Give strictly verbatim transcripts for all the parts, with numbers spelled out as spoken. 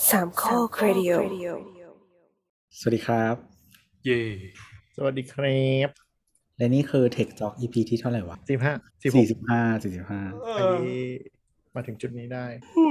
สามข้อครดิโอสวัสดีครับเย่สวัสดีครับและนี่คือ Tech Talk อี พี ที่เท่าไหร่วะสิบห้าสิบหกสี่สิบห้า สี่สิบห้าอันนี้มาถึงจุดนี้ได้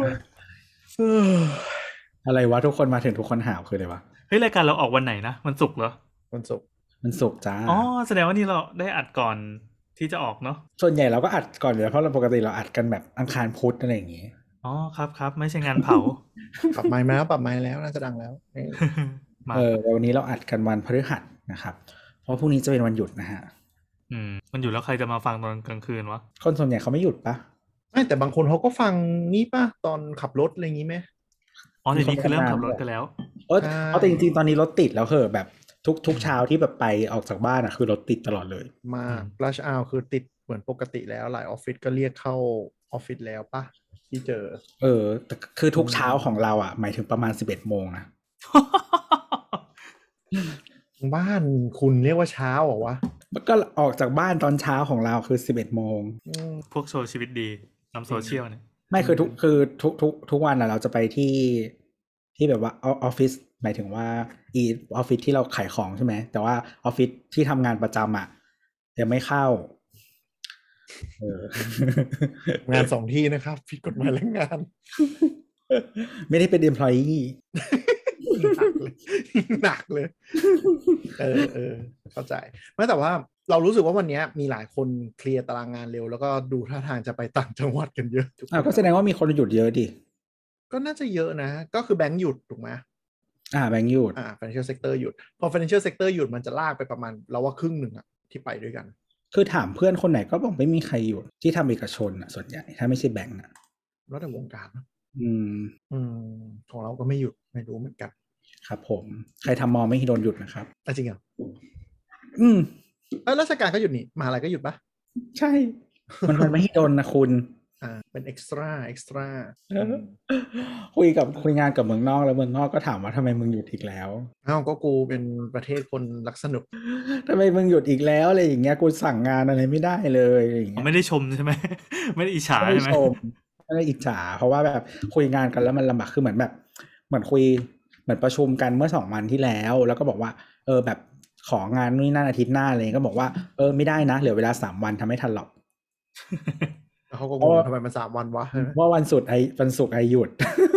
อะไรวะทุกคนมาถึงทุกคนหาวคืออะไรวะเฮ้ยรายการเราออกวันไหนนะวันศุกร์เหรอวันศุกร์มันศุกร์จ้าอ๋อแสดงว่านี่เราได้อัดก่อนที่จะออกเนาะส่วนใหญ่เราก็อัดก่อนอยู่แล้วเพราะเราปกติเราอัดกันแบบอังคารพุธอะไรอย่างงี้อ๋อครับครับไม่ใช่งานเผาปรับไมค์มาแล้วปรับไมค์แล้วน่าจะดังแล้วเออวันนี้เราอัดกันวันพฤหัสนะครับเพราะพรุ่งนี้จะเป็นวันหยุดนะฮะอืมมันอยู่แล้วใครจะมาฟังตอนกลางคืนวะคนส่วนใหญ่เขาไม่หยุดปะไม่แต่บางคนเขาก็ฟังนี่ปะตอนขับรถอะไรอย่างงี้ไหมอ๋อเดี๋ยวนี้คือเริ่มขับรถกันแล้วเออเอาแต่จริงๆตอนนี้รถติดแล้วเหอะแบบทุกทุกเช้าที่แบบไปออกจากบ้านอ่ะคือรถติดตลอดเลยมารัชอาวคือติดเหมือนปกติแล้วหลายออฟฟิศก็เรียกเข้าออฟฟิศแล้วปะที่เจอเออแต่คือทุกเช้าของเราอ่ะหมายถึงประมาณสิบเอ็ดโมงนะบ้านคุณเรียกว่าเช้าเหรอวะก็ออกจากบ้านตอนเช้าของเราคือสิบเอ็ดโมงพวกโชว์ชีวิตดีนำโซเชียลเนี่ยไม่คือทุกคือทุกทุกทุกวันอ่ะเราจะไปที่ที่แบบว่าออฟฟิศหมายถึงว่าอีออฟฟิศที่เราขายของใช่ไหมแต่ว่าออฟฟิศที่ทำงานประจำอ่ะยังไม่เข้าเอองานสองที่นะครับผิดกฎหมายแรงงานไม่ได้เป็น employee หนักเลยหนักเลยเออเออเข้าใจไม่แต่ว่าเรารู้สึกว่าวันนี้มีหลายคนเคลียร์ตารางงานเร็วแล้วก็ดูท่าทางจะไปต่างจังหวัดกันเยอะอ้าวก็แสดงว่ามีคนหยุดเยอะดิก็น่าจะเยอะนะก็คือแบงก์หยุดถูกไหมอ่าแบงก์หยุดอ่า financial sector หยุดพอ financial sector หยุดมันจะลากไปประมาณเราว่าครึ่งหนึ่งอะที่ไปด้วยกันคือถามเพื่อนคนไหนก็บอกไม่มีใครหยุดที่ทำเอกชนอ่ะส่วนใหญ่ถ้าไม่ใช่แบงก์อ่ะแล้วแต่วงการนะอืมอืมของเราก็ไม่หยุดไม่รู้เหมือนกันครับผมใครทำมอไม่โดนหยุดนะครับอ่ะจริงเหรออืมเออราชการก็หยุดนี่มหาลัยก็หยุดปะใช่มันมันไม่โดนนะคุณอ่าเป็นเอ็กซ์ตร้าเอ็กซ์ตร้าคุยกับคุยงานกับเมืองนอกแล้วเมืองนอกก็ถามว่าทำไมมึงหยุดอีกแล้วอ้าวก็กูเป็นประเทศคนรักสนุกทำไมมึงหยุดอีกแล้วอะไรอย่างเงี้ยกูสั่งงานอะไรไม่ได้เลยอะไรอย่างเงี้ยไม่ได้ชมใช่ไหมไม่ได้อิจฉาใช่ไหมไม่ได้อิจฉาเพราะว่าแบบคุยงานกันแล้วมันลำบากคือเหมือนแบบเหมือนคุยเหมือนประชุมกันเมื่อสองวันที่แล้วแล้วก็บอกว่าเออแบบของานนี่นั่นอาทิตย์หน้าอะไรก็บอกว่าเออไม่ได้นะเหลือเวลาสามวันทำไม่ทันหรอกเขาก็งงทำไมมันสามวันวะว่าวันศุกร์ไอ้วันศุกร์ไอ้หยุด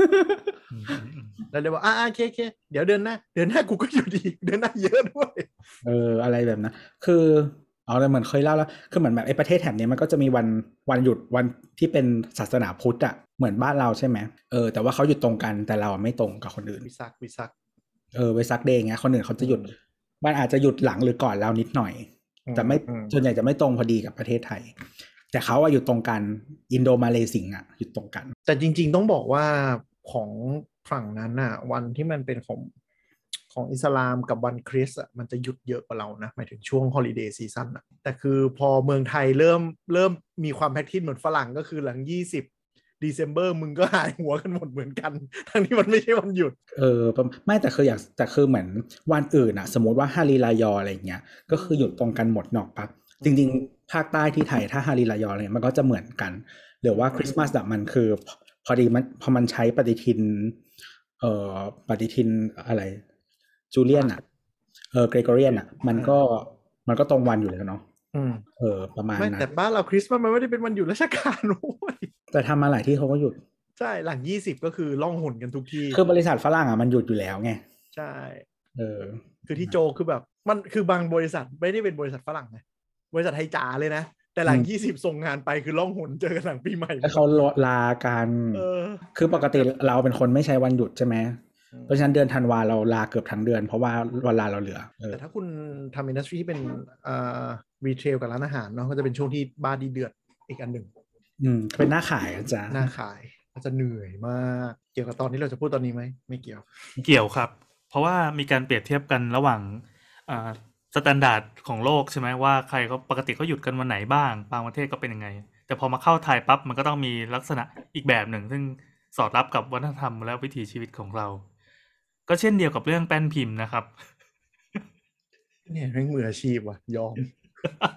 แล้วเลยว่าอ่าโอเคโอเคเดี๋ยวเดือนหน้าเดือนหน้ากูก็หยุดอีกเดือนหน้าเยอะด้วยเอออะไรแบบนั้นคืออ๋อเหมือนเคยเล่าแล้วคือเหมือนแบบไอ้ประเทศแถบนี้มันก็จะมีวันวันหยุดวันที่เป็นศาสนาพุทธอ่ะเหมือนบ้านเราใช่ไหมเออแต่ว่าเขาหยุดตรงกันแต่เราไม่ตรงกับคนอื่นวิซักวิซักเออวิซักเดย์เงี้ยคนอื่นเขาจะหยุดมันอาจจะหยุดหลังหรือก่อนเรานิดหน่อยแต่ไม่ส่วนใหญ่จะไม่ตรงพอดีกับประเทศไทยแต่เขาอะหยุดตรงกันอินโดมาเลสิงอะหยุดตรงกันแต่จริงๆต้องบอกว่าของฝั่งนั้นน่ะวันที่มันเป็นของของอิสลามกับวันคริสต์อ่ะมันจะหยุดเยอะกว่าเรานะหมายถึงช่วงฮอลิเดย์ซีซั่นอ่ะแต่คือพอเมืองไทยเริ่มเริ่มมีความแพคทิสเหมือนฝรั่งก็คือหลังยี่สิบ December มึงก็หายหัวกันหมดเหมือนกันทั้งที่มันไม่ใช่วันหยุดเออไม่แต่คืออยากแต่คือเหมือนวันอื่นอ่ะสมมติว่าฮารีรายออะไรเงี้ยก็คือหยุดตรงกันหมดนอกปะจริงๆภาคใต้ที่ไทยถ้าฮารีรายออะไรมันก็จะเหมือนกันหรือว่าคริสต์มาสอ่ะมันคือพอดีมันพอมันใช้ปฏิทินเอ่อปฏิทินอะไรจูเลียนอ่ะเออเกรโกเรียนอ่ะมันก็มันก็ตรงวันอยู่แล้วเนาะเออประมาณนั้นแต่บ้านเราคริสต์มาสมันไม่ได้เป็นวันหยุดราชการโว้ยแต่ทำมาหลายที่เขาก็หยุดใช่หลังยี่สิบก็คือล่องหนกันทุกที่คือบริษัทฝรั่งอ่ะมันหยุดอยู่แล้วไงใช่เออคือที่โจคือแบบมันคือบางบริษัทไม่ได้เป็นบริษัทฝรั่งไงบริษัทไทยจ๋าเลยนะแต่หลังยี่สิบส่งงานไปคือล่องหนเจอกันหลังปีใหม่แล้วเขาลากันเออคือปกติเราเป็นคนไม่ใช้วันหยุดใช่ไหมเพราะฉะนั้นเดือนธันวาเราลาเกือบทั้งเดือนเพราะว่าวันลาเราเหลือแต่ถ้าคุณทำอินดัสทรีที่เป็นอ่ารีเทลกับร้านอาหารเนาะก็จะเป็นช่วงที่บ้าดีเดือดอีกอันหนึ่งอืมเป็นหน้าขายอาจารย์หน้าขายอาจจะเหนื่อยมากเกี่ยวกับตอนที่เราจะพูดตอนนี้ไหมไม่เกี่ยวเกี่ยวครับเพราะว่ามีการเปรียบเทียบกันระหว่างอ่าสแตนดาร์ดของโลกใช่ไหมว่าใครเขาปกติเขาหยุดกันวันไหนบ้างบางประเทศก็เป็นยังไงแต่พอมาเข้าไทยปั๊บมันก็ต้องมีลักษณะอีกแบบหนึ่งซึ่งสอดรับกับวัฒนธรรมและวิถีชีวิตของเราก็เช่นเดียวกับเรื่องแป้นพิมพ์นะครับเนี่ยไม่มืออาชีพว่ะยอม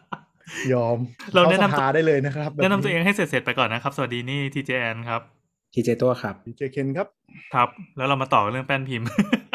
ยอมเราแนะนำได้เลยนะครับแนะนำตัวเองให้เสร็จๆไปก่อนนะครับสวัสดีนี่ทีเจแอนครับทีเจตัวครับเจเคนครับครับ แล้วเรามาต่อเรื่องแป้นพิมพ์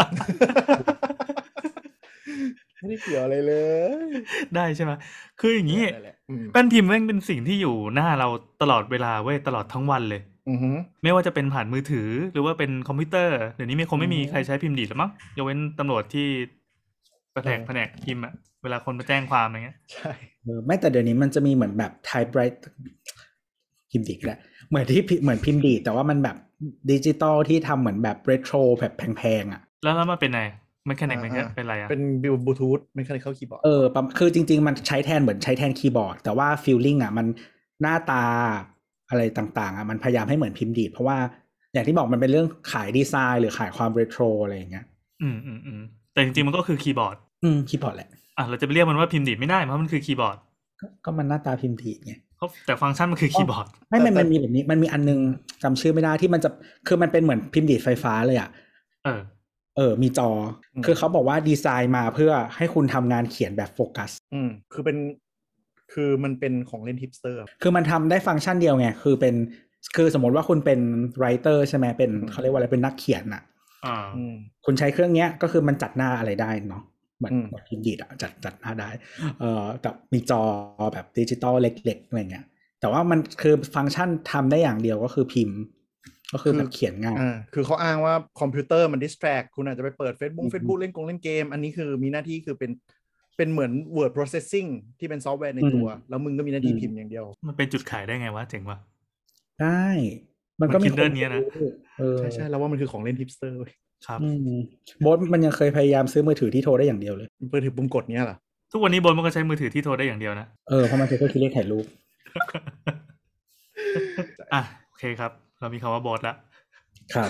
ไม่ได้เกี่ยวอะไรเลยได้ใช่ไหมคืออย่างนี้นั่นแหละอืมแป้นพิมพ์แม่งเป็นสิ่งที่อยู่หน้าเราตลอดเวลาเว้ยตลอดทั้งวันเลยอือฮึไม่ว่าจะเป็นผ่านมือถือหรือว่าเป็นคอมพิวเตอร์เดี๋ยวนี้ไม่คงไม่มีใครใช้พิมพ์ดีดแล้วมั้งยกเว้นตำรวจที่แผนกแผนกพิมพ์อะเวลาคนมาแจ้งความอะไรเงี้ยใช่เออไม่แต่เดี๋ยวนี้มันจะมีเหมือนแบบ typewriter พิมพ์ดีดแหละเหมือนที่พิเหมือนพิมพ์ดีดแต่ว่ามันแบบดิจิตอลที่ทำเหมือนแบบเรโทรแบบแพงๆอ่ะแล้วแล้วมันเป็นไงมันแค่ไหนมันอ่าเป็นอะไรอะเป็นบลูทูธไม่ใช่เข้าคีย์บอร์ดเออประมาณคือจริงๆมันใช้แทนเหมือนใช้แทนคีย์บอร์ดแต่ว่าฟีลลิ่งอ่ะมันหน้าตาอะไรต่างๆอ่ะมันพยายามให้เหมือนพิมพ์ดีดเพราะว่าอย่างที่บอกมันเป็นเรื่องขายดีไซน์หรือขายความเรโทรอะไรอย่างเงี้ยอืมอืมอืมแต่จริงๆมันก็คือคีย์บอร์ดอืมคีย์บอร์ดแหละอ่ะเราจะไปเรียกมันว่าพิมพ์ดีดไม่ได้เพราะมันคือคีย์บอร์ดก็ก็มันหน้าตาพิมพ์ดีดไงเพราะแต่ฟังก์ชันมันคือคีย์บอร์ดไม่มันมันมีแบบนี้มันมีอันนึงจำชื่อไม่ได้ที่มันจะคือมันเป็นเหมือนพิมพ์ดีดไฟฟ้าเลยอ่ะเออเออมีจออคือเขาบอกว่าดีไซน์มาเพื่อให้คุณทำงานเขียนแบบโฟกัสอืมคือเป็นคือมันเป็นของเล่นฮิปสเตอร์คือมันทำได้ฟังก์ชันเดียวไงคือเป็นคือสมมติว่าคุณเป็นไรเตอร์ใช่ไหมเป็นเขาเรียกว่าอะไรเป็นนักเขียนอ่ะอ่าอืมคุณใช้เครื่องเนี้ยก็คือมันจัดหน้าอะไรได้เนาะเหมือนอืมพิมพ์ดีดอะจัดจัดหน้าได้เอ่อกับมีจอแบบดิจิตอลเล็กๆอะไรเงี้ยแต่ว่ามันคือฟังก์ชันทำได้อย่างเดียวก็คือพิมพ์ ก็คือแบบเขียนง่ายอ่าคือเขาอ้างว่าคอมพิวเตอร์มันดิสแทรกคุณอาจจะไปเปิด Facebook อืม Facebook เล่นกงเล่นเกม อันนี้คือมีหน้าที่คือเป็นเป็นเหมือน word processing ที่เป็นซอฟต์แวร์ในตัว แล้วมึงก็มีหน้าที่พิมพ์อย่างเดียวมันเป็นจุดขายได้ไงวะเจ๋งว่ะได้มันก็มี Kindle เนี้ยนะเออใช่ใช่แล้วว่ามันคือของเล่นฮิปสเตอร์ครับอืมโบ๊ทมันยังเคยพยายามซื้อมือถือที่โทรได้อย่างเดียวเลยเปิดถือปุ่มกดเนี้ยเหรอทุกวันนี้บนมันก็ใช้มือถือที่โทรได้อย่างเดียวนะเออเพราะมันใช้เครื่องคิดเลขถ่ายรูปอ่ะโอเคครับ เรามีคำว่าบอสแล้วครับ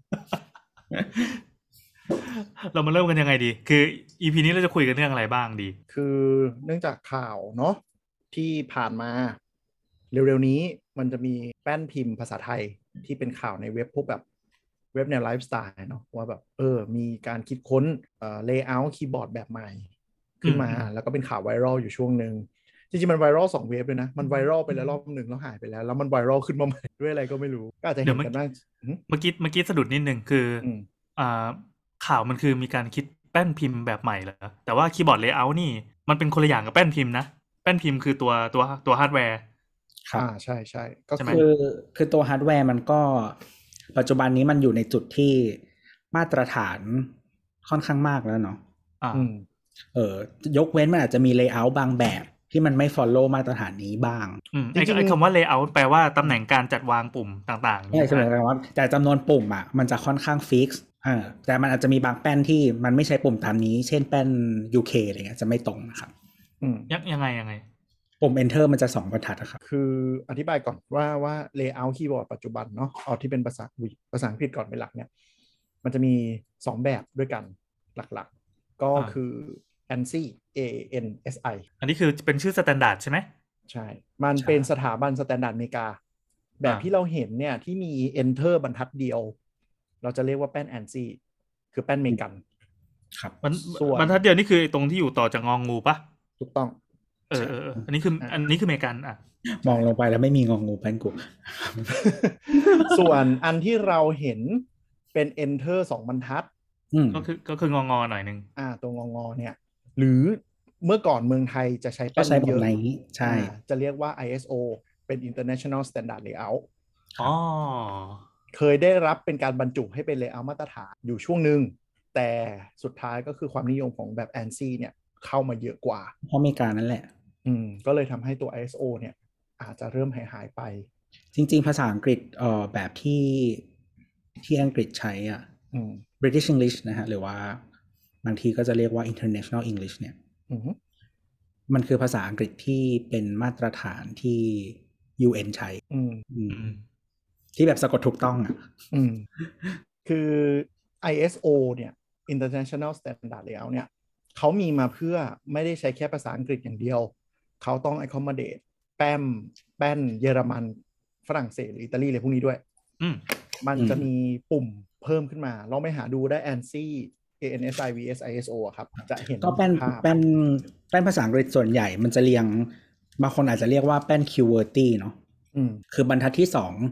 เรามาเริ่มกันยังไงดี คือ อี พี นี้เราจะคุยกันเรื่องอะไรบ้างดีคือเนื่องจากข่าวเนาะที่ผ่านมาเร็วๆนี้มันจะมีแป้นพิมพ์ภาษาไทยที่เป็นข่าวในเว็บพวกแบบเว็บแนวไลฟ์สไตล์เนาะว่าแบบเออมีการคิดค้นเอ่อเลเยอร์คีย์บอร์ดแบบใหม่ขึ้นมาอืมแล้วก็เป็นข่าวไวรัลอยู่ช่วงหนึ่งจริงๆมันไวรัลสองเวฟเลยนะมันไวรัลไปแล้วรอบหนึ่งแล้วหายไปแล้วแล้วมันไวรัลขึ้นมาใหม่ด้วยอะไรก็ไม่รู้ก็อาจจะเห็นกันบ้างอืมเมื่อกี้เมื่อกี้สะดุดนิดนึงคืออมอ่าข่าวมันคือมีการคิดแป้นพิมพ์แบบใหม่เหรอแต่ว่าคีย์บอร์ดเลเยอร์นี่มันเป็นคนละอย่างกับแป้นพิมพ์นะแป้นพิมพ์คือตัวตัวตัวฮาร์ดแวร์ครับอ่าใช่ใช่ก็ใช่ไหมคือคือตัวฮาร์ดแวร์มันก็ปัจจุบันนี้มันอยู่ในจุดที่มาตรฐานค่อนข้างมากแล้วเนาะอ่าอืมเออยกเว้นมันอาจจะมีเลเยอร์บางแบบที่มันไม่ follow มาตรฐานนี้บ้างอืมจไอ้ริงๆไอ้คำว่า layout แปลว่าตำแหน่งการจัดวางปุ่มต่างๆใช่ใช่ไหมครับว่าแต่จำนวนปุ่มอ่ะมันจะค่อนข้างฟิกซ์อ่าแต่มันอาจจะมีบางแป้นที่มันไม่ใช้ปุ่มตามนี้ เช่นแป้น ยู เค อะไรเงี้ยจะไม่ตรงนะครับอืมยังยังไงยังไงปุ่ม enter มันจะสองบรรทัดนะครับคืออธิบายก่อนว่าว่า layout คีย์บอร์ดปัจจุบันเนาะเอาที่เป็นภาษาอุ๊ยภาษาอังกฤษก่อนเป็นหลักเนี่ยมันจะมีสองแบบด้วยกันหลักๆ ก็อ่าคือ เอ เอ็น ซี เอ เอ็น เอส ไออันนี้คือเป็นชื่อสแตนดาร์ดใช่ไหมใช่ มันเป็นสถาบันสแตนดาร์ดอเมริกา แบบอ่าที่เราเห็นเนี่ยที่มี enter บรรทัดเดียว เราจะเรียกว่าแป้น เอ เอ็น ซี คือแป้นเมกันครับมันส่วนบรรทัดเดียวนี่คือตรงที่อยู่ต่อจากงองูปะถูกต้องเออเออเอออันนี้คืออันนี้คือเมกันอ่ะมองลงไปแล้วไม่มีงองูแป้นกูส่วนอันที่เราเห็นเป็น enter สองบรรทัดอืมก็คือก็คืององอหน่อยนึงอ่าตัวงองอเนี่ยหรือเมื่อก่อนเมืองไทยจะใช้ก็แป้นใช้แบเยบอะนี้ใช่อ่าจะเรียกว่า ไอ เอส โอ เป็น International Standard Layout อ๋อเคยได้รับเป็นการบรรจุให้เป็น Layout มาตรฐานอยู่ช่วงหนึ่งแต่สุดท้ายก็คือความนิยมของแบบ เอ เอ็น ซี เนี่ยเข้ามาเยอะกว่าเพราะอเมริกานั่นแหละอืมก็เลยทำให้ตัว ไอ เอส โอ เนี่ยอาจจะเริ่มหายหายไปจริง ๆ ภาษาอังกฤษเอ่อแบบที่ที่อังกฤษใช้อ่ะอืม British English นะฮะหรือว่าบางทีก็จะเรียกว่า International English เนี่ยอืมมันคือภาษาอังกฤษที่เป็นมาตรฐานที่ ยู เอ็น ใช้อืมอืมอืมที่แบบสะกดถูกต้องอ่ะอืม คือ ไอ เอส โอ เนี่ย International Standard Layout เนี่ยเขามีมาเพื่อไม่ได้ใช้แค่ภาษาอังกฤษอย่างเดียว เขาต้อง accommodate แป้มแป้นเยอรมันฝรั่งเศสหรืออิตาลีอะไรพวกนี้ด้วยอืมมันอืมจะมีปุ่มเพิ่มขึ้นมาลองไปหาดูได้ เอ เอ็น ซี เอ เอ็น เอส ไอ วี เอส ไอ เอส โอ อะครับ จะเห็นก็แป้นภาพแป้นแป้นภาษาอังกฤษส่วนใหญ่มันจะเรียงบางคนอาจจะเรียกว่าแป้น QWERTY เนาะอืมคือบรรทัดที่สอง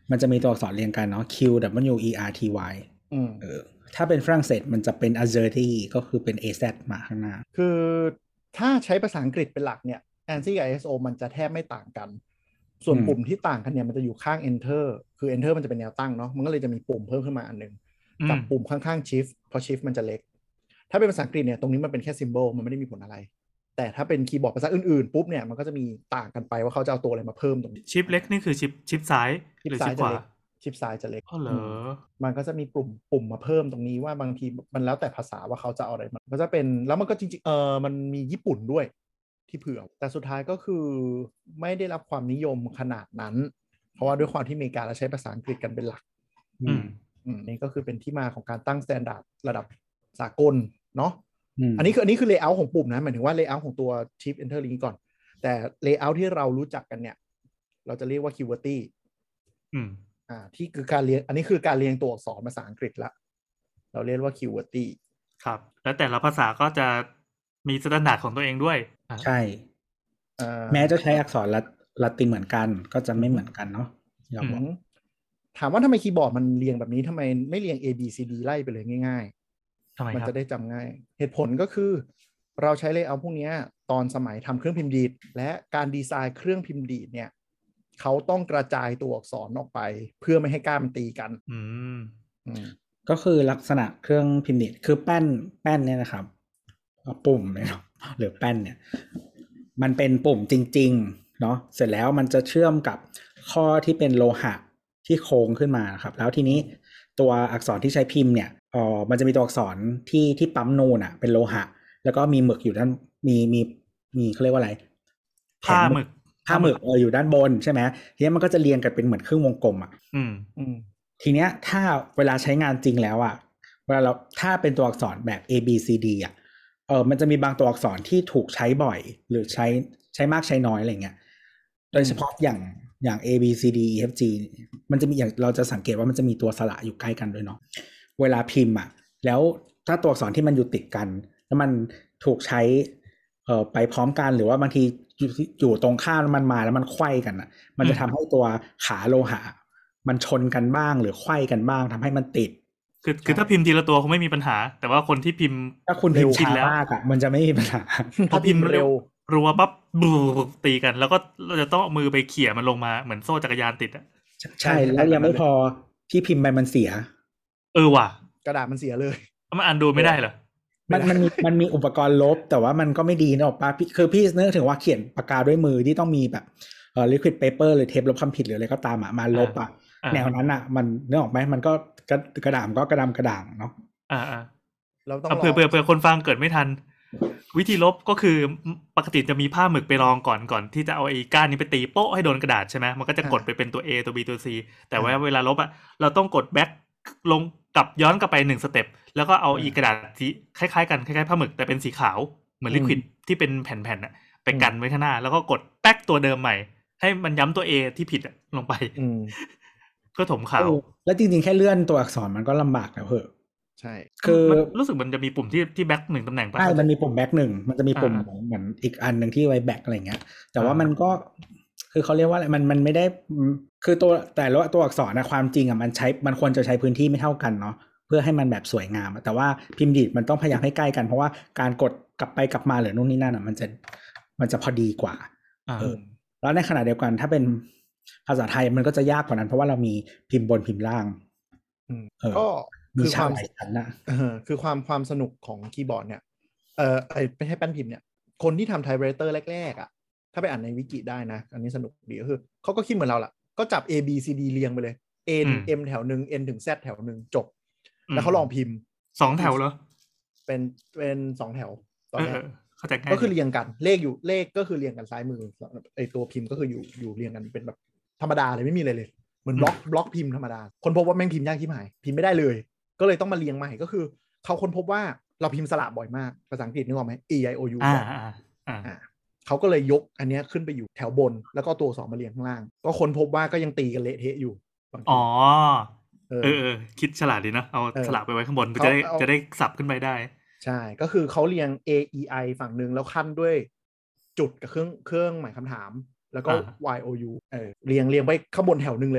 มันจะมีตัวอักษรเรียงกันเนาะ Q W E R T Y อืมเออถ้าเป็นฝรั่งเศสมันจะเป็น Azerty ก็คือเป็น A Z มาข้างหน้าคือถ้าใช้ภาษาอังกฤษเป็นหลักเนี่ย เอ็น ซี กับ ไอ เอส โอ มันจะแทบไม่ต่างกันส่วนปุ่มที่ต่างกันเนี่ยมันจะอยู่ข้าง Enter คือ Enter มันจะเป็นแนวตั้งเนาะมันก็เลยจะมีปุ่มเพิ่มขึ้นมาอันนึงกับปุ่มข้างๆ Shift เพราะ Shift มันจะเล็กถ้าเป็นภาษาอังกฤษเนี่ยตรงนี้มันเป็นแค่ symbol มันไม่ได้มีผลอะไรแต่ถ้าเป็นคีย์บอร์ดภาษาอื่นๆปุ๊บเนี่ยมันก็จะมีต่างกันไปว่าเขาจะเอาตัวอะไรมาเพิ่มตรงนี้ชิปเล็กนี่คือชิปชิปซ้ายหรือชิปขวาชิปซ้ายจะเล็กอ๋อเหรอมันก็จะมีปุ่มปุ่มมาเพิ่มตรงนี้ว่าบางทีมันแล้วแต่ภาษาว่าเขาจะเอาอะไรมันก็จะเป็นแล้วมันก็จริงๆเออมันมีญี่ปุ่นด้วยที่เผื่อแต่สุดท้ายก็คือไม่ได้รับความนิยมขนาดนั้นเพราะว่าด้วยความที่อเมริกาเราใช้ภาษาอังกฤษกันเป็นหลักอืมอืมนี่ก็คือเป็นที่มาของการตั้ง standard ระดับสากลเนาะอืมอันนี้คืออันนี้คือ layout ของปุ่มนะหมายถึงว่า layout ของตัว Shift Enter Link ก่อนแต่ layout ที่เรารู้จักกันเนี่ยเราจะเรียกว่า QWERTY อืมอ่าที่คือการเรียงอันนี้คือการเรียงตัวอักษรภาษาอังกฤษละเราเรียกว่า QWERTY ครับแล้วแต่ละภาษาก็จะมีมาตรฐานของตัวเองด้วยใช่แม้จะใช้อักษรละตินเหมือนกันก็จะไม่เหมือนกันเนาะอยากบอกถามว่าทำไมคีย์บอร์ดมันเรียงแบบนี้ทำไมไม่เรียง A B C D ไล่ไปเลยง่ายๆมันจะได้จำง่ายเหตุผลก็คือเราใช้เลเยอร์พวกนี้ตอนสมัยทำเครื่องพิมพ์ดีดและการดีไซน์เครื่องพิมพ์ดีดเนี่ยเขาต้องกระจายตัวอักษรออกไปเพื่อไม่ให้ก้านมันตีกันอืมอืมก็คือลักษณะเครื่องพิมพ์ดีดคือแป้นแป้นเนี่ยนะครับปุ่มเนี่ยเนาะหรือแป้นเนี่ยมันเป็นปุ่มจริงๆเนาะเสร็จแล้วมันจะเชื่อมกับข้อที่เป็นโลหะที่โค้งขึ้นมาครับแล้วทีนี้ตัวอักษรที่ใช้พิมพ์เนี่ยเออมันจะมีตัวอักษรที่ที่ปั๊มนูนอ่ะเป็นโลหะแล้วก็มีหมึกอยู่ด้านมีมีมีเขาเรียกว่าอะไรผ้าหมึกผ้าหมึกเอออยู่ด้านบนใช่ไหมทีนี้มันก็จะเรียงกันเป็นเหมือนครึ่งวงกลมอ่ะอืมอืมทีเนี้ยถ้าเวลาใช้งานจริงแล้วอ่ะเวลาเราถ้าเป็นตัวอักษรแบบ A B C D อ่ะเออมันจะมีบางตัวอักษรที่ถูกใช้บ่อยหรือใช้ใช้มากใช้น้อยอะไรเงี้ยโดยเฉพาะอย่างอย่าง A B C D E F G มันจะมีอย่างเราจะสังเกตว่ามันจะมีตัวสระอยู่ใกล้กันด้วยเนาะเวลาพิมพ์อ่ะแล้วถ้าตัวอักษรที่มันอยู่ติดกันแล้วมันถูกใช้เอ่อไปพร้อมกันหรือว่าบางทีอยู่ตรงข้ามมันมาแล้วมันไขว้กันอ่ะมันจะทำให้ตัวขาโลหะมันชนกันบ้างหรือไขว้กันบ้างทำให้มันติดคือคือถ้าพิมพ์ทีละตัวคงไม่มีปัญหาแต่ว่าคนที่พิมพ์ถ้าคุณพิมพ์ช้ามากอ่ะมันจะไม่มีปัญหาพอพิมพ์เร็วรัวปั๊บบูตีกันแล้วก็เราจะต้องเอามือไปเขี่ยมันลงมาเหมือนโซ่จักรยานติดอ่ะใช่แล้วยังไม่พอที่พิมพ์ไปมันเสียเออว่ะกระดาษมันเสียเลยมันอ่านดูไม่ได้เหรอมันมันมีมันมีอุปกรณ์ลบแต่ว่ามันก็ไม่ดีนะป่ะคือพี่นึกถึงว่าเขียนปากกาด้วยมือที่ต้องมีแบบเอ่อ liquid paper หรือเทปลบคำผิดหรืออะไรก็ตามอ่ะมาลบอ่ะแนวนั้นอ่ะมันนึกออกไหมมันก็กระดาษก็กระดำกระด่างเนาะอ่าๆเราต้องเผื่อเผื่อเผื่อคนฟังเกิดไม่ทันวิธีลบก็คือปกติจะมีผ้าหมึกไปรองก่อนก่อนที่จะเอาไอ้ก้านนี้ไปตีโป๊ะให้โดนกระดาษใช่ไหมมันก็จะกดไปเป็นตัว A ตัว B ตัว C แต่ว่าเวลาลบอ่ะเราต้องกดแบ็คลงกลับย้อนกลับไปหนึ่งสเต็ปแล้วก็เอาอีกระดาษสีคล้ายๆกันคล้ายๆผ้าหมึกแต่เป็นสีขาวเหมือนลิควิดที่เป็นแผ่นๆน่ะไปกันไว้ข้างหน้าแล้วก็กดแป๊กตัวเดิมใหม่ให้มันย้ำตัว A ที่ผิดลงไปเพื่อถมขาวแล้วจริงๆแค่เลื่อนตัวอักษรมันก็ลำบากแล้วเหอะใช่คือรู้สึกมันจะมีปุ่มที่ที่แบ็คหนึ่งตำแหน่งป่ะใช่มันมีปุ่มแบ็คหนึ่งมันจะมีปุ่มเหมือนอีกอันหนึ่งที่ไว้แบ็คอะไรเงี้ยแต่ว่ามันก็คือเขาเรียกว่าอะไรมันมันไม่ได้คือตัวแต่ละตัวอักษรนะความจริงอ่ะมันใช้มันควรจะใช้พื้นที่ไม่เท่ากันเนาะเพื่อให้มันแบบสวยงามแต่ว่าพิมพ์ดีดมันต้องพยายามให้ใกล้กันเพราะว่าการกดกลับไปกลับมาหรือนู่นนี่นั่นอ่ะมันจะมันจะพอดีกว่าเออแล้วในขณะเดียวกันถ้าเป็นภาษาไทยมันก็จะยากกว่านั้นเพราะว่าเรามีพิมพ์บนพิมพ์ล่างก็คือความสันนะคือความความสนุกของคีย์บอร์ดเนี่ยเอ่อไอ้ไม่ให้แป้นพิมพ์เนี่ยคนที่ทำไทป์ไรเตอร์แรกๆอ่ะถ้าไปอ่านในวิกิได้นะอันนี้สนุกดีก็คือเขาก็คิดเหมือนเราล่ะก็จับ A B C D เรียงไปเลย A ถึง M แถวหนึ่ง N ถึง Z แถวหนึ่งจบแล้วเขาลองพิมพ์สองแถวเหรอเป็นเป็นสองแถวตอนนี้เข้าใจง่ายก็คือเรียงกันเลขอยู่เลขก็คือเรียงกันซ้ายมือไอ้ตัวพิมพ์ก็คืออยู่อยู่เรียงกันเป็นแบบธรรมดาเลยไม่มีอะไรเลยเหมือนบล็อกบล็อกพิมพ์ธรรมดาคนพบว่าแม่งพิมพ์ยากที่หายพิมพ์ไม่ได้เลยก็เลยต้องมาเรียงใหม่ก็คือเขาค้นพบว่าเราพิมพ์สระบ่อยมากภาษาอังกฤษนึกออกไหม E I O U อ่าอ่าเขาก็เลยยกอันนี้ขึ้นไปอยู่แถวบนแล้วก็ตัวสองมาเรียงข้างล่างก็ค้นพบว่าก็ยังตีกันเละเทะอยู่อ๋อเออเออคิดฉลาดดีนะเอาสระไปไว้ข้างบนจะได้จะได้สับขึ้นไปได้ใช่ก็คือเขาเรียง A E I ฝั่งหนึ่งแล้วขั้นด้วยจุดกับเครื่องเครื่องหมายคำถามแล้วก็ Y O U เออเรียงเรียงไปข้างบนแถวนึงเลย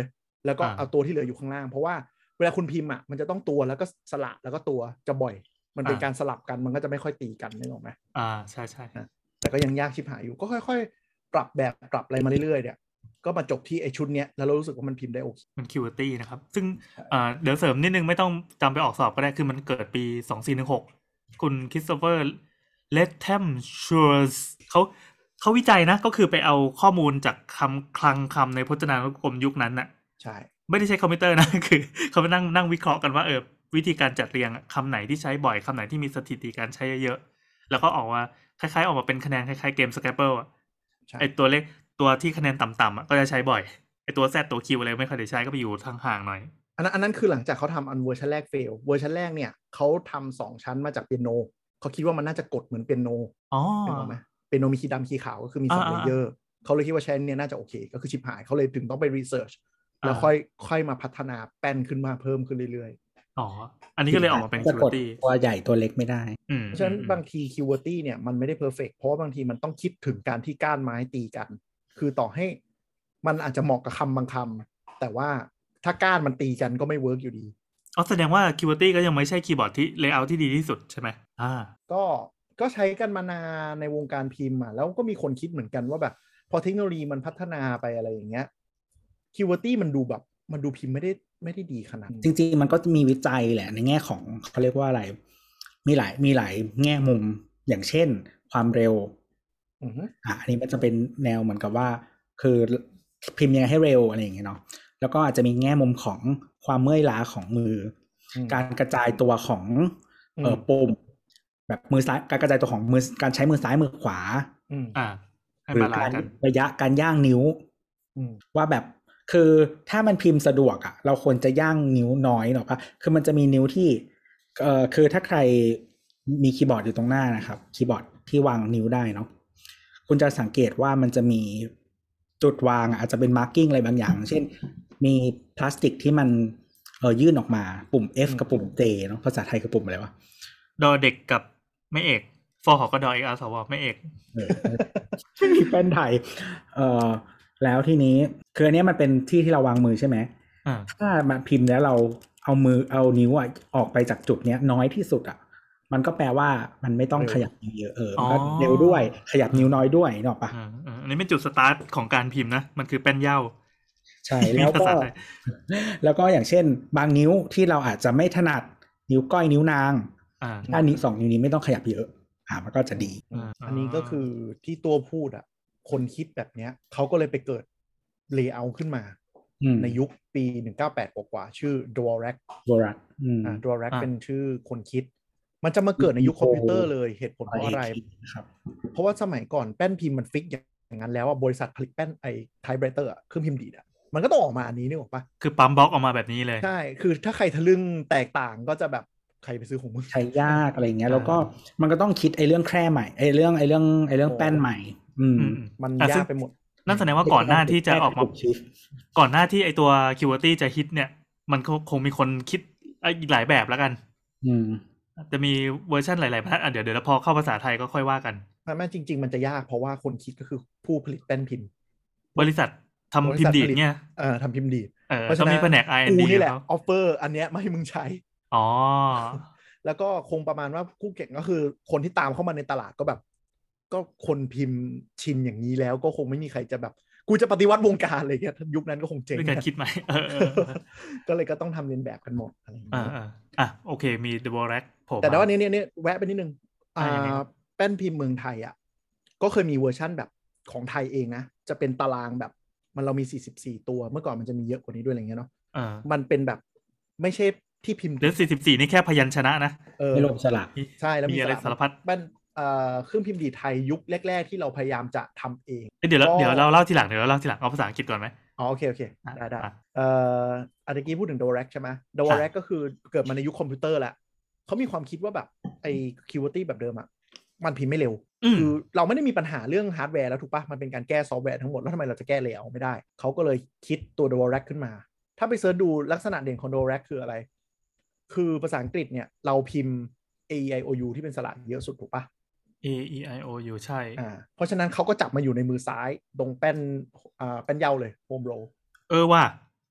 แล้วก็อ่าเอาตัวที่เหลืออยู่ข้างล่างเพราะว่าเวลาคุณพิมพ์อ่ะมันจะต้องตัวแล้วก็สระแล้วก็ตัวจะบ่อยมันเป็นอ่าการสลับกันมันก็จะไม่ค่อยตีกันนึกออกไหมอ่าใช่ใช่นะแต่ก็ยังยากชิบหายอยู่ก็ค่อยๆปรับแบบปรับอะไรมาเรื่อยๆเนี่ยก็มาจบที่ไอชุดเนี้ยแล้วเรารู้สึกว่ามันพิมพ์ได้โอเคมัน QWERTY นะครับซึ่งอ่าเดี๋ยวเสริมนิดนึงไม่ต้องจำไปออกสอบก็ได้คือมันเกิดปีสองพันสี่ร้อยสิบหกคุณคริสโตเฟอร์เลธแทมชัวร์สเขาเขาวิจัยนะก็คือไปเอาข้อมูลจากคำคลังคำในพจนานุกรมยุคนั้นน่ะใช่ไม่ได้ใช้คอมพิวเตอร์นะ คือเขาไปนั่งนั่งวิเคราะห์กันว่าเออวิธีการจัดเรียงคำไหนที่ใช้บ่อยคำไหนที่มีสถิติการใช้เยอะๆแล้วก็ออกมาคล้ายๆออกมาเป็นคะแนนคล้ายๆเกม Scrabble อ่ะไอตัวเลขตัวที่คะแนนต่ำๆอ่ะก็จะใช้บ่อยไอตัว Z ตัว Q อะไรไม่ค่อยได้ใช้ก็ไปอยู่ทางห่างหน่อยอันนั้นอันนั้นคือหลังจากเขาทำอันเวอร์ชันแรกเฟลเวอร์ชันแรกเนี่ยเขาทำสองชั้นมาจากเปียโนเขาคิดว่ามันน่าจะกดเหมือนเปียโนอ๋อนึกออกไหมเปียโนมีคีย์ดำคีย์ขาวก็คือมีสองอ่าเลเยอร์เขาเลยคิดว่าใช้อันเนี่ยน่าจะโอเคก็คือชิปหายเขาเลยถึงต้องไปรีเสิร์ชแล้วอ่าค่อยค่อยมาพัฒนาแป้นขึ้นมาเพิ่มขึ้นเรื่อยอ๋ออันนี้ก็เลยออกมาเป็นจะกด QWERTY ตัวใหญ่ตัวเล็กไม่ได้อืมๆเพราะฉะนั้นบางที QWERTY เนี่ยมันไม่ได้เพอร์เฟกต์เพราะว่าบางทีมันต้องคิดถึงการที่ก้านไม้ตีกัน คือต่อให้มันอาจจะเหมาะกับคำบางคำแต่ว่าถ้าก้านมันตีกันก็ไม่เวิร์กอยู่ดีอ๋อแสดงว่า QWERTY ก็ยังไม่ใช่คีย์บอร์ดที่เลเยอร์ที่ดีที่สุดใช่ไหมอ่าก็ก็ใช้กันมานานในวงการพิมพ์อ่ะแล้วก็มีคนคิดเหมือนกันว่าแบบพอเทคโนโลยีมันพัฒนาไปอะไรอย่างเงี้ย QWERTY มันดูแบบมันดูพิมพ์ไม่ได้ไม่ได้ดีขนาดนั้นจริงๆมันก็จะมีวิจัยแหละในแง่ของเขาเรียกว่าอะไร มีหลายมีหลายแง่มุมอย่างเช่น ความเร็วอือฮึอ่ะอันนี้มันจะเป็นแนวเหมือนกับว่า คือพิมพ์ยังไงให้เร็วอะไรอย่างเงี้ยเนาะแล้วก็อาจจะมีแง่มุมของความเมื่อยล้าของมืออมการกระจายตัวของเอ่ออมปุ่มแบบมือซ้ายการกระจายตัวของมือการใช้มือซ้ายมือขวาอืมอ่าให้หรืบาลานการซ์กันระยะการย่างนิ้วอืมว่าแบบคือถ้ามันพิมพ์สะดวกอ่ะเราควรจะย่างนิ้วน้อยหรอกปะคือมันจะมีนิ้วที่เอ่อคือถ้าใครมีคีย์บอร์ดอยู่ตรงหน้านะครับคีย์บอร์ดที่วางนิ้วได้เนาะคุณจะสังเกตว่ามันจะมีจุดวางอาจจะเป็นมาร์กิ้งอะไรบางอย่าง เช่นมีพลาสติกที่มันเออยื่นออกมาปุ่ม F กับปุ่ม J เนาะภาษาไทยคือปุ่มอะไรวะดอเด็กกับไม่เอกฟอหอก็ดอเอกอาสวไม่เอกเออไม่มีแป้นไทยเอ่อแล้วทีนี้คืออันนี้มันเป็นที่ที่เราวางมือใช่ไหมอ่าถ้ามันพิมพ์แล้วเราเอามือเอานิ้วอ่ะออกไปจากจุดเนี้ยน้อยที่สุดอ่ะมันก็แปลว่ามันไม่ต้องเร็วขยับนิ้วเยอะเออมันก็เร็วด้วยขยับนิ้วน้อยด้วยเนกอะปะอ่าอ่าอันนี้เป็นจุดสตาร์ทของการพิมพ์นะ มันคือแป้นเหย้าใช่แล้วก็ภาษาไทยแล้วก็อย่างเช่น บางนิ้วที่เราอาจจะไม่ถนัดนิ้วก้อยนิ้วนางอ่าถ้านิ้วสองนิ้วนี้ไม่ต้องขยับเยอะอ่ามันก็จะดีอืมอ่าอันนี้ก็คือที่ตัวพูดอ่ะ คนคิดแบบเนี้ยเขาก็เลยไปเกิดเลเยอร์ขึ้นมาอืมในยุคปีหนึ่งเก้าแปดกว่าๆชื่อ Dvorak โบราณอืมอ่า Dvorak อ่าเป็นชื่อคนคิด มันจะมาเกิดในยุคคอมพิวเตอร์เลยเหตุผลเพราะอะไรครับเพราะว่าสมัยก่อนแป้นพิมพ์มันฟิกอย่างนั้นแล้วอ่ะบริษัทผลิตแป้นไอ้ไทป์ไรเตอร์อ่ะเครื่องพิมพ์ดีดอ่ะมันก็ต้องออกมาอันนี้นึกออกปะคือปั๊มบล็อกออกมาแบบนี้เลยใช่ คือถ้าใครทะลึ่งแตกต่างก็จะแบบใครไปซื้อของมึงใช้ยากอะไรเงี้ยอ่าแล้วก็มันก็ต้องคิดไอ้เรื่องแคร่ใหม่ไอ้เรื่องไอ้เรื่องไอ้เรื่องโอ้แป้นใหม่ อืมอืมมันอ่ะยาซึ่กงไปหมดนั่นแสดงว่าก่อนหน้าที่จะออกมาแค่ชิฟก่อนหน้าที่ไอตัว QWERTY จะฮิตเนี่ย มันคงคงมีคนคิดอีกหลายแบบแล้วกันอืมจะมีเวอร์ชันหลายๆพันอ่ะเดี๋ยวเดี๋ยวพอเข้าภาษาไทยก็ค่อยว่ากันไม่ไม่จริง ๆ มันจะยากเพราะว่าคนคิดก็คือผู้ผลิตแป้นพิมพ์บริษัททำพิมพ์ดีดเนี่ยเอ่อทำพิมพ์ดีดเออเพราะฉะต้องนั้มีนแผนก อาร์ แอนด์ ดีกูนี่แหละเขาออฟเฟอร์อันเนี้ยไม่ให้มึงใช้อ๋อแล้วก็คงประมาณว่าคู่เก่งก็คือคนที่ตามเข้ามาในตลาดก็แบบ ก็คนพิมพ์ชินอย่างนี้แล้วก็คงไม่มีใครจะแบบ กูจะปฏิวัติวงการอะไรเงี้ยยุคนั้นก็คงเจ๊งด้วยการคิดใหม่ เออเออเออก็เลยก็ต้องทำเรียนแบบกันหมดอะไรอย่างอ่าเงี้ยอ่าอ่ะโอเคมี Dvorak โผล่แต่มาว่านี้เนี่ยแวะไปนิดนึงอ่ายังไงครับแป้นพิมพ์เมืองไทยอ่ะก็เคยมีเวอร์ชั่นแบบของไทยเองนะจะเป็นตารางแบบมันเรามีสี่สิบสี่ตัวเมื่อก่อนมันจะมีเยอะกว่านี้ด้วยอะไรเงี้ยเนาะอ่ามันเป็นแบบไม่ใช่ที่พิมพ์เดือนสี่สิบสี่นี่แค่พยัญชนะนะเออไม่ลงสลักใช่แล้วมีมีอะไรสลับสารพัดแป้นเอ่อเครื่องพิมพ์ดีดไทยยุคแรก ๆ ที่เราพยายามจะทำเองเอ้ยเดี๋ยวเราก็เดี๋ยวเราเล่าทีหลังเดี๋ยวเราเล่าทีหลังเอาภาษาอังกฤษก่อนไหมอ๋อโอเคโอเคอ่ะได้ได้อ่ะเอ่ออันเมื่อกี้พูดถึง Dvorak ใช่ไหม Dvorak ก็คือเกิดมาในยุคคอมพิวเตอร์แหละเขามีความคิดว่าแบบไอ้ QWERTY แบบเดิมอ่ะมันพิมพ์ไม่เร็วอืมคือเราไม่ได้มีปัญหาเรื่องฮาร์ดแวร์แล้วถูกปะมันเป็นการแก้ซอฟต์แวร์ทั้งหมดแล้วทำไมเราจะแก้เลเยอร์ไม่ได้เขาก็เลยคิดตัว Dvorak ขึ้นมา ถ้าไปเสิร์ชดูลักษณะเด่นของ Dvorak คืออะไร คือภาษาอังกฤษเนี่ยเราพิมพ์ A E I O U ที่เป็นสระเยอะสุดถูกปะ A E I O U ใช่อ่าเพราะฉะนั้นเขาก็จับมาอยู่ในมือซ้ายตรงแป้นอ่าแป้นเยาว์เลยโฮมโรเออว่า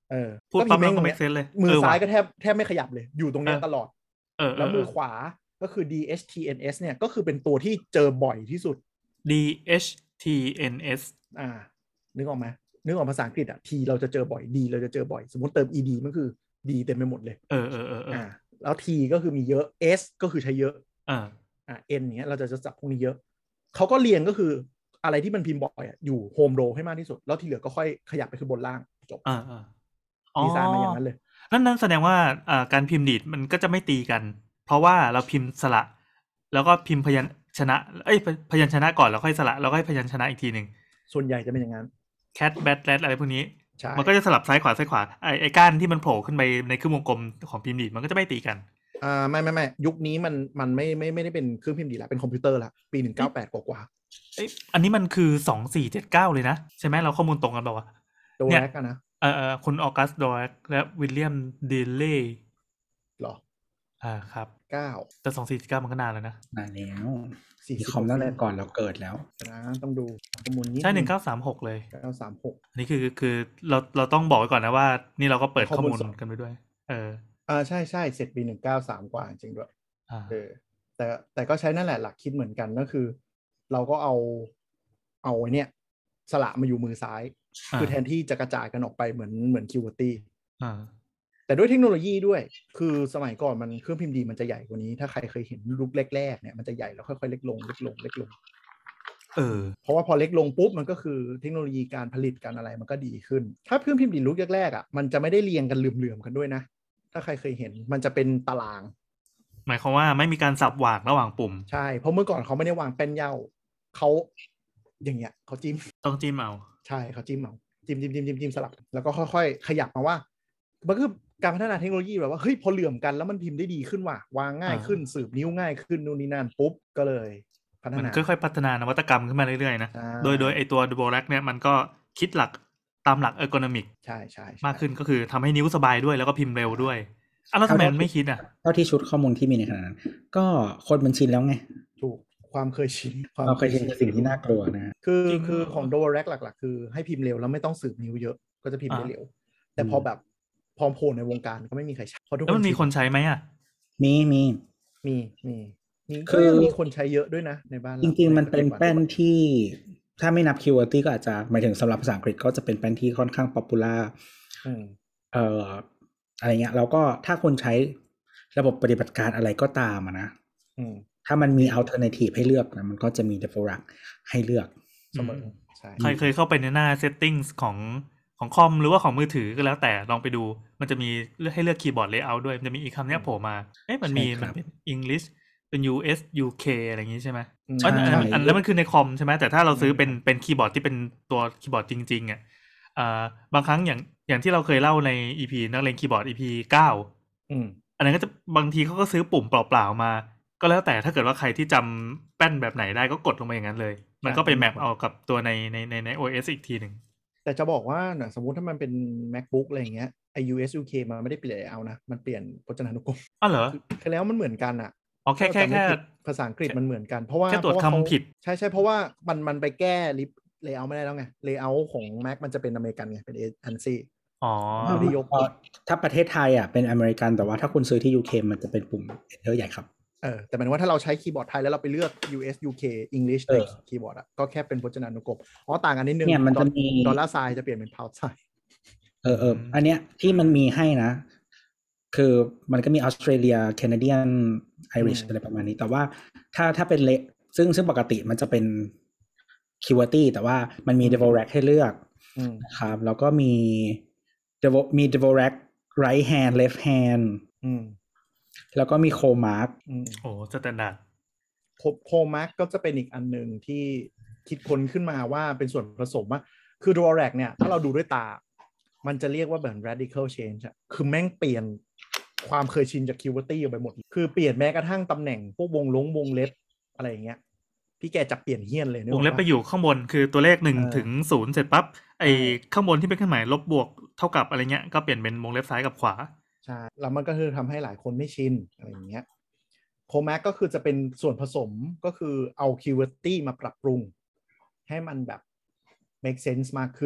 เออพูดก็ปั๊บพิมพ์มันแม่งก็ตรง make เนี้ย sense เลยมืเอออซ้าว่ะยก็แทบแทบไม่ขยับเลยอยู่ตรงเอเนี้ยอตลอดเออแล้วมือๆขวาก็คือ ดี เอช ที เอ็น เอส เนี่ยก็คือเป็นตัวที่เจอบ่อยที่สุดๆ ดี เอช ที เอ็น เอสอ่านึกออกไหมนึกออกภาษาอังกฤษอ่ะ T เราจะเจอบ่อย D เราจะเจอบ่อยสมมติเติม ed มันคือ D เต็มไปหมดเลยเออๆๆๆอ่าแล้ว T ก็คือมีเยอะ S ก็คือใช้เยอะเอออ่า N เนี้ยเราจะจะจับพวกนี้เยอะเขาก็เรียงก็คืออะไรที่มันพิมพ์บ่อยอ่ะอยู่โฮมโรให้มากที่สุดแล้วที่เหลือก็ค่อยขยับไปคือบนล่างจบเออๆอ๋อดีไซน์มาอย่างนั้นเลยนั่นนั่นแสดงว่าอ่าการพิมพ์ดีดมันก็จะไม่ตีกัน เพราะว่าเราพิมพ์สระแล้วก็พิมพ์พยัญชนะเอ้ยพพยัญชนะก่อนแล้วค่อยสระแล้วก็ให้พยัญชนะอีกทีหนึ่งส่วนใหญ่จะเป็นอย่างนั้น cat bat rat อะไรพวกนี้ใช่มันก็จะสลับซ้ายขวาซ้ายขวาไอ้ไอ้ก้านที่มันโผล่ขึ้นไปในครึ่งวงกลมของพิมพ์ดีดมันก็จะไม่ตีกันอ่าไม่ไม่ไม่ยุคนี้มันมันไม่ไม่ไม่ได้เป็นเครื่องพิมพ์ดีดแล้วเป็นคอมพิวเตอร์ละปีหนึ่งเก้าแปดกว่าเอ้ยอันนี้มันคือสองสี่เจ็ดเก้าเลยนะใช่ไหมเราข้อมูลตรงกันเปล่าวะๆโดเนี่ยแรกอะนะเออเออคุณออกัสโดแรกและวิลเลียมเดเล่หรออ่าครับเก้าแต่สองสี่เจ็ดเก้ามันก็นานแล้วนะนานแล้วสี่มีสิบคอมตั้งแต่ก่อนเราเกิดแล้วนะต้องดูข้อมูลนี้ใช่หนึ่งเก้าสามหกเลยเก้าสามหกอันนี้คือคือเราเราต้องบอกไว้ก่อนนะว่า นี่เราก็เปิดข้ข้ออมูมูลลสดกันไปด้วย เอออ่าใช่ใช่เสร็จปีหนึ่งเก้าสามกว่าจริงด้วยอ่าเออแต่แต่ก็ใช้นั่นแหละหลักคิดเหมือนกันก็คือ เราก็เอาเอาไอ้เนี่ยสละมาอยู่มือซ้ายอ่าคือแทนที่จะกระจายกันออกไปเหมือนเหมือนคิวเวอร์ตี้อ่าแต่ด้วยเทคโนโลยีด้วยคือสมัยก่อนมันเครื่องพิมพ์ดีมันจะใหญ่กว่านี้ถ้าใครเคยเห็นรูปแรกๆเนี่ยมันจะใหญ่แล้วค่อยๆเล็กลงเล็กลงเล็กลงเออเพราะว่าพอเล็กลงปุ๊บมันก็คือเทคโนโลยีการผลิตการอะไรมันก็ดีขึ้น ถ้าเครื่องพิมพ์ดีดลูกแรกๆอ่ะมันจะไม่ได้เรียงกันเหลื่อมๆกันด้วยนะถ้าใครเคยเห็นมันจะเป็นตารางหมายความว่าไม่มีการสับหว่างระหว่างปุ่มใช่เพราะเมื่อก่อนเขาไม่ได้วางแป้นเหย้าเขาอย่างเงี้ยเขาจิ้มต้องจิ้มเอาใช่เขาจิ้มเอาจิ้มจิ้มจิ้มจิ้มจิ้มสลับแล้วก็ค่อยๆขยับมาว่ามันคือการพัฒนาเทคโนโลยีแบบว่าเฮ้ยพอเหลื่อมกันแล้วมันพิมพ์ได้ดีขึ้นว่ะวางง่ายขึ้นสืบนิ้วง่ายขึ้นนู่นนี่นั่นปุ๊บก็เลยพัฒมันนาค่อยๆพัฒนานวัตกรรมขึ้นมาเรื่อยๆนะใช่โดยโดยไอตัวดูโบแรกเนี่ยมันก็คิดหลักตามหลักเออร์โกนอมิกใช่ใช่ใช่มากขึ้นก็คือทำให้นิ้วสบายด้วยแล้วก็พิมพ์เร็วด้วยอ่ะแล้วทำไมมันไม่คิดอ่ะเท่าที่ชุดข้อมูลที่มีในขณะนั้น ก็คนมันชินแล้วไงถูกความเคยชินเราเคยชินกับสิ่งที่น่ากลัวนะคือจริงคือเหรอของโดแรกหลักๆ คือให้พิมพ์เร็วแล้วไม่ต้องสืบนิ้วเยอะก็จะพิมพ์ได้อ่าเร็ว แต่พอแบบพอโผล่ในวงการก็ไม่มีใครใช้เพราะทุกแล้วคมัน นมีชิคนใช้ไหมอ่ะมีมีมีมีมีคืก็อยังมีคนใช้เยอะด้วยนะในบ้านเราจริงๆ มันเป็นใปัจจุแป้นบัที่ถ้าไม่นับ QWERTY ก็อาจจะหมายถึงสำหรับภาษาอังกฤษก็จะเป็นแป้นที่ค่อนข้างป๊อปปูล่าอืมเอ่ออะไรเงี้ยแล้วก็ถ้าคนใช้ระบบปฏิบัติการอะไรก็ตามอะนะอืมถ้ามันมี alternative ให้เลือกนะมันก็จะมี default ให้เลือกเสมอใช่ใครเคยเข้าไปในหน้า settings ของของคอมหรือว่าของมือถือก็แล้วแต่ลองไปดู มันจะมีเลือกให้เลือกคีย์บอร์ด layout ด้วย มันจะมีอีกคำเนี้ยโผล่มา เอ๊ะมันมีใช่ครับมันเป็น English เป็น ยู เอส ยู เค อะไรอย่างงี้ใช่ไหมอืมอันใช่อันอันแล้วมันคือในคอมใช่ไหมแต่ถ้าเราซื้อเป็นเป็นคีย์บอร์ดที่เป็นตัวคีย์บอร์ดจริงๆอ่ะอ่าบางครั้งอย่างอย่างที่เราเคยเล่าใน อี พี นักเลงคีย์บอร์ด อี พี เก้าอืมอันนั้นก็จะบางทีเขาก็ซื้อปุ่มเปล่าๆมา ก็แล้วแต่ถ้าเกิดว่าใครที่จำแป้นแบบไหนได้ก็กดลงไปอย่างนั้นเลย มันก็ไปแมปเอากับตัวในในในใน โอ เอส อีกทีหนึ่งแต่จะบอกว่าน่ะสมมุติถ้ามันเป็น MacBook อะไรอย่างเงี้ยไอ ยู เอส ยู เค มันไม่ได้เปลี่ยนเอานะมันเปลี่ยนพจนานุกรมอ๋อเหรอคือแล้วมันเหมือนกันอ่ะอ๋อแค่แค่ถ้าเราจำไม่แค่ผิดภาษาอังกฤษมันเหมือนกันเพราะว่าแค่ตรวจเพาะาเขาคำผิดใช่ใช่เพราะว่ามันมันไปแก้ลิฟเลเยอร์ไม่ได้แล้วไงเลเยอร์ของ Mac มันจะเป็นอเมริกันไงเป็น a n s i อ๋อไม่ได้ยกเอ่อถ้าประเทศไทยอ่ะเป็นอเมริกันแต่ว่าถ้าคุณซื้อที่ ยู เค มันจะเป็นปุ่ม Enter ใหญ่ครับเออแต่หมายถึงว่าถ้าเราใช้คีย์บอร์ดไทยแล้วเราไปเลือก ยู เอส ยู เค English เอในอคีย์บอร์ดอ่ะก็แค่เป็นพจนานุกรมอ๋อต่างกันนิดนึงเนี่ยมันจะมีดอลลาร์ไซน์จะเปลี่ยนเป็นพาวด์ไซน์เออเอออันเนี้ยที่มันมีให้นะ คือมันก็มีออสเตรเลียแคนาเดียนไอริชอืมอะไรประมาณนี้ แต่ว่าถ้าถ้าเป็นเละซึ่งซึ่งปกติมันจะเป็น QWERTY แต่ว่ามันมี Devorak ให้เลือกอืมนะครับแล้วก็มี Devo มี Devorak right hand left hand อืมแล้วก็มี Comark อืมโอ้สแตนดาร์ดโคโคมาร์กก็จะเป็นอีกอันหนึ่งที่คิดค้นขึ้นมาว่าเป็นส่วนผสมว่าคือ Dvorak เนี่ยถ้าเราดูด้วยตา มันจะเรียกว่าแบบ radical change อะคือแม่งเปลี่ยนความเคยชินจาก QWERTY ออกไปหมด คือเปลี่ยนแม้กระทั่งตำแหน่งพวกวงลงวงเล็บอะไรอย่างเงี้ยพี่แกจับเปลี่ยนเฮี้ยนเลยนึกอวอกงเล็บปะไปอยู่ข้างบนคือตัวเลขหนึ่งเออถึงศูนย์เสร็จปั๊บไอ้ใช่ข้างบนที่เป็นเครื่องหมายลบบวกเท่ากับอะไรเงี้ยก็เปลี่ยนเป็นวงเล็บซ้ายกับขวาใช่แล้วมันก็คือทำให้หลายคนไม่ชินอะไรอย่างเงี้ยโคมาร์กก็คือจะเป็นส่วนผสมก็คือเอา QWERTY มาปรับปรุง ให้มันแบบ make sense มากขึ้น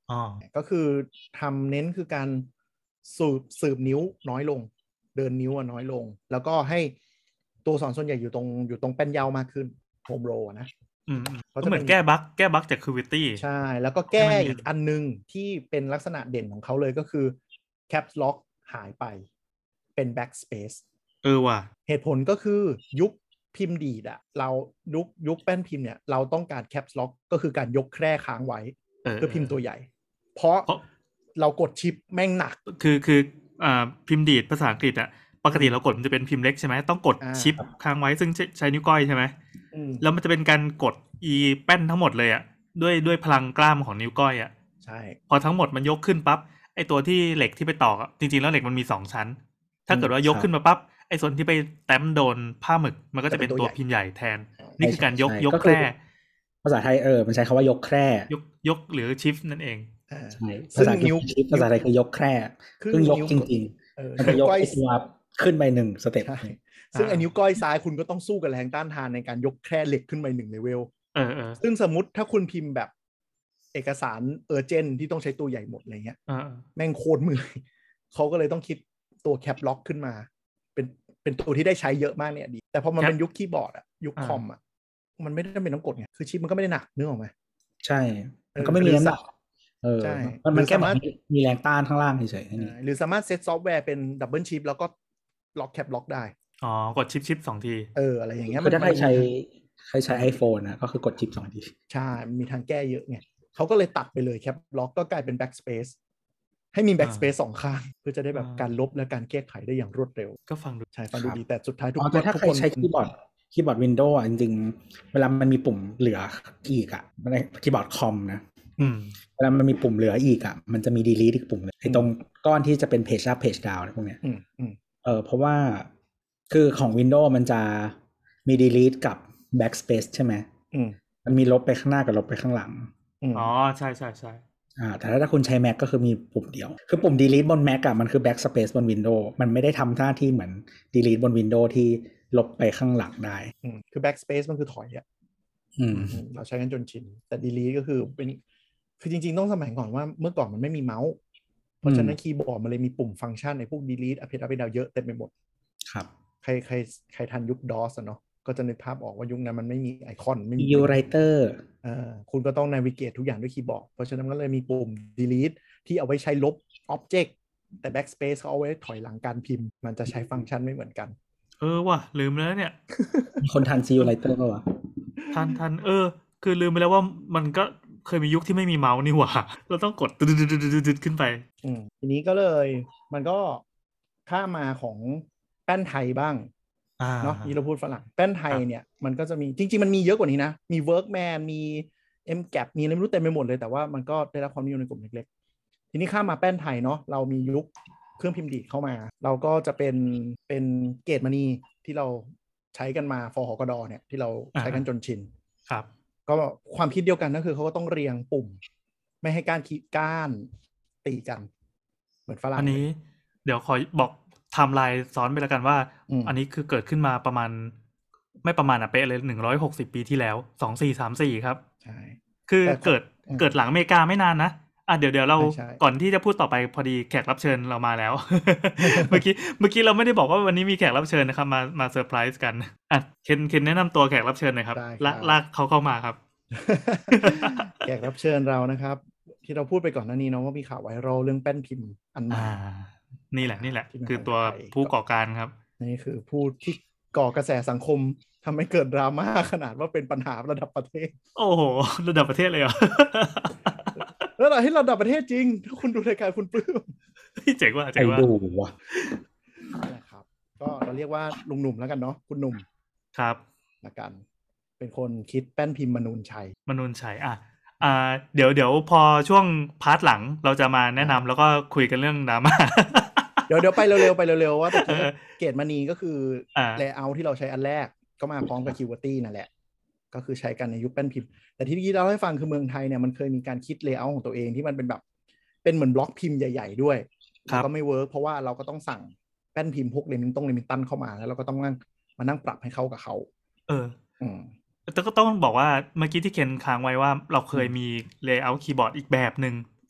อ๋อก็คือทำเน้นคือการสืบสืบนิ้วน้อยลงเดินนิ้วน้อยลงแล้วก็ให้ตัวสอนส่วนใหญ่อยู่ตรงอยู่ตรงแป้นยาวมากขึ้นโฮมโรนะอืมๆก็เหมือนแก้บั๊กแก้บั๊กจาก Qwerty ใช่แล้วก็แก้อีกอันนึงที่เป็นลักษณะเด่นของเขาเลยก็คือ Caps Lock หายไปเป็น Backspace เออว่ะเหตุผลก็คือยุคพิมพ์ดีดอะเรายุคยุคแป้นพิมพ์เนี่ยเราต้องการ Caps Lock ก็คือการยกแคร่ค้างไว้เพื่อพิมพ์ตัวใหญ่เพราะเรากดชิปแม่งหนักคือคืออ่าพิมพ์ดีดภาษาอังกฤษอะปกติเรากดมันจะเป็นพิมพ์เล็กใช่ไหมต้องกดชิปค้างไว้ซึ่งใช้นิ้วก้อยใช่ไหมแล้วมันจะเป็นการกดอีแป้นทั้งหมดเลยอะด้วยด้วยพลังกล้ามของนิ้วก้อยอะใช่พอทั้งหมดมันยกขึ้นปั๊บไอตัวที่เหล็กที่ไปตอกจริงๆแล้วเหล็กมันมีสองชั้นถ้าเกิดว่ายกขึ้นมาปั๊บไอส่วนที่ไปแต้มโดนผ้าหมึกมันก็จะเป็นตัวพิมพ์ใหญ่แทนนี่คือการยกยกแคร่ภาษาไทยเออมันใช้คำว่ายกแคร่ยกยกหรือชิฟนั่นเองใช่ภาษานิ้วภาษาไทยคือยกแคร่ซึ่งยกจริงๆมันจะยกตัวขึ้นไปหนึ่งสเต็ปซึ่งไอ้นิ้วก้อยซ้ายคุณก็ต้องสู้กับแรงต้านทานในการยกแคร่เหล็กขึ้นไปหนึ่งเลเวลเออเออซึ่งสมมติถ้าคุณพิมพ์แบบเอกสารเออร์เจนที่ต้องใช้ตัวใหญ่หมดอะไรเงี้ยแม่งโคตรมือเขาก็เลยต้องคิดตัวแคปล็อกขึ้นมาเป็นเป็นตัวที่ได้ใช้เยอะมากเนี่ยดีแต่พอมันเป็นยุคคีย์บอร์ดอะยุคคอมอะมันไม่ได้เป็นต้องกดไงคือชิปมันก็ไม่ได้หนักนึกออกไหมใช่มันก็ไม่มีน้ำหนักเออมันแค่มีแรงต้านข้างล่างเฉยๆหรือสามารถเซตซอฟต์แวร์เป็นดับเบิลชิปแล้วก็ล็อกแคปล็อกได้อ๋อกดชิปชิปสองทีเอออะไรอย่างเงี้ยมันถ้าใครใช้ใครใช้ iPhone นะก็คือกดชิปสองทีใช่มีทางแก้เยอะไงเขาก็เลยตัดไปเลยแคปล็อกก็กลายเป็น backspace ให้มี backspace สองข้างเพื่อจะได้แบบการลบและการแก้ไขได้อย่างรวดเร็วก็ฟังดูใช่ฟังดูดีแต่สุดท้ายทุกคนถ้าใครใช้คีย์บอร์ดคีย์บอร์ด Windows อ่ะจริงๆเวลามันมีปุ่มเหลืออีกอ่ะในคีย์บอร์ดคอมนะเวลามันมีปุ่มเหลืออีกอ่ะมันจะมี delete อีกปุ่มนึงไอ้ตรงก้อนที่จะเป็น page up page down อะไรพวกเนี้ยเออเพราะว่าคือของ Windows มันจะมี delete กับ backspace ใช่ไหมมันมีลบไปข้างหน้ากับลบไปข้างหลังอ๋อใช่ใช่ใช่อ่าแต่ถ้าคุณใช้ Mac ก็คือมีปุ่มเดียวคือปุ่ม delete บน Mac อ่ะมันคือ backspace บน Windows มันไม่ได้ทำหน้าที่เหมือน delete บน Windows ที่ลบไปข้างหลังได้คือ backspace มันคือถอยอ่ะเราใช้กันจนชินแต่ delete ก็คือเป็นคือจริงๆต้องสมัยก่อนว่าเมื่อก่อนมันไม่มีเมาส์เพราะฉะนั้นคีย์บอร์ดมันเลยมีปุ่มฟังก์ชันในพวก delete up up down เยอะเต็มไปหมดครับใครใครใครทันยุค ดอส อ่ะเนาะก็จะนึกภาพออกว่ายุคนั้นมันไม่มีไอคอนไม่มี view writer อ่าคุณก็ต้อง navigate ทุกอย่างด้วยคีย์บอร์ดเพราะฉะนั้นก็เลยมีปุ่ม delete ที่เอาไว้ใช้ลบ object แต่ backspace เขาเอาไว้ถอยหลังการพิมพ์มันจะใช้ฟังก์ชันไม่เหมือนกันเออว่ะลืมแล้วเนี่ยมีคนทัน view writer ป่ะวะทันทันเออคือลืมไปแล้วว่ามันก็เคยมียุคที่ไม่มีเมาส์นี่หว่าเราต้องกดตึ๊ดๆๆๆขึ้นไปอืมทีนี้ก็เลยมันก็ข้ามมาของแป้นไทยบ้างเนาะนี่เราพูดฝรั่งแป้นไทยเนี่ยมันก็จะมีจริงๆมันมีเยอะกว่านี้นะมี Workman มี เอ็ม แกป มีอะไรไม่รู้เต็มไปหมดเลยแต่ว่ามันก็ได้รับความนิยมในกลุ่มเล็กๆทีนี้ข้ามมาแป้นไทยเนาะเรามียุคเครื่องพิมพ์ดีดเข้ามาเราก็จะเป็นเป็นเกตมณีที่เราใช้กันมาฟหกดเนี่ยที่เราใช้กันจนชินครับก็ความคิดเดียวกันก็คือเขาก็ต้องเรียงปุ่มไม่ให้ก้านขีดก้านตีกันเหมือนฝรั่งอันนี้เดี๋ยวขอบอกไทม์ไลน์ซ้อนไปแล้วกันว่าอันนี้คือเกิดขึ้นมาประมาณไม่ประมาณอ่ะเป๊ะเลยหนึ่งร้อยหกสิบปีที่แล้วสองสี่สามสี่ครับใช่คือเกิดเกิดหลังอเมริกาไม่นานนะอ่ะเดี๋ยวเดี๋ยวเราก่อนที่จะพูดต่อไปพอดีแขกรับเชิญเรามาแล้ว เมื่อกี้เมื่อกี้เราไม่ได้บอกว่าวันนี้มีแขกรับเชิญนะครับมามาเซอร์ไพรส์กันอ่ะเคนเคนแนะนำตัวแขกรับเชิญหน่อยครับลากลากเขาเข้ามาครับแขกรับเชิญเรานะครับที่เราพูดไปก่อนหน้านี้เนาะว่ามีข่าวไวรัลเรื่องแป้นพิมพ์อันใหม่นี่แหละนี่แหละคือตัวผู้ก่อการครับนี่คือผู้ที่ก่อกระแสสังคมทำให้เกิดดราม่าขนาดว่าเป็นปัญหาระดับประเทศโอ้โหระดับประเทศเลยเหรอแล้วเราให้ระดับประเทศจริงถ้าคุณดูรายการคุณปลื้มเจ๋งว่ะเจ๋งว่ะดูว่ะนะครับก็เราเรียกว่าลุงหนุ่มแล้วกันเนาะคุณหนุ่มครับละกันเป็นคนคิดแป้นพิมพ์มนูนชัยมนูนชัยอ่ะอ่าเดี๋ยวเดี๋ยวพอช่วงพาร์ทหลังเราจะมาแนะนำแล้วก็คุยกันเรื่องดราม่าเดี๋ยวเดี๋ยวไปเร็วๆไปเร็วๆว่าแต่เกตมณีก็คือเลเยอร์ที่เราใช้อันแรกก็มาพร้อมกับ Qwerty นั่นแหละก็คือใช้กันในยุคแป้นพิมพ์แต่ที่เมื่อกี้เราให้ฟังคือเมืองไทยเนี่ยมันเคยมีการคิดเลเยอร์ของตัวเองที่มันเป็นแบบเป็นเหมือนบล็อกพิมพ์ใหญ่ๆด้วยก็ไม่เวิร์กเพราะว่าเราก็ต้องสั่งแป้นพิมพ์พวกเลมิงต้องเลมิงตันเข้ามาแล้วเราก็ต้องนั่งมานั่งปรับให้เข้ากับเขาเออแต่ก็ต้องบอกว่าเมื่อกี้ที่เคนค้างไว้ว่าเราเคยมีเลเยอร์คีย์บอร์ดอีกแบบนึง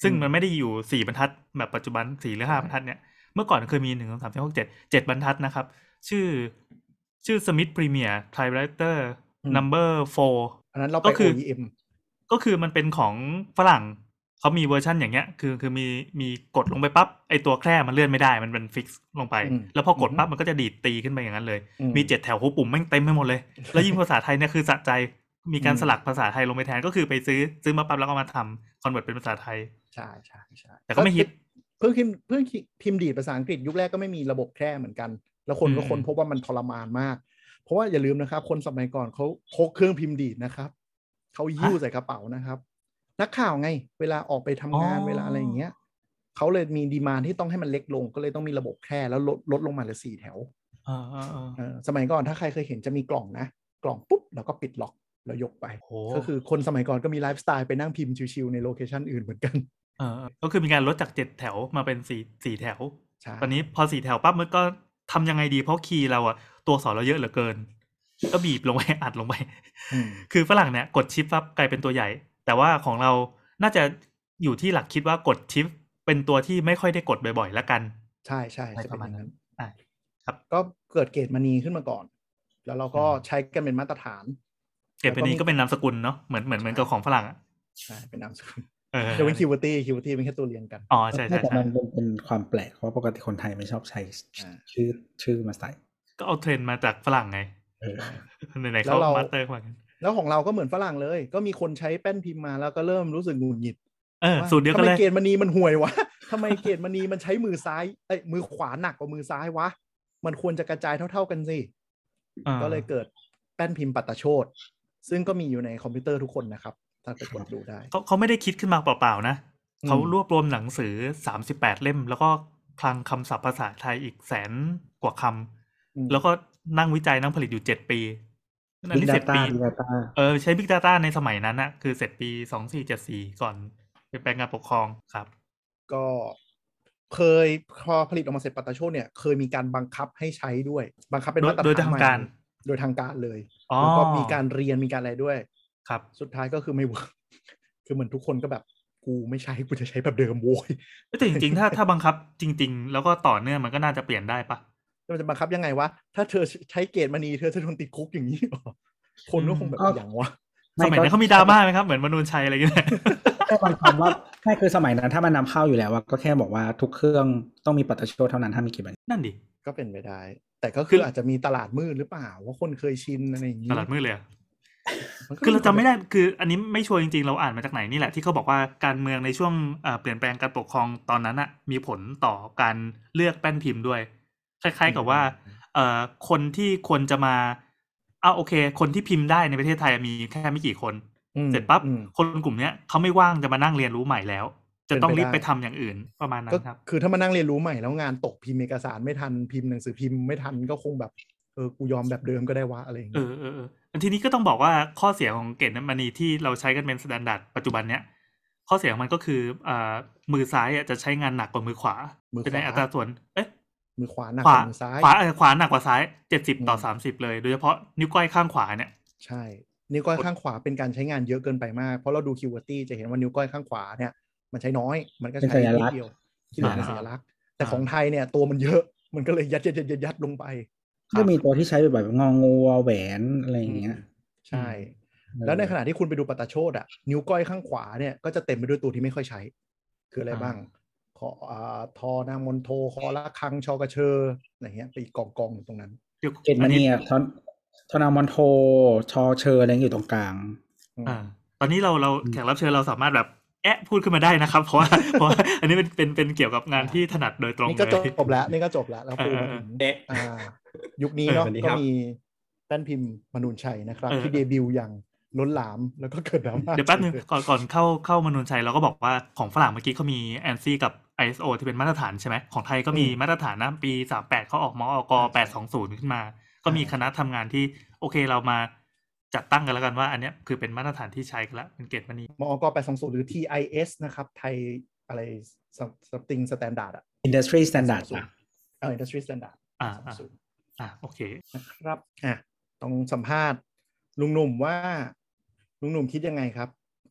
ซึ่งอืมมันไม่ได้อยู่สี่บรรทัดแบบปัจจุบันสี่หรือห้าใช่บรรทัดเนี่ยเมื่อก่อนเคยมีหนึ่ง สอง สาม สี่ ห้า หก เจ็ด เจ็ดบรรทัดนะครับชื่อชื่อ Smith Premier Typewriter อืม Number สี่อันนั้นเราไปก็คือโอ อี เอ็มก็คือมันเป็นของฝรั่งเขามีเวอร์ชันอย่างเงี้ยคือคือมีมีกดลงไปปั๊บไอตัวแคร่มันเลื่อนไม่ได้มันเป็นฟิกซ์ลงไปอืมแล้วพอกดอือฮึปั๊บมันก็จะดีดตีขึ้นไปอย่างนั้นเลยอืมมีเจ็ดแถวหัวปุ่มแม่งเต็มไปหมดเลย แล้วยิ่งภาษาไทยเนี่ยคือสะใจมีการอืมสลักภาษาไทยลงไปแทนก็คือไปซื้อซื้อมาปั๊บแล้วก็มาทำคอนเวิร์ตเป็นภาษาไทยใช่ใช่ใช่แต่ก็ไม่ฮิตเพิ่งพิมพ์เพิ่งพิมพ์ดีดภาษาอังกฤษยุคแรกก็ไม่มีระบบแคร่เหมือนกัน แล้วคนก็อืมค้นพบว่ามันทรมานมาก เพราะว่าอย่าลืมนะครับ คนสมัยก่อนเขาพกเครื่องพิมพ์ดีดนะครับเขาหิ้วใส่กระเป๋านะครับ นักข่าวไง เวลาออกไปทำงานอ๋อเวลาอะไรอย่างเงี้ยเขาเลยมีดีมานด์ที่ต้องให้มันเล็กลง ก็เลยต้องมีระบบแคร่แล้วลดลดลงมาเหลือสี่แถวอ่าอ่าอ่าเออสมัยก่อนถ้าใครเคยเห็นจะมีกล่องนะ กล่องปุ๊บแล้วก็ปิดล็อกแล้วยกไปโหก็คือคนสมัยก่อนก็มีไลฟ์สไตล์ไปนั่งพิมพ์ชิวๆในโลเคชันอื่นเหมือนกันเออก็คือมีการลดจากเจ็ดแถวมาเป็นสี่สี่แถวใช่ตอนนี้พอสี่แถวปั๊บมันก็ทำยังไงดีเพราะคีย์เราอะตัวสอนเราเยอะเหลือเกิน ก็บีบลงไป อัดลงไปอืมคือฝรั่งเนี่ยกดชิปปั๊บกลายเป็นตัวใหญ่ แต่ว่าของเราน่าจะอยู่ที่หลักคิดว่ากดชิปเป็นตัวที่ไม่ค่อยได้กดบ่อยๆแล้วกันใช่ใช่อะไรจะปเป็นระอมาณย่างนั้นั้น นอ่ะครับก็เกิดเกรดมณีขึ้นมาก่อน แล้วเราก็อืมใช้กันเป็นมาตรฐานเก็บเป็นนี้ก็เป็นนามสกุลเนาะเหมือนเหมือนเหมือนกับของฝรั่งอะใช่เป็นนามสกุลเออจะเป็นคิวตี้คิวตี้เป็นแค่ตัวเรียงกันอ๋อใช่ใช่แต่ใช่มันเป็นเป็นความแปลกเพราะปกติคนไทยไม่ชอบใช้อ่าชื่อชื่อมาใส่ก็เอาเทรนด์มาจากฝรั่งไงเออไหนๆแล้เขาวเรามาสเตอร์มากันแล้วของเราก็เหมือนฝรั่งเลย ก็มีคนใช้แป้นพิมพ์มาแล้วก็เริ่มรู้สึกหงุดหงิดเออว่าสูตรเดียวทำกันไมเลยเกรดมณีมันห่วยวะ ทำไมเกรดมณีมันใช้มือซ้ายเอ้ยมือขวาหนักกว่ามือซ้ายวะ มันควรจะกระจายเท่าๆกันสิอ่าก็เลยเกิดแป้นพิมพ์ปัตตโชตซึ่งก็มีอยู่ในคอมพิวเตอร์ทุกคนนะครับ ถ้าไปกดดูได้เขาเขาไม่ได้คิดขึ้นมาเปล่าๆนะอืมเขารวบรวมหนังสือสามสิบแปดเล่ม แล้วก็คลังคำศัพท์ภาษาไทยอีกแสนกว่าคอืมำแล้วก็นั่งวิจัยนั่งผลิตอยู่เจ็ดปีนั่น Big นี่เสร็จ Data ปี Big Data เออใช้ Big Data ในสมัยนั้นนะคือเสร็จปีสองสี่เจ็ดสี่ก่อนเป็นแปลงการปกครองครับก็เคยพอผลิตออกมาเสร็จปัตตโชตเนี่ยเคยมีการบังคับให้ใช้ด้วย บังคับเป็นโดยมาตรฐานโดยทางการใหม่โดยทางการเลยอ๋อแล้วก็มีการเรียนมีการอะไรด้วยครับสุดท้ายก็คือไม่เวิร์ก คือเหมือนทุกคนก็แบบกูไม่ใช้กูจะใช้แบบเดิมโว้ยแต่จริงๆ ถ้าถ้าบังคับจริง ๆ แล้วก็ต่อเนื่องมันก็น่าจะเปลี่ยนได้ปะมันจะบังคับยังไงวะ ถ้าเธอใช้เกรดมณีเธอจะโดนติดคุกอย่างนี้เหรอคนก็คงแบบก็อย่างวะสมัยนั้นเขามีดราม่าไหมครับเหมือนมนูนชัยอะไรอย่างเงี้ยแค่บางคำว่าแค่คือสมัยนั้นถ้ามันนำเข้าอยู่แล้วว่าก็แค่บอกว่าทุกเครื่องต้องมีปัตตโชตเท่านั้นถ้ามีเกรดมณีนั่นดิก็เป็นไปได้ แต่ก็คืคือออาจจะมีตลาดมืดหรือเปล่าว่าคนเคยชินอะไรอย่างนี้ตลาดมืดเลยอะมันก็คือเราจำไม่ได้คืออันนี้ไม่ชัวร์จริงๆ เราอ่านมาจากไหนนี่แหละที่เขาบอกว่าการเมืองในช่วงเอ่อเปลี่ยนแปลงการปกครองตอนนั้นอะมีผลต่อการเลือกแป้นพิมพ์ด้วย คล้ายๆกับว่าเอ่อคนที่ควรจะมาเอาโอเค คนที่พิมพ์ได้ในประเทศไทยมีแค่ไม่กี่คนอืมเสร็จปั๊บอืมคนกลุ่มเนี้ยเขาไม่ว่างจะมานั่งเรียนรู้ใหม่แล้ว จะต้องเป็นไปรีบได้ไปทำอย่างอื่นประมาณนั้ก็นครับคือถ้ามานั่งเรียนรู้ใหม่แล้วงานตกพิมพ์เอกสารไม่ทันพิมพ์หนังสือพิมพ์ไม่ทันก็คงแบบเออกูยอมแบบเดิมก็ได้วะอะไรอย่างเอเงี้ยอเออเอออันทีนี้ก็ต้องบอกว่าข้อเสียของเกรดน้ำมันนีที่เราใช้กันเป็นสแตนดาร์ดปัจจุบันเนี้ยข้อเสียของมันก็คืออ่ามือซ้ายอ่ะจะใช้งานหนักกว่ามือขวามือขวาเป็นในอัตราส่วนเอ๊ะมือขวาหนักขกวาว่ามือซ้ายขวาเออขวาหนักกว่าซ้ายเจ็ดสิบอืมต่อสามสิบเลย โดยเฉพาะนิ้วก้อยข้างขวาเนี่ยใช่นิ้วก้อยข้างขวาเป็นการใช้งานเยอะเกินไปมากเพราะเราดูคิวเวอร์ตี้จะเห็นว่านิ้วก้อยข้างขวาเนี่ยมันใช้น้อยมันก็เป็นใช้สัญนิลัดกษณ์เดียวที่เหลือเป็นอ่าสัญลักษณ์แต่ของไทยเนี่ยตัวมันเยอะมันก็เลยยัดยัดยัดยัดยัดลงไปครับก็มีตัวที่ใช้บ่อยๆแบบงองูวอแหวนอะไรอย่างเงี้ยใช่ แล้วในขณะที่คุณไปดูปัตตโชตอ่ะนิ้วก้อยข้างขวาเนี่ยก็จะเต็มไปด้วยตัวที่ไม่ค่อยใช้ คืออะไรบ้างขออ่าทอนางมนโทคอละคังชอกระเชออะไรเงี้ยไปอีกกองกองอยู่ตรงนั้นเดี๋ยวเกรดมอันณีนี้อ่ะทอนทอนามอนโทชอเชออะไรอยู่ตรงกลางอ่าตอนนี้เราเราแขกรับเชิญเราสามารถแบบแอะพูดขึ้นมาได้นะครับ เพราะว่าเพราะว่าอันนี้เป็นเป็นเป็นเกี่ยวกับงานที่ถนัดโดยตรงนี่เลก็ยจบแล้วนี่ก็จบแล้วแล้วปูมาถึงเอ๊ะอ่ายุคนี้เนาะสวัสดีคก็รับมีแป้นพิมพ์มนูนชัยนะครับเออที่เดบิวต์อย่างล้นหลามแล้วก็เกิดดราม่าเดี๋ยวแป๊บนึงก่อนก่อนเข้าเข้ามนูนชัยเราก็บอกว่าของฝรั่งเมื่อกี้เขามี แอนซี่ กับ ไอ เอส โอ ที่เป็นมาตรฐานใช่ไหมของไทยก็มีมาตรฐานนะปีสามสิบแปดเขาออกมอก แปดสองศูนย์ขึ้นมา ก็มีคณะทำงานที่โอเคเรามาจัดตั้งกันแล้วกันว่าอันเนี้ยคือเป็นมาตรฐานที่ใช้กันละเป็นเกรดมณีมอกแปดสองศูนย์หรือ ที ไอ เอส นะครับไทยอะไร something standard อ่ะ industry standard อ่ะเออ industry standard อ่าสองอ่าศูนย์อ่าโอเคนะครับอ่ะต้องสัมภาษณ์ลุงหนุ่มว่าลุงหนุ่มคิดยังไงครับ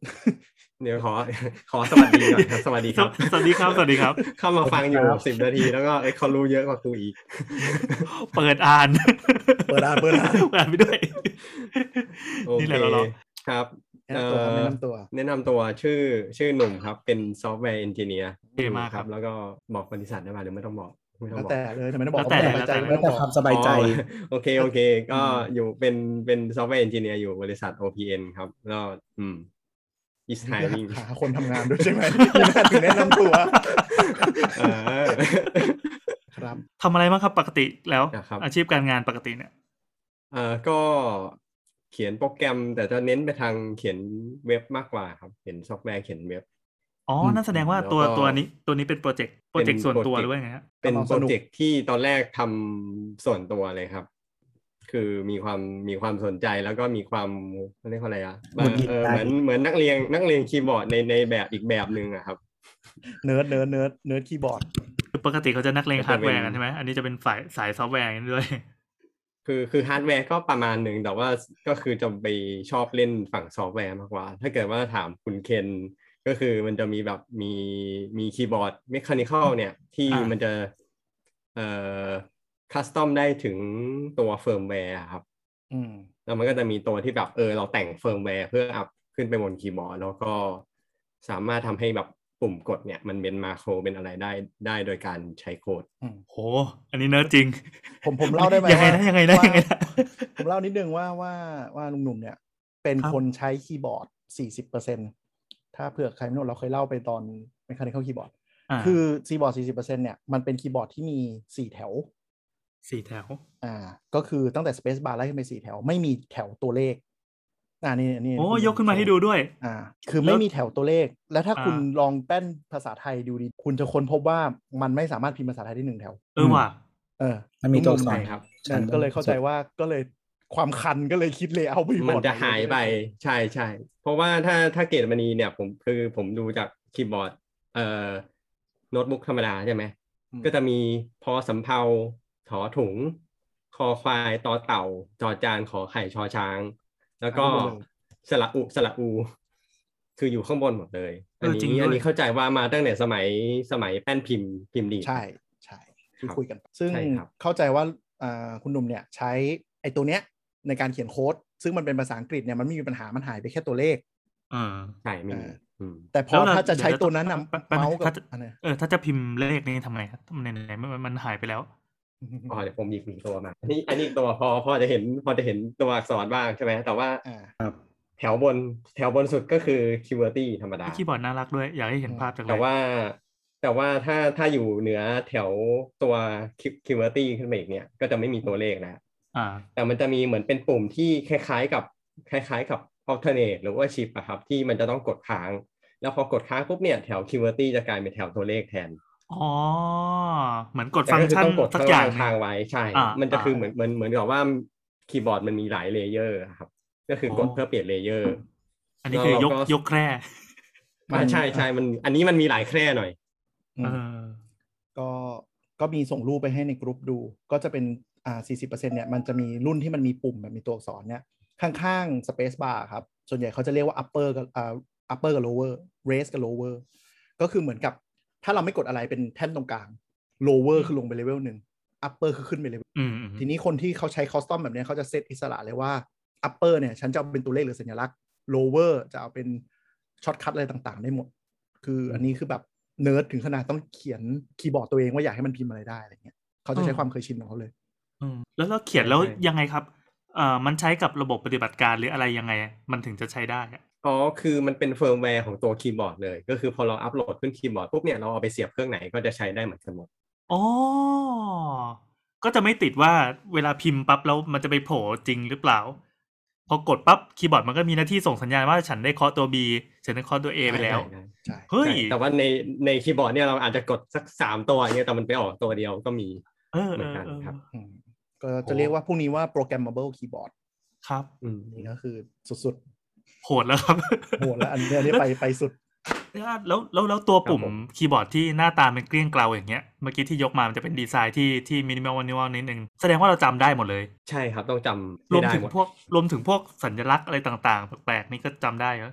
เดี๋ยวขอขอสวัสดีก่อนครับสวัสดีครับสวัสดีครับสวัสดีครับเข้ามาฟังอยู่สิบนาทีแล้วก็เอ้ยเขารู้เยอะกว่ากูอีกเปิดอ่านเปิดอ่านเปิดอ่านเปิดอ่านไปด้วยโอนี่เคแหละเราเราครับแนะนำตัวครับแนะนำตัวแนะนำตัวชื่อชื่อหนุ่มครับเป็นซอฟต์แวร์เอนจิเนียร์เท่มากครับแล้วก็บอกบริษัทได้ไหมหรือไม่ต้องบอกไม่ต้องแล้วบอกแต่เลยทำไมต้องบอกแล้วแต่ว่าสบายใจแล้วแต่ไม่แล้วต้องแต่บอกความสบายใจอ๋อโอเคโอเค ก็อืมอยู่เป็นเป็นซอฟต์แวร์เอนจิเนียร์อยู่บริษัท โอ พี เอ็น ครับแล้วอืม is เพื่อ hiring หาคนทำงานด้วยใช่ไหม ที่น่าถึงแนะนำตัวเออครับทำอะไรบ้างครับปกติแล้วนะครับอาชีพการงานปกติเนี่ยเอ่อก็เขียนโปรแกรมแต่จะเน้นไปทางเขียนเว็บมากกว่าครับเขียนซอฟต์แวร์เขียนเว็บอ๋ออืมนั่นแสดงว่าตัวแล้วก็ตัวนี้ตัวนี้เป็นโปรเจกต์โปรเจกต์ส่วนตัวเป็นหโปรเจกต์รือว่าไงฮะเป็นกำลังโปสรนุกเจกต์ที่ตอนแรกทำส่วนตัวเลยครับ คือมีความมีความสนใจแล้วก็มีความเขาเรียกว่าอะไรอ่ะหงุดหงิดเออใจเหมือนเหมือนนักเรียนนักเรียนคีย์บอร์ดในในแบบอีกแบบหนึ่งอะครับเนิร์ดเนิร์ดเนิร์ดเนิร์ดคีย์บอร์ดคือปกติเขาจะนักเลงก็จะฮาร์ดแวร์เป็นกันใช่ไหมอันนี้จะเป็นฝ่ายสายซอฟต์แวร์กันด้วยคือคือฮาร์ดแวร์ก็ประมาณหนึ่งแต่ว่าก็คือจะไปชอบเล่นฝั่งซอฟต์แวร์มากกว่า ถ้าเกิดว่าถามคุณเคนก็คือมันจะมีแบบมีมีคีย์บอร์ดเมคานิคอลเนี่ยที่อ่ามัมันจะเอ่อคัสตอมได้ถึงตัวเฟิร์มแวร์ครับอืมแล้วมันก็จะมีตัวที่แบบเออเราแต่งเฟิร์มแวร์เพื่ออัพขึ้นไปบนคีย์บอร์ดแล้วก็สามารถทำให้แบบปุ่มกดเนี่ยมันเป็นมาโครเป็นอะไรได้ได้โดยการใช้โค้ดโห อันนี้เนิร์ดจริงผมผมเล่าได้ไหมยังไงนะว่ายังไงนะว่ายังไงนะผมเล่านิดนึงว่าว่าว่าลุงหนุ่มเนี่ย เป็นครับคนใช้คีย์บอร์ด สี่สิบเปอร์เซ็นต์ ถ้าเผื่อใครไม่รู้เราเคยเล่าไปตอน Mechanical Keyboard อ่าคือคีย์บอร์ด สี่สิบเปอร์เซ็นต์ เนี่ยมันเป็นคีย์บอร์ดที่มีสี่แถวสี่แถวอ่า ก็คือตั้งแต่ Space Bar ไล่ขึ้นไปสี่แถว ไม่มีแถวตัวเลข อ่านี่นี่โอ้คุณยกขึ้นมาให้ดูด้วยอ่า คือไม่มีแถวตัวเลข แล้วถ้าอ่าคุณลองแป้นภาษาไทยดูดี คุณจะค้นพบว่ามันไม่สามารถพิมพ์ภาษาไทยได้หนึ่งแถวเออว่ะเออมันมีตัวอักษใช่รครับชั้นก็เลยเข้าใจว่าก็เลยความคันก็เลยคิดเลยเอาไปมันจะหายไปใช่ใช่เพราะว่าถ้าถ้าเกตมณีเนี่ยผมคือผมดูจากคีย์บอร์ดเอ่อโน้ตบุ๊กธรรมดาใช่ไหมก็จะมีพอสำเภาถอถุง คอควายต่อเต่าจอจานขอไข่ชอช้าง แล้วก็สระอุสระอู คืออยู่ข้างบนหมดเลย อันเออจริงนี้ด้วยอันนี้เข้าใจว่ามาตั้งแต่สมัยสมัยแป้นพิมพ์พิมพ์ดีดใช่ใช่ที่คุยกัน ซึ่งใช่ครับเข้าใจว่าอ่าคุณหนุ่มเนี่ยใช้ไอ้ตัวเนี้ยในการเขียนโค้ด ซึ่งมันเป็นภาษาอังกฤษเนี่ยมันไม่มีปัญหามันหายไปแค่ตัวเลขเออใช่ไม่มีอ่าอืมแต่พอแล้วเราถ้าจะใช้เดี๋ยวตัวนั้นนะแป๊บแป๊บเมาส์กัถ้าบจะอันเนี้ยเออถ้าจะพิมพ์เลขนี่ทำไงครับไหนๆมันมันหายไปแล้วอ๋อเดี๋ยวผมหยิบอีกตัวมาอันนี้อันนี้ตัวพอพอจะเห็นพอจะเห็นตัวอักษรบ้างใช่ไหมแต่ว่าอ่าครับแถวบนแถวบนสุดก็คือคีย์เวิร์ดธรรมดาคีย์บอร์ดน่ารักด้วย อยากให้เห็นภาพจังเลยแต่ว่าแต่ว่าถ้าถ้าอยู่เหนือแถวตัวคีย์เวิร์ดขึ้นไปอีกเนี่ยก็จะไม่มีตัวเลขนะอ่าแต่มันจะมีเหมือนเป็นปุ่มที่คล้ายๆกับคล้ายๆกับ alternate หรือว่า shift อะครับที่มันจะต้องกดค้าง แล้วพอกดค้างปุ๊บเนี่ยแถวคีย์เวิร์ดจะกลายเป็นแถวตัวเลขแทนอ๋อ เหมือนกดแต่ฟังก็ก์คือชันต้องกดสักข้างอย่าล่าง งหนึ่งค้างไว้ใช่อ่ามันจะคืออ่าเหมือนเหมือนเหมือนกับว่าคีย์บอร์ดมันมีหลายเลเยอร์ครับก็คือกดโอ้เพื่อเปลี่ยนเลเยอร์อันนี้คือยกแล้วเราก็ยกแคร่มันอ่าใช่ใช่มันอันนี้มันมีหลายแคร่หน่อยอืมเออก็ก็มีส่งรูปไปให้ในกลุ่มดู ก็จะเป็นอ่า สี่สิบเปอร์เซ็นต์ เนี่ยมันจะมีรุ่นที่มันมีปุ่มแบบมีตัวอักษรเนี่ยข้างๆ space bar ครับส่วนใหญ่เขาจะเรียกว่า upper กับอ่า upper กับ lower raise กับ lower ก็คือเหมือนกับถ้าเราไม่กดอะไรเป็นแท่นตรงกลาง lower คือลงไปเลเวลหนึ่ง upper คือขึ้นไปเลเวลอืมอืมทีนี้คนที่เขาใช้คอสตอมแบบเนี้ยเขาจะเซตอิสระเลยว่า upper เนี่ยฉันจะเอาเป็นตัวเลขหรือสัญลักษณ์ lower จะเอาเป็นช็อตคัทอะไรต่างๆได้หมด คืออันนี้คือแบบเนิร์ดถึงขนาดต้องเขียนคีย์บอร์ดตัวเองว่าอยากให้มันพิมพ์อะไรได้อะไรเงี้ยเขาจะใช้ความเคยชินของเขาเลยอืมแล้วเราเขียนแล้วใช่ยังไงครับเอ่อมันใช้กับระบบปฏิบัติการหรืออะไรยังไง มันถึงจะใช้ได้อะอ๋อคือมันเป็นเฟิร์มแวร์ของตัวคีย์บอร์ดเลยก็คือพอเราอัปโหลดขึ้นคีย์บอร์ดปุ๊บเนี่ยเราเอาไปเสียบเครื่องไหนก็จะใช้ได้เหมือนกันหมดอ๋อ ก็จะไม่ติดว่าเวลาพิมพ์ปั๊บแล้วมันจะไปโผล่จริงหรือเปล่า พอกดปั๊บคีย์บอร์ดมันก็มีหน้าที่ส่งสัญญาณว่าฉันได้เคาะตัว B ฉันได้เคาะตัว A ไปแล้วใช่ใช่เฮ้ยใช่แต่ว่าในในคีย์บอร์ดเนี่ยเราอาจจะกดสักสามตัวอย่างเงี้ยแต่มันไปออกตัวเดียวก็มีเออเหมืเออนอกันเออครับอืมก็จะเรียกว่าพวกนี้ว่า programmable keyboard ครับอืมนี่ก็คือสุดโหดแล้วครับๆโหดแล้วอันนี้อันนี้ไปไปสุดแล้วแล้วแล้วตัวปุ่มคีย์บอร์ดที่หน้าตาเป็นเกลี้ยงเกลาอย่างเงี้ยเมื่อกี้ที่ยกมามันจะเป็นดีไซน์ที่ที่มินิมอลมินิมอลนิดนึงแสดงว่าเราจำได้หมดเลยใช่ครับต้องจำรวมให้ได้ถึงหมดพวกรวมถึงพวกสัญลักษณ์อะไรต่างๆแปลกๆนี่ก็จำได้เหรอ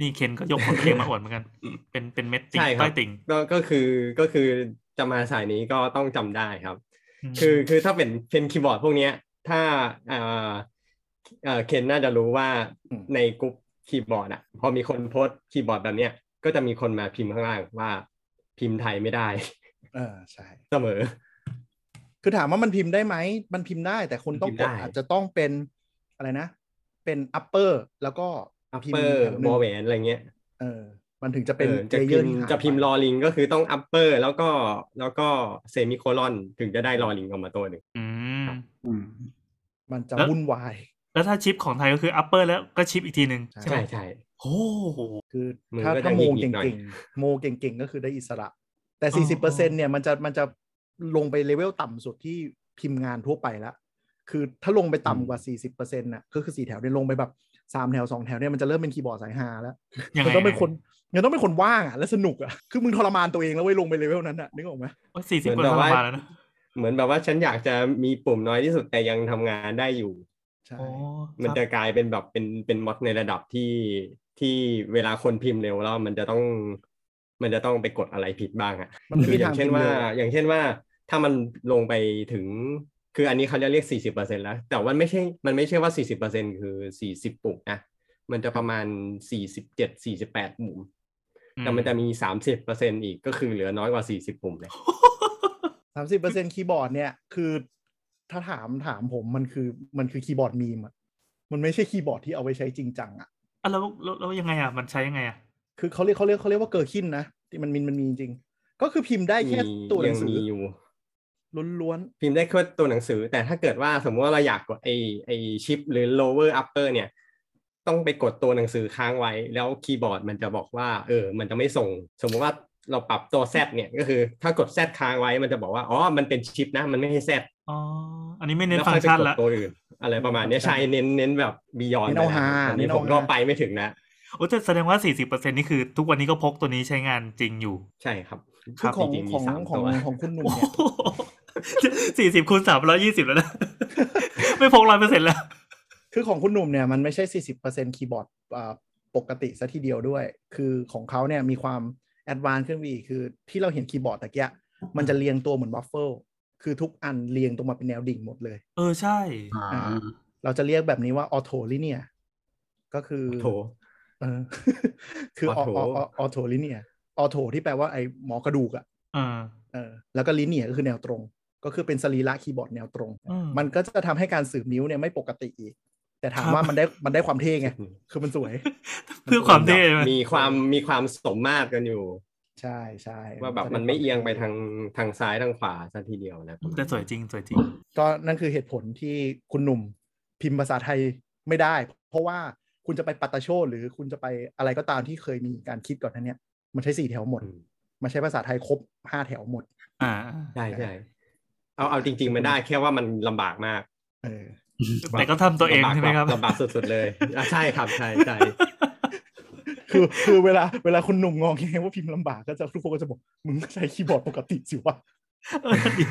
นี่เคนก็ยกของตัวเองมาอวดเหมือนกันเป็นเป็นเม็ดติ่งใช่คต้รัอบ ยติ่งก็ก็คือก็คือจะมาสายนี้ก็ต้องจำได้ครับอืมคือคือถ้าเป็นเป็นคีย์บอร์ดพวกเนี้ยถ้าอ่าเอ่อเคนน่าจะรู้ว่าอืมในกลุ่มคีย์บอร์ดอ่ะพอมีคนโพสต์คีย์บอร์ดแบบเนี้ยก็จะมีคนมาพิมพ์ข้างล่างว่าพิมพ์ไทยไม่ได้เออใช่เสมอคือถามว่ามันพิมพ์ได้ไหมมันพิมพ์ได้แต่คนต้องพิมพ์กได้ดอาจจะต้องเป็นอะไรนะ เป็น upper แล้วก็พิมพ์ upper แถวหนึ่วงอแหวนอะไรเงี้ยเออมันถึงจะเอเป็นอจะเลเยพิอร์มพ์ที่หายจะพิมพ์ไปลอลิงก็คือต้อง upper แล้วก็แล้วก็เซมิโคลอนถึงจะได้ลอลิงออกมาตัวหนึ่งอืมอืมมันจะแล้ววุ่นวายแล้วถ้าชิปของไทยก็คือ upper แล้วก็ชิปอีกทีหนึ่งใช่ใช่ไหมใช่ใช่โอ้โหคือมือถ้าก็ถ้าจะโมหงิกๆหน่อยเก่งๆโมเก่งๆก็คือได้อิสระ แต่อ๋อสี่สิบเปอร์เซ็นต์ เนี่ยมันจะมันจะลงไปเลเวลต่ำสุดที่พิมพ์งานทั่วไปแล้วคือถ้าลงไปต่ำกว่า สี่สิบเปอร์เซ็นต์ น่ะก็คือสี่แถวเนี่ยลงไปแบบสามแถวสองแถวเนี่ยมันจะเริ่มเป็นคีย์บอร์ดสายฮาแล้วยังมัไงนต้องเป็นคนมันต้องเป็นคนว่างอ่ะและสนุกอ่ะคือมึงทรมานตัวเองแล้วเว้ยลงไปเลเวลนั้นอ่ะนึกออกไหมสี่เหสิบมือนเปอร์แบเซ็นบต์ว่ามาแล้วนะเหมือนแบบว่าฉันอยากจะมีปุ่มน้อยที่สุดแต่ยังทำงานได้อยู่ใช่โอ้มันครับจะกลายเป็นแบบเป็นเป็นมอดในระดับที่ที่เวลาคนพิมพ์เร็วแล้วมันจะต้องมันจะต้องไปกดอะไรผิดบ้างอ่ะมันไม่คือมีอย่าทางงเช่พินมพ์ว่าเร็วอะอย่างเช่นว่าถ้ามันลงไปถึงคืออันนี้เขาจะเรียก สี่สิบเปอร์เซ็นต์ แล้ว แต่ว่าไม่ใช่มันไม่ใช่ว่า สี่สิบเปอร์เซ็นต์ คือสี่สิบปุ่มนะมันจะประมาณ สี่สิบเจ็ด สี่สิบแปด ปุ่มแต่มันจะมี สามสิบเปอร์เซ็นต์ อีกก็คือเหลือน้อยกว่าสี่สิบปุ่มเลยสามสิบเปอร์เซ็นต์ คีย์บอร์ดเนี่ยคือถ้าถามถามผมมันคือมันคือคีย์บอร์ดมีมอ่ะมันไม่ใช่คีย์บอร์ดที่เอาไว้ใช้จริงจังอ่ะอ่ะแล้วแล้วแล้วยังไงอ่ะมันใช้ยังไงอ่ะคือเขาเรียกเขาเรียกเขาเรียกว่าเกอร์คินนะที่มันมีมันมีจริงก็คือพิมพ์ได้แค่มีตัวหนัยังงสือมีอยู่ล้วนพิมพ์ได้แค่ตัวหนังสือ แต่ถ้าเกิดว่าสมมติว่าเราอยากกดไอไอชิปหรือ lower upper เนี่ยต้องไปกดตัวหนังสือค้างไว้แล้วคีย์บอร์ดมันจะบอกว่าเออมันจะไม่ส่งสมมติว่าเราปรับตัว Z เนี่ยก็คือถ้ากด Z ค้างไว้มันจะบอกว่าอ๋อมันเป็นชิปนะมันไม่ใช่ Z อ๋ออันนี้ไม่เน้นแล้วฟังค่อยก์ไปชันกดละตัวอื่น อะไรประมาณเนี้ยใช่เน้นเน้นแบบ beyond เน้นเอาไปแล้วฮาอันเน้นี้นเอาผมก็ฮาไปไม่ถึงนะโอ้แต่แสดงว่า สี่สิบเปอร์เซ็นต์ นี่คือทุกวันนี้ก็พกตัวนี้ใช้งานจริงอยู่ใช่ครับๆคือของจริงๆขมีองสามของตัวของคุณหนุ่มโอ้เนี่ยโหสี่สิบคูณสามร้อยยี่สิบแล้วนะ ไม่พกร้อยเปอร์เซ็นต์แล้วคือของคุณหนุ่มเนี่ยมันไม่ใช่ สี่สิบเปอร์เซ็นต์ คีย์บอร์ดอ่าปกติซะทีเดียวด้วย คือของเขาเนี่ยมีความแอดวานซ์ขึ้นไปอีกคือที่เราเห็นคีย์บอร์ดตะเกียมันจะเรียงตัวเหมือนวัฟเฟิลคือทุกอันเรียงตรงมาเป็นแนวดิ่งหมดเลยเออใช่อ่าอ่า เราจะเรียกแบบนี้ว่าออโตลิเนียก็คือโถเออ คือออ Auto ออโตลิเนียออโตที่แปลว่าไอหมอกระดูกอ่ะเออเออแล้วก็ลิเนียก็คือแนวตรง ก็คือเป็นสรีระคีย์บอร์ดแนวตรงอืมมันก็จะทำให้การสืบนิ้วเนี่ยไม่ปกติอีก แต่ถามครับว่ามันได้มันได้ความเท่ไง คือมันสวยเพื่อความเท่ไหมมีความมีความสมมาตรกันอยู่ใช่ใช่ว่าแบบจะด้มันไม่เอียงไปควทางทางซ้ายทางขวาซะทีเดียวนะแต่สวยจริงสวยจริงก็นั่นคือเหตุผลที่คุณหนุ่มพิมพ์ภาษาไทยไม่ได้ เพราะว่าคุณจะไปปัตตาโชหรือคุณจะไปอะไรก็ตามที่เคยมีการคิดก่อนนั้นเนี่ยมันใช้สี่แถวหมดอืมมันใช้ภาษาไทยครบห้าแถวหมดอ่าใช่ใช่เอาเอาจริง ๆ มันได้แค่ว่ามันลำบากมากเออแต่ก็ทำตัวเองลำบากใช่ไหมครับลำบากสุดๆเลยอ่ะใช่ครับใช่ใช่คือคือเวลาเวลาคุณหนุ่มงองแงว่าพิมพ์ลำบากก็จะทุกคนก็จะบอกมึงก็ใช้คีย์บอร์ดปกติสิวะเออดี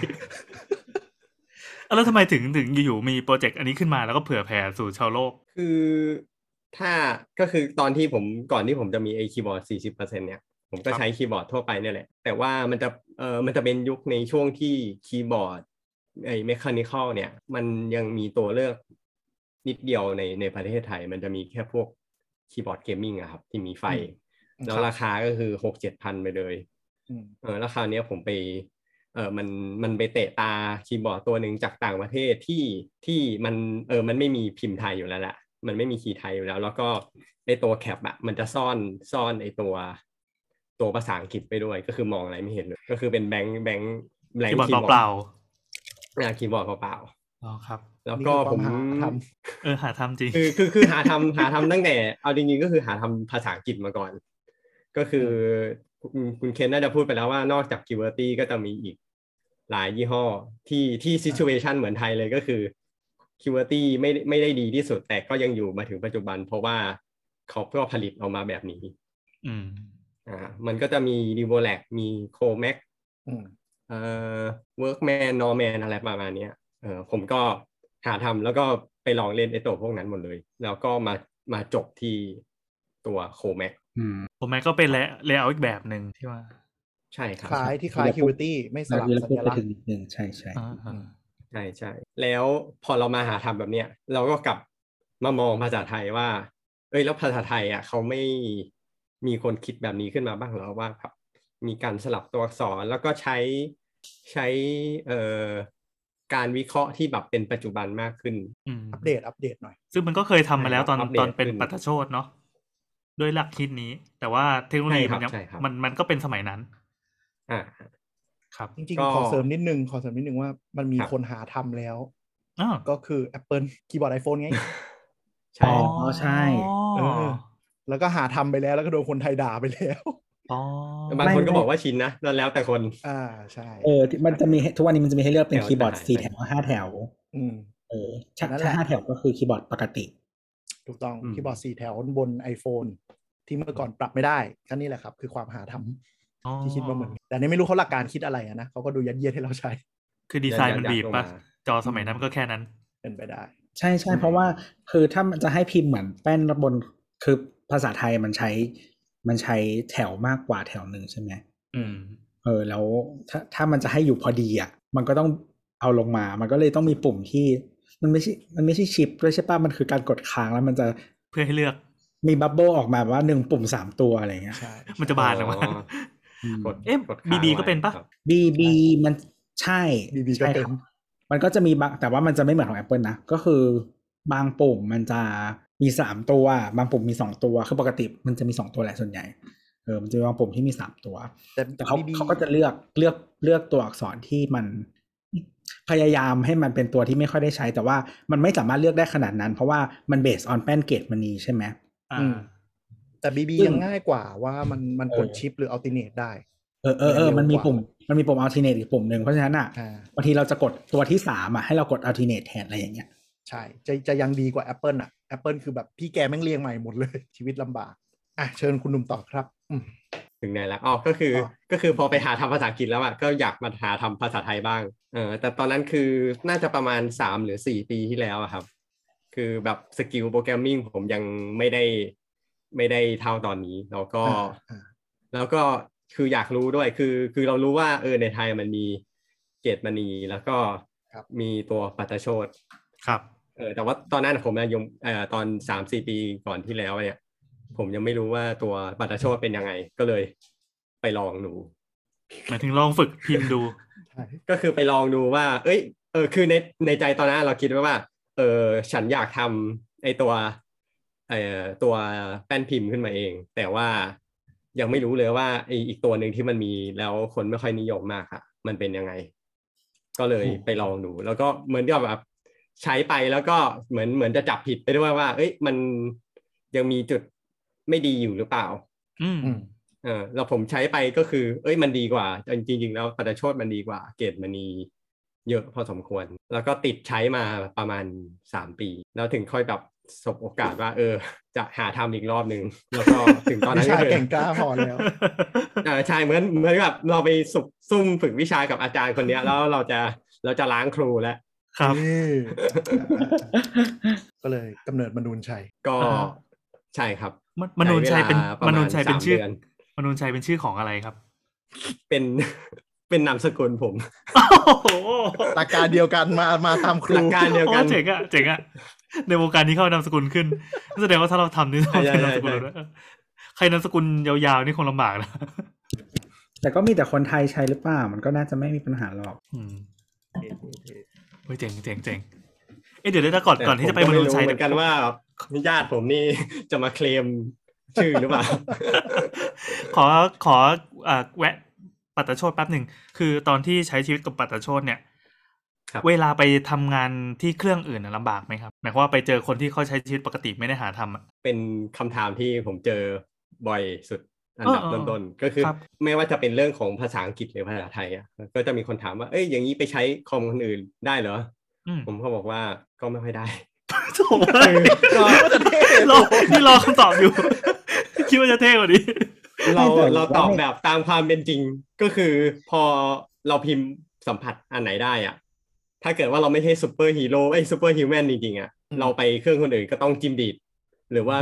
แล้วทำไมถึงถึงอยู่ๆมีโปรเจกต์อันนี้ขึ้นมาแล้วก็เผื่อแผ่สู่ชาวโลกคือถ้าก็คือตอนที่ผมก่อนที่ผมจะมีไอ้คีย์บอร์ด สี่สิบเปอร์เซ็นต์ เนี่ยผมก็ครับใช้คีย์บอร์ดทั่วไปเนี่ยแหละแต่ว่ามันจะเออมันจะเป็นยุคในช่วงที่คีย์บอร์ดไอ้เมคานิคอลเนี่ยมันยังมีตัวเลือกนิดเดียวในในประเทศไทยมันจะมีแค่พวกคีย์บอร์ดเกมมิ่งอะครับที่มีไฟอืมแล้วราคาก็คือหกเจ็ดพันไปเลยอืมเออแล้วคราวเนี้ยผมไปเออมันมันไปเตะตาคีย์บอร์ดตัวหนึ่งจากต่างประเทศที่ที่มันเออมันไม่มีพิมพ์ไทยอยู่แล้วแหละมันไม่มีคีย์ไทยอยู่แล้ว แล้วก็ไอตัวแคปอะมันจะซ่อนซ่อนไอตัวตัวภาษาอังกฤษไปด้วยก็คือมองอะไรไม่เห็นเลยก็คือเป็นแบงค์แบงค์แบงคีย์ค์บอร์ดคีย์บอร์ดเปล่าอ่าคีย์บอร์ดเปล่าๆอ๋อครับๆแล้วก็ผมนี่คือความหาทเออหาทำจริงคือคือคือหาทำหาทำตั้งแต่เอาจริงๆก็คือหาทำภาษาอังกฤษมาก่อน ก็คือคุณคุณเคนน่าจะพูดไปแล้วว่านอกจาก Qwerty ก็จะมีอีกหลายยี่ห้อที่ที่ situation เหมือนไทยเลยก็คือ Qwerty ไม่ไม่ได้ดีที่สุดแต่ก็ยังอยู่มาถึงปัจจุบัน เพราะว่าเขาก็ผลิตออกมาแบบนี้อืมอ่ามันก็จะมี Revolac มี Comac อืมเอ่อ Workman Norman อะไรประมาณเนี้ยเออผมก็หาทำแล้วก็ไปลองเล่นไอ้ตัวพวกนั้นหมดเลย แล้วก็มามาจบที่ตัว Comac อืมผมแม้ก็เป็นเลเลเยอร์อีกแบบหนึ่งที่ว่าใช่ครับคล้ายที่คล้าย Qt ไม่สลับเวลาสัพูดญไปลักษถึงณ์นิดนึงใช่ใช่อ่าอ่าใช่ใช่แล้วพอเรามาหาทำแบบเนี้ยเราก็กลับมามองภาษาไทยว่าเอ้ยแล้วภาษาไทยอ่ะเขาไม่มีคนคิดแบบนี้ขึ้นมาบ้างเหรอว่าแบบมีการสลับตัวอักษรแล้วก็ใช้ใช้เอ่อการวิเคราะห์ที่แบบเป็นปัจจุบันมากขึ้นอืมอัปเดตอัปเดตหน่อยซึ่งมันก็เคยทำมาแล้วตอนใช่ครับตอนเป็นอัปเดตขึ้นปัตโชตเนาะด้วยหลักคิดนี้ แต่ว่าเทคโนโลยีใช่ครัมับนยังใช่ครับมันมันก็เป็นสมัยนั้นอ่าครับจริงก็ๆ ขอเสริมนิดนึง ขอเสริมนิดนึงว่ามันมีครับคนหาทำแล้วอ้าวก็คือ Apple คีย์บอร์ด iPhone ไงใช่อ๋อครับใช่เออ แล้วก็หาทำไปแล้วแล้วก็โดนคนไทยด่าไปแล้วอ๋อบางคนก็บอกว่าชินนะแล้วแต่คนอ่าใช่เออที่มันจะมีให้ทุกวันนี้มันจะมีให้เลือกเป็นแถวคีย์บอร์ดหายไปสี่แถวห้าแถวอืมเออถ้านั่นแหถ้าละห้าแถวก็คือคีย์บอร์ดปกติถูกต้องอืมคีย์บอร์ดสี่แถวบน iPhone ที่เมื่อก่อนปรับไม่ได้ก็นี่แหละครับ คือความหาทำอ๋อที่คิดว่าเหมือนกันแต่นี่ไม่รู้เขาหลักการคิดอะไรอะนะเขาก็ดูยัดเยียดให้เราใช้คือดีไซน์มันยัดบีบลงป่ะมาจอสมัยนั้นมันก็แค่นั้นเป็นไปได้ใช่ใช่เพราะว่าคือถ้ามันจะให้พิมพ์เหมือนแป้นบนคือภาษาไทยมันใช้มันใช้แถวมากกว่าแถวหนึ่งใช่ไหมอืมเออแล้วถ้าถ้ามันจะให้อยู่พอดีอ่ะมันก็ต้องเอาลงมา มันก็เลยต้องมีปุ่มที่มันไม่ใช่มันไม่ใช่ชิปด้วยใช่ป่ะมันคือการกดค้างแล้วมันจะเพื่อให้เลือกมีบับเบิลออกมาว่าหนึ่งปุ่มสามตัวอะไรเงี้ยใช่มันจะบานออกมาอ๋อ กดเอ๊ะกดบีค้างบีไว้ก็เป็นปะครับบี บี มันใช่บี บี ก็ใช่เป็คน รับมันก็จะมีบางแต่ว่ามันจะไม่เหมือนของ Apple นะก็คือบางปุ่มมันจะมีสามตัวบางปุ่มมีสองตัวคือปกติมันจะมีสองตัวแหละส่วนใหญ่เออมันจะมีบางปุ่มที่มีสามตัวแต่แต่เขาบี บีเขาก็จะเลือกเลือกเลือกตัวอักษรที่มันพยายามให้มันเป็นตัวที่ไม่ค่อยได้ใช้ แต่ว่ามันไม่สามารถเลือกได้ขนาดนั้น เพราะว่ามันเบสออนแป้นเกตมณีใช่ไหมอ่าอืม แต่ บี บีซึ่งยังง่ายกว่าว่ามันมันกดเออชิปหรือ alternate ได้เออเออเออมันมีปุ่มมันมีปุ่ม alternate อีกปุ่มหนึ่งเพราะฉะนั้นอ่ะอ่าบางทีเราจะกดตัวที่สามอ่ะให้เรากด alternate แทนอะไรอย่างเงี้ยใช่ จะจะยังดีกว่า Apple อ่ะ Apple คือแบบพี่แกแม่งเรียงใหม่หมดเลย ชีวิตลำบาก อ่ะ เชิญคุณหนุ่มต่อครับ อืมถึงไหนแล้วอ๋อก็คือออก็คือพอไปหาทำภาษาอังกฤษแล้วอ่ะก็อยากมาหาทำภาษาไทยบ้างเออแต่ตอนนั้นคือน่าจะประมาณสามหรือสี่ปีที่แล้วอะครับ คือแบบสกิลโปรแกรมมิ่งผมยังไม่ได้ไม่ได้เท่าตอนนี้แล้วก็อ่าอ่าแล้วก็คืออยากรู้ด้วยคือคือเรารู้ว่าเออในไทยมันมีเกตมณีแล้วก็มีตัวปัตตโชตครับเออแต่ว่าตอนนั้นผมยังเอ่อตอนสามสี่ปีก่อนที่แล้วเนี่ยผมยังไม่รู้ว่าตัวปัตตโชตเป็นยังไงก็เลยไปลองดูหมายถึงลองฝึกพิมพ์ดูใช่ก็คือไปลองดูว่า เอ้ย เออ คือในในใจตอนนั้นเราคิดไว้ว่า เออ ฉันอยากทำไอตัวเอ่อตัวแป้นพิมพ์ขึ้นมาเอง แต่ว่ายังไม่รู้เลยว่าไออีกตัวหนึ่งที่มันมีแล้วคนไม่ค่อยนิยมมากค่ะ มันเป็นยังไง ก็เลยไปลองดู แล้วก็เหมือนกับแบบใช้ไปแล้วก็เหมือนเหมือนจะจับผิดไปด้วยว่า เอ้ย มันยังมีจุดไม่ดีอยู่หรือเปล่าอืมอืมเออแล้วผมใช้ไปก็คือเอ้ยมันดีกว่าจริงๆแล้วปัตตโชตมันดีกว่าเกตมณีเยอะพอสมควร แล้วก็ติดใช้มาประมาณสามปีแล้วถึงค่อยแบบสบโอกาสว่าเออจะหาทำอีกรอบหนึ่งแล้วก็ถึงตอนนั้นวิก็ชาคือเก่งกล้าพอแล้วเออใช่เหมือนเหมือนกับเราไปสุกซุ่มฝึกวิชากับอาจารย์คนเนี้ยแล้วเราจะเราจะล้างครูแล้วครับนี่ก็เลยกำเนิดมนูนชัยก็อ่าฮะใช่ครับมมนูนชัยเป็นใช้เวลาประมมาณนูนชัยเป็นสามชื่อเดือนมนูนชัยเป็นชื่อของอะไรครับเป็น เป็นนามสกุลผมโอ้โหหลักการเดียวกันมามาตามครูหลักการเดียวกันโอ้เจ๋งอะเจ๋งอะในวงการนี้เข้านามสกุลขึ้นแสดงว่าถ้าเราทำนี่ต้องเป็นใช่นามสกุลใช่เราด้วยใครนามสกุลยาวๆนี่คงลำบากนะแต่ก็มีแต่คนไทยใช้หรือเปล่ามันก็น่าจะไม่มีปัญหาหรอกอืมเฮ้ยเจ๋งเจ๋งเจ๋งเอ๊ะเดี๋ยวได้ก่อนก่อนที่จะไปผมมก็นูนชัยเหมือนกันว่าญาติผมนี่จะมาเคลมชื่อหรือเปล่าขอขออ่าแวะปัตตโชตแป๊บหนึ่งคือตอนที่ใช้ชีวิตกับปัตตโชตเนี่ยครับเวลาไปทำงานที่เครื่องอื่นนะลำบากไหมครับหมายความว่าไปเจอคนที่เขาใช้ชีวิตปกติไม่ได้หาทำอะเป็นคำถามที่ผมเจอบ่อยสุดอันดับเออเออต้นๆก็คือครับไม่ว่าจะเป็นเรื่องของภาษาอังกฤษหรือภาษาไทยอ่ะก็จะมีคนถามว่าเอ้ยอย่างนี้ไปใช้คอมคนอื่นได้เหรออืมผมก็บอกว่าก็ไม่ค่อยได้โถ่รอนี่รอคำตอบอยู่ คิดว่าจะเท่กว่านี้เราไม่แต่เราตอบว่าแบบตามความเป็นจริงก็คือพอเราพิมพ์สัมผัสอันไหนได้อ่ะถ้าเกิดว่าเราไม่ใช่ซูเปอร์ฮีโร่ไอ้ซูเปอร์ฮิวแมนจริงๆอ่ะอืมเราไปเครื่องคนอื่นก็ต้องจิ้มดีดหรือว่าแบบ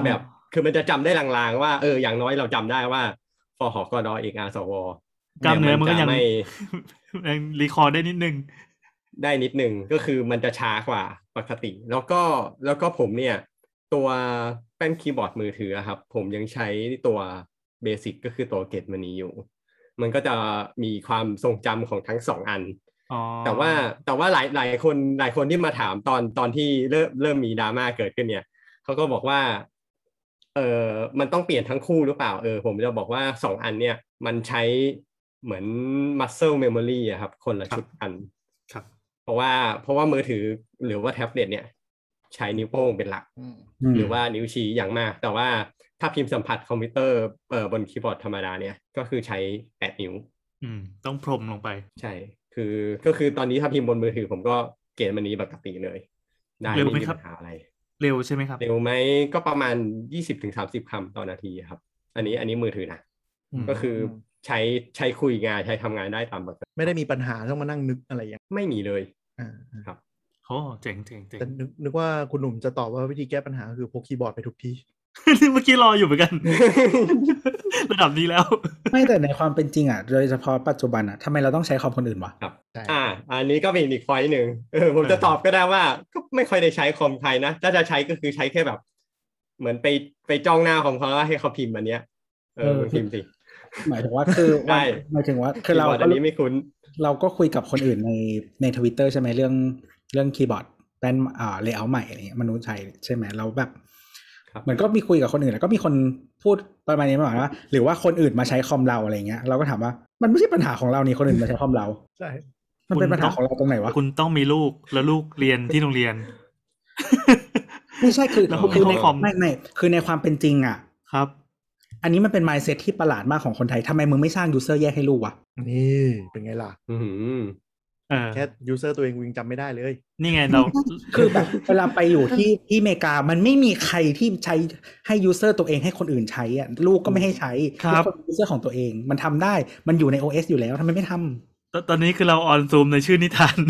คือมันจะจำได้ลางๆว่าเอออย่างน้อยเราจำได้ว่าฟหกดเอกอาสวกล้ามเนื้อมันก็ยังไม่ยังรีคอร์ได้นิดนึงได้นิดนึงก็คือมันจะช้ากว่าปกติแล้วก็แล้วก็ผมเนี่ยตัวแป้นคีย์บอร์ดมือถือครับผมยังใช้ตัวเบสิกก็คือตัวเกตมันนี้อยู่มันก็จะมีความทรงจำของทั้งสองอันแต่ว่าแต่ว่าหลายหลายคนหลายคนที่มาถามตอนตอนที่เริ่มเริ่มมีดราม่าเกิดขึ้นเนี่ยเขาก็บอกว่าเออมันต้องเปลี่ยนทั้งคู่หรือเปล่าเออผมจะบอกว่าสองอันเนี่ยมันใช้เหมือน muscle memory อะครับคนละชุดกันครับเพราะว่าเพราะว่ามือถือหรือว่าแท็บเล็ตเนี่ยใช้นิ้วโป้งเป็นหลักหรือว่านิ้วชี้อย่างมากแต่ว่าถ้าพิมพ์สัมผัสคอมพิวเตอร์เอ่อบนคีย์บอร์ดธรรมดาเนี่ยก็คือใช้แปดนิ้วอืมต้องพรมลงไปใช่คือก็คือตอนนี้ถ้าพิมพ์บนมือถือผมก็เกณฑ์มันนี้ปกติเลยได้ไม่มีปัญหาอะไรเร็วใช่ไหมครับเร็วไหมก็ประมาณ ยี่สิบถึงสามสิบ คำต่อนาทีครับอันนี้อันนี้มือถือนะก็คือใช้ใช้คุยงานใช้ทำงานได้ตามปกติไม่ได้มีปัญหาต้องมานั่งนึกอะไรอย่างไม่มีเลยอ่าครับโอ้เจ๋งเจ๋งเจ๋งแต่นึกนึกว่าคุณหนุ่มจะตอบว่าวิธีแก้ปัญหาคือพกคีย์บอร์ดไปทุกที่เมื่อกี้รออยู่เหมือนกัน ระดับนี้แล้วไม่แต่ในความเป็นจริงอ่ะโดยเฉพาะปัจจุบันอ่ะทำไมเราต้องใช้คอมคนอื่นวะครับอ่าอันนี้ก็เป็นอีกพอยต์หนึ่งเออผมจะตอบก็ได้ว่าก็ไม่ค่อยได้ใช้คอมใครนะถ้าจะใช้ก็คือใช้แค่แบบเหมือนไปไปจ้องหน้าของเขาให้เขาพิมพ์อันเนี้ยเออพิมพ์สิหมายถึงว่าคือได้หมายถึงว่าคือเราอันนี้ไม่คุ้นเราก็คุยกับคนอื่นในใน Twitter ใช่ไหมเรื่องเรื่องคีย์บอร์ดแป้นอ่าเลเยอร์ใหม่อะไรเงี้ยมนุษย์ใช้ใช่ไหมเราแบบเหมือนก็มีคุยกับคนอื่นแล้วก็มีคนพูดประมาณนี้มาว่าหรือว่าคนอื่นมาใช้คอมเราอะไรเงี้ยเราก็ถามว่ามันไม่ใช่ปัญหาของเรานี่คนอื่นมาใช้คอมเราใช่มันเป็นปัญหาของเราตรงไหนวะคุณต้องมีลูกแล้วลูกเรียนที่โรงเรียนไม่ใช่คือคือในไม่ไม่คือในความเป็นจริงอ่ะครับอันนี้มันเป็น mindset ที่ประหลาดมากของคนไทยทำไมมึงไม่สร้าง user แยกให้ลูกวะนี่เป็นไงล่ะอือแค่ user ตัวเองวิ่งจำไม่ได้เลยนี่ไงเราคือแบบเวลาไปอยู่ที่ที่อเมริกามันไม่มีใครที่ใช้ให้ user ตัวเองให้คนอื่นใช้อ่ะลูกก็ไม่ให้ใช้ทุกคน user ของตัวเองมันทำได้มันอยู่ใน โอ เอส อยู่แล้วทำไมไม่ทำตอนนี้คือเราออนซูมในชื่อนิทาน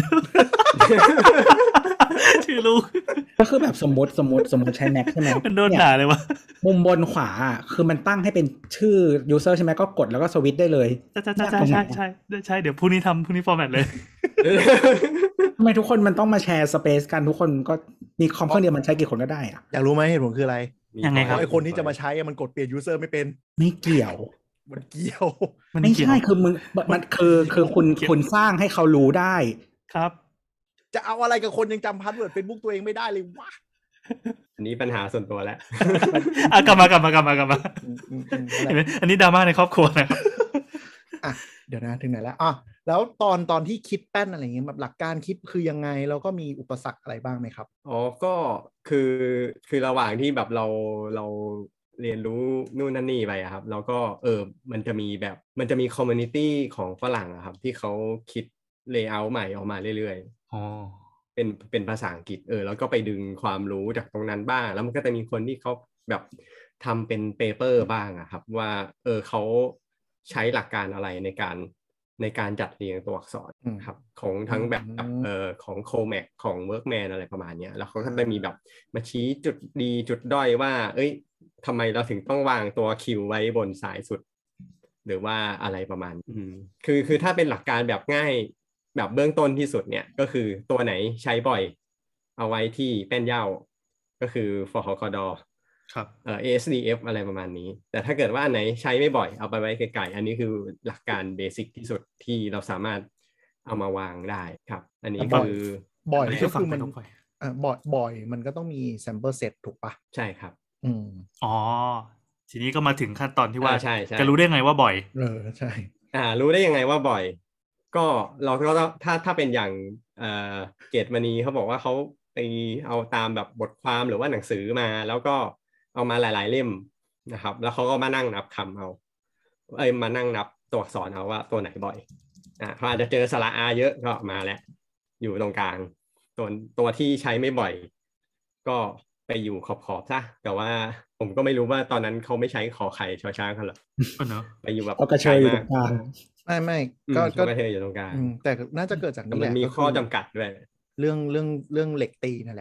ชื่อลูกก็คือแบบสมมติสมมติสมมติใช้ Mac ใช่ไหมมันโดนด่าเลยวะมุมบนขวาคือมันตั้งให้เป็นชื่อ user ใช่ไหมก็กดแล้วก็สวิตช์ได้เลยใช่ใช่ใช่ใช่ใช่ใช่เดี๋ยวพรุ่งนี้ทำพรุ่งนี้ฟอร์แมตเลยทำไมทุกคนมันต้องมาแชร์สเปซกันทุกคนก็มีคอมเครื่องเดียวมันใช้กี่คนก็ได้อะอยากรู้ไหมเหตุผลคืออะไรยังไงครับไอคนที่จะมาใช้มันกดเปลี่ยน user ไม่เป็นไม่เกี่ยวมันเกี่ยวไม่ใช่คือมึงมันคือคือคุณคุณสร้างให้เขารู้ได้ครับจะเอาอะไรกับคนยังจำพาสเวิร์ด Facebook ตัวเองไม่ได้เลยวะอันนี้ปัญหาส่วนตัวแล้วอ่ะกลับมากลับมากลับมากลับมาอันนี้ดราม่าในครอบครัวนะครับอ่ะเดี๋ยวนะถึงไหนแล้วอ่ะแล้วตอนตอนที่คิดแป้นอะไรเงี้ยแบบหลักการคิดคือยังไงแล้วก็มีอุปสรรคอะไรบ้างไหมครับอ๋อก็คือคือระหว่างที่แบบเราเราเรียนรู้นู่นนั่นนี่ไปครับแล้วก็เออมันจะมีแบบมันจะมีคอมมูนิตี้ของฝรั่งอะครับที่เขาคิดเลเยอร์ใหม่ออกมาเรื่อยๆอ๋อเป็นเป็นภาษาอังกฤษเออแล้วก็ไปดึงความรู้จากตรงนั้นบ้างแล้วมันก็จะมีคนที่เขาแบบทำเป็นเปเปอร์บ้างอะครับว่าเออเขาใช้หลักการอะไรในการในการจัดเรียงตัวอักษรครับของทั้งแบบเอ่อของโคแมกของเวิร์กแมนอะไรประมาณนี้แล้วเขาก็จะมีแบบมาชี้จุดดีจุดด้อยว่าเอ้ยทำไมเราถึงต้องวางตัวคิวไว้บนสายสุดหรือว่าอะไรประมาณอืมคือคือถ้าเป็นหลักการแบบง่ายแบบเบื้องต้นที่สุดเนี่ยก็คือตัวไหนใช้บ่อยเอาไว้ที่แป้นเหย้าก็คือฟหคดครับเอ่อ เอ เอส ดี เอฟ อะไรประมาณนี้แต่ถ้าเกิดว่าอันไหนใช้ไม่บ่อยเอาไปไว้ไกลๆอันนี้คือหลักการเบสิกที่สุดที่เราสามารถเอามาวางได้ครับอันนี้คือบ่อยก็คือมันอ่าบ่อยบ่อยมันก็ต้องมี sample set ถูกปะใช่ครับอืมอ๋อทีนี้ก็มาถึงขั้นตอนที่ว่าใช่จะรู้ได้ไงว่าบ่อยเออใช่อ่ารู้ได้ยังไงว่าบ่อยก็เราก็ถ้าถ้าเป็นอย่างเอ่อเกตมณีเขาบอกว่าเขาไปเอาตามแบบบทความหรือว่าหนังสือมาแล้วก็เอามาหลายๆเล่มนะครับแล้วเขาก็มานั่งนับคำเอาเอ้ยมานั่งนับตัวอักษรเอาว่าตัวไหนบ่อยอ่าเขาอาจจะเจอสระอาเยอะก็มาแล้วอยู่ตรงกลางตัวตัวที่ใช้ไม่บ่อยก็ไปอยู่ขอบๆซะแต่ว่าผมก็ไม่รู้ว่าตอนนั้นเขาไม่ใช้ขอไข่ชอช้างกันหรอเนาะไปอยู่แบบกระเชยอยู่ตรงกลางไม่ไม่ก็ก็กระเชยอยู่ตรงกลางแต่น่าจะเกิดจากนี่แหละมันมีข้อจำกัดด้วยเรื่องเรื่องเรื่องเหล็กตีนั่นแหละ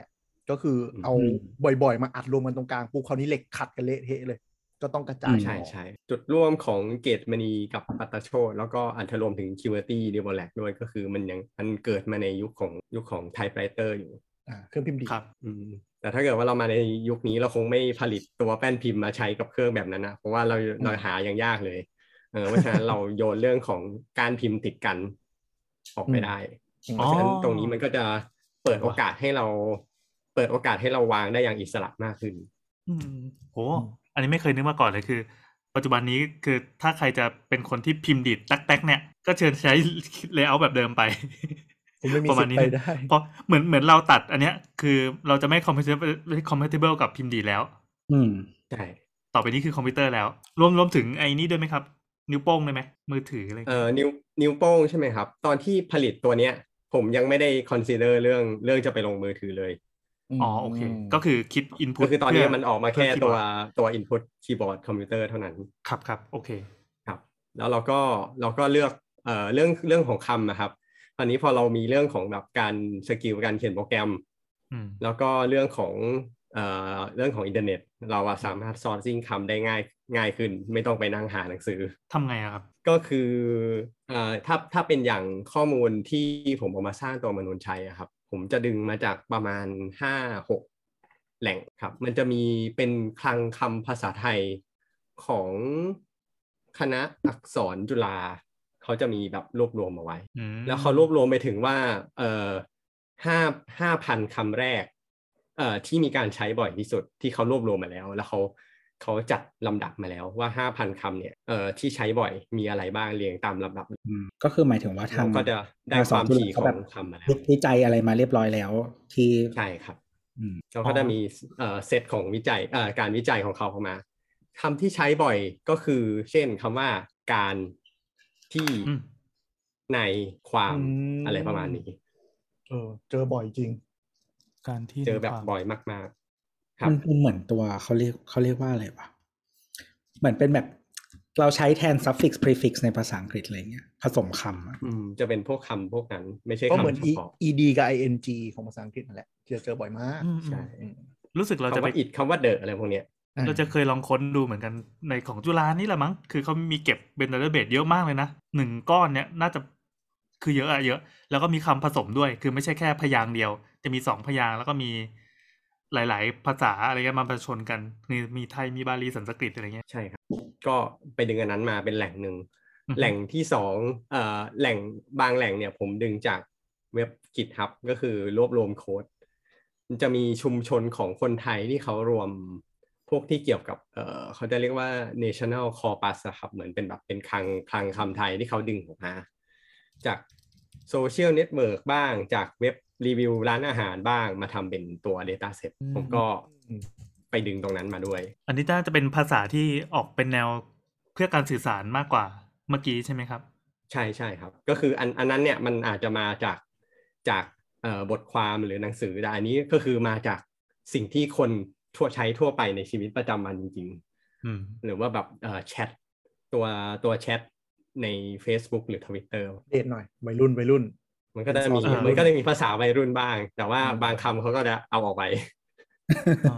ก็คือเอาอืมบ่อยๆมาอัดรวมกันตรงกลางปุ๊บคราวนี้เหล็กขัดกันเละเทะเลยก็ต้องกระจายใช่ใช่จุดร่วมของเกตมณีกับปัตตโชตแล้วก็อันทรวมถึงคิวเวอร์ตี้ดิวอลแลกด้วยก็คือมันยังมันเกิดมาในยุคของยุคของไทป์ไรเตอร์อยู่อ่าเครื่องพิมพ์ดีดครับอืมแต่ถ้าเกิดว่าเรามาในยุคนี้เราคงไม่ผลิตตัวแป้นพิมพ์มาใช้กับเครื่องแบบนั้นนะเพราะว่าเราเราหาอย่างยากเลยเออเพราะฉะนั้นเราโยนเรื่องของการพิมพ์ติดกันออกไปได้เพราะฉะนั้นตรงนี้มันก็จะเปิดโอกาสให้เราเปิดโอกาสให้เราวางได้อย่างอิสระมากขึ้นอืมโหอันนี้ไม่เคยนึกมาก่อนเลยคือ ปัจจุบันนี้คือถ้าใครจะเป็นคนที่พิมพ์ดีดแต๊กๆเนี่ยก็เชิญใช้ layout แบบเดิมไปผมไม่มีประมาณนี้สิทธิ์ไปได้เพราะเหมือนเหมือนเราตัดอันเนี้ยคือเราจะไม่ compatible compatible กับพิมพ์ดีดแล้วอืมใช่ต่อไปนี้คือคอมพิวเตอร์แล้วรวมรวมถึงไอ้นี่ด้วยไหมครับนิ้วโป้งได้ไหมมือถืออะไรเอ่อนิ้วนิ้วโป้งใช่ไหมครับตอนที่ผลิตตัวเนี้ยผมยังไม่ได้ consider เรื่องเรื่องจะไปลงมือถือเลยอ๋อโอเคก็คือคิด input ก็คือตอนนี้มันออกมาแค่ตัว keyboard ตัว input keyboard คอมพิวเตอร์เท่านั้นครับครับโอเคครับแล้วเราก็เราก็เลือกเอ่อเรื่องเรื่องของคำนะครับตอนนี้พอเรามีเรื่องของแบบการสกิลการเขียนโปรแกรมอืมแล้วก็เรื่องของเอ่อเรื่องของอินเทอร์เน็ตเราสามารถ sourcing คำได้ง่ายง่ายขึ้นไม่ต้องไปนั่งหาหนังสือทำไงอะครับก็คือเอ่อถ้าถ้าเป็นอย่างข้อมูลที่ผมเอามาสร้างตัวมนูญชัยอะครับผมจะดึงมาจากประมาณ ห้าหก แหล่งครับมันจะมีเป็นคลังคำภาษาไทยของคณะอักษรจุฬาเขาจะมีแบบรวบรวมมาไว้แล้วเขารวบรวมไปถึงว่าเอ่อห้าห้าพันคำแรกเอ่อที่มีการใช้บ่อยที่สุดที่เขารวบรวมมาแล้วแล้วเขาเขาจัดลำดับมาแล้วว่า ห้าพัน คำเนี่ยเอ่อที่ใช้บ่อยมีอะไรบ้างเรียงตามลำดับอืมก็คือหมายถึงว่าทางเราก็จะได้ความถี่ของคำมาแล้ววิจัยอะไรมาเรียบร้อยแล้วที่ใช่ครับอืมเราก็จะมีเอ่อเซตของวิจัยเอ่อการวิจัยของเขาเข้ามาคำที่ใช้บ่อยก็คือเช่นคำว่าการที่อืมในความอืมอะไรประมาณนี้เออเจอบ่อยจริงการที่เจอแบบในความบ่อยมากๆครับมันเป็นเหมือนตัวเขาเรียกเขาเรียกว่าอะไรวะเหมือนเป็นแบบเราใช้แทน suffix prefix ในภาษาอังกฤษอะไรเงี้ยผสมคำอะอืมจะเป็นพวกคำพวกนั้นไม่ใช่ก็เหมือนคำเฉ e พาะ ed กับ ing ของภาษาอังกฤษนั่นแหละเจอเจอบ่อยมากอืมใช่อืมรู้สึกเราจะคำไปว่าอิดคำว่าเดอะอะไรพวกเนี้ยเราจะเคยลองค้นดูเหมือนกันในของจุฬานี่แหละมั้งคือเขามีเก็บเป็นดัตเตอร์เบสเยอะมากเลยนะหนึ่งก้อนเนี้ยน่าจะคือเยอะอะเยอะ แล้วก็มีคำผสมด้วยคือไม่ใช่แค่พยางค์เดียวจะมีสองพยางค์แล้วก็มีหลายๆภาษาอะไรเงี้ยมาผสมกันมีมีไทยมีบาลีสันสกฤตอะไรเงี้ยใช่ครับก็ไปดึงอันนั้นมาเป็นแหล่งหนึ่งอือฮึแหล่งที่สองเอ่อแหล่งบางแหล่งเนี่ยผมดึงจากเว็บ GitHub ก็คือรวบรวมโค้ดมันจะมีชุมชนของคนไทยที่เขารวมพวกที่เกี่ยวกับเอ่อเขาจะเรียกว่า national corpus อะครับเหมือนเป็นแบบเป็นคลังคลังคำไทยที่เขาดึงออกมาจากโซเชียลเน็ตเวิร์กบ้างจากเว็บรีวิวร้านอาหารบ้างมาทำเป็นตัว data set ผมก็ไปดึงตรงนั้นมาด้วยอันนี้น่าจะเป็นภาษาที่ออกเป็นแนวเพื่อการสื่อสารมากกว่าเมื่อกี้ใช่ไหมครับใช่ใช่ครับก็คืออันอันนั้นเนี่ยมันอาจจะมาจากจากเอ่อบทความหรือหนังสือแต่อันนี้ก็คือมาจากสิ่งที่คนทั่วใช้ทั่วไปในชีวิตประจำวันจริงอืมๆหรือว่าแบบเอ่อแชทตัวตัวแชทใน Facebook หรือ Twitter เดทหน่อยวัยรุ่นวัยรุ่นมันก็จะมีเออมันก็จะมีภาษาวัยรุ่นบ้าง แต่ว่าอืมบางคำเขาก็จะเอาออกไปอ๋อ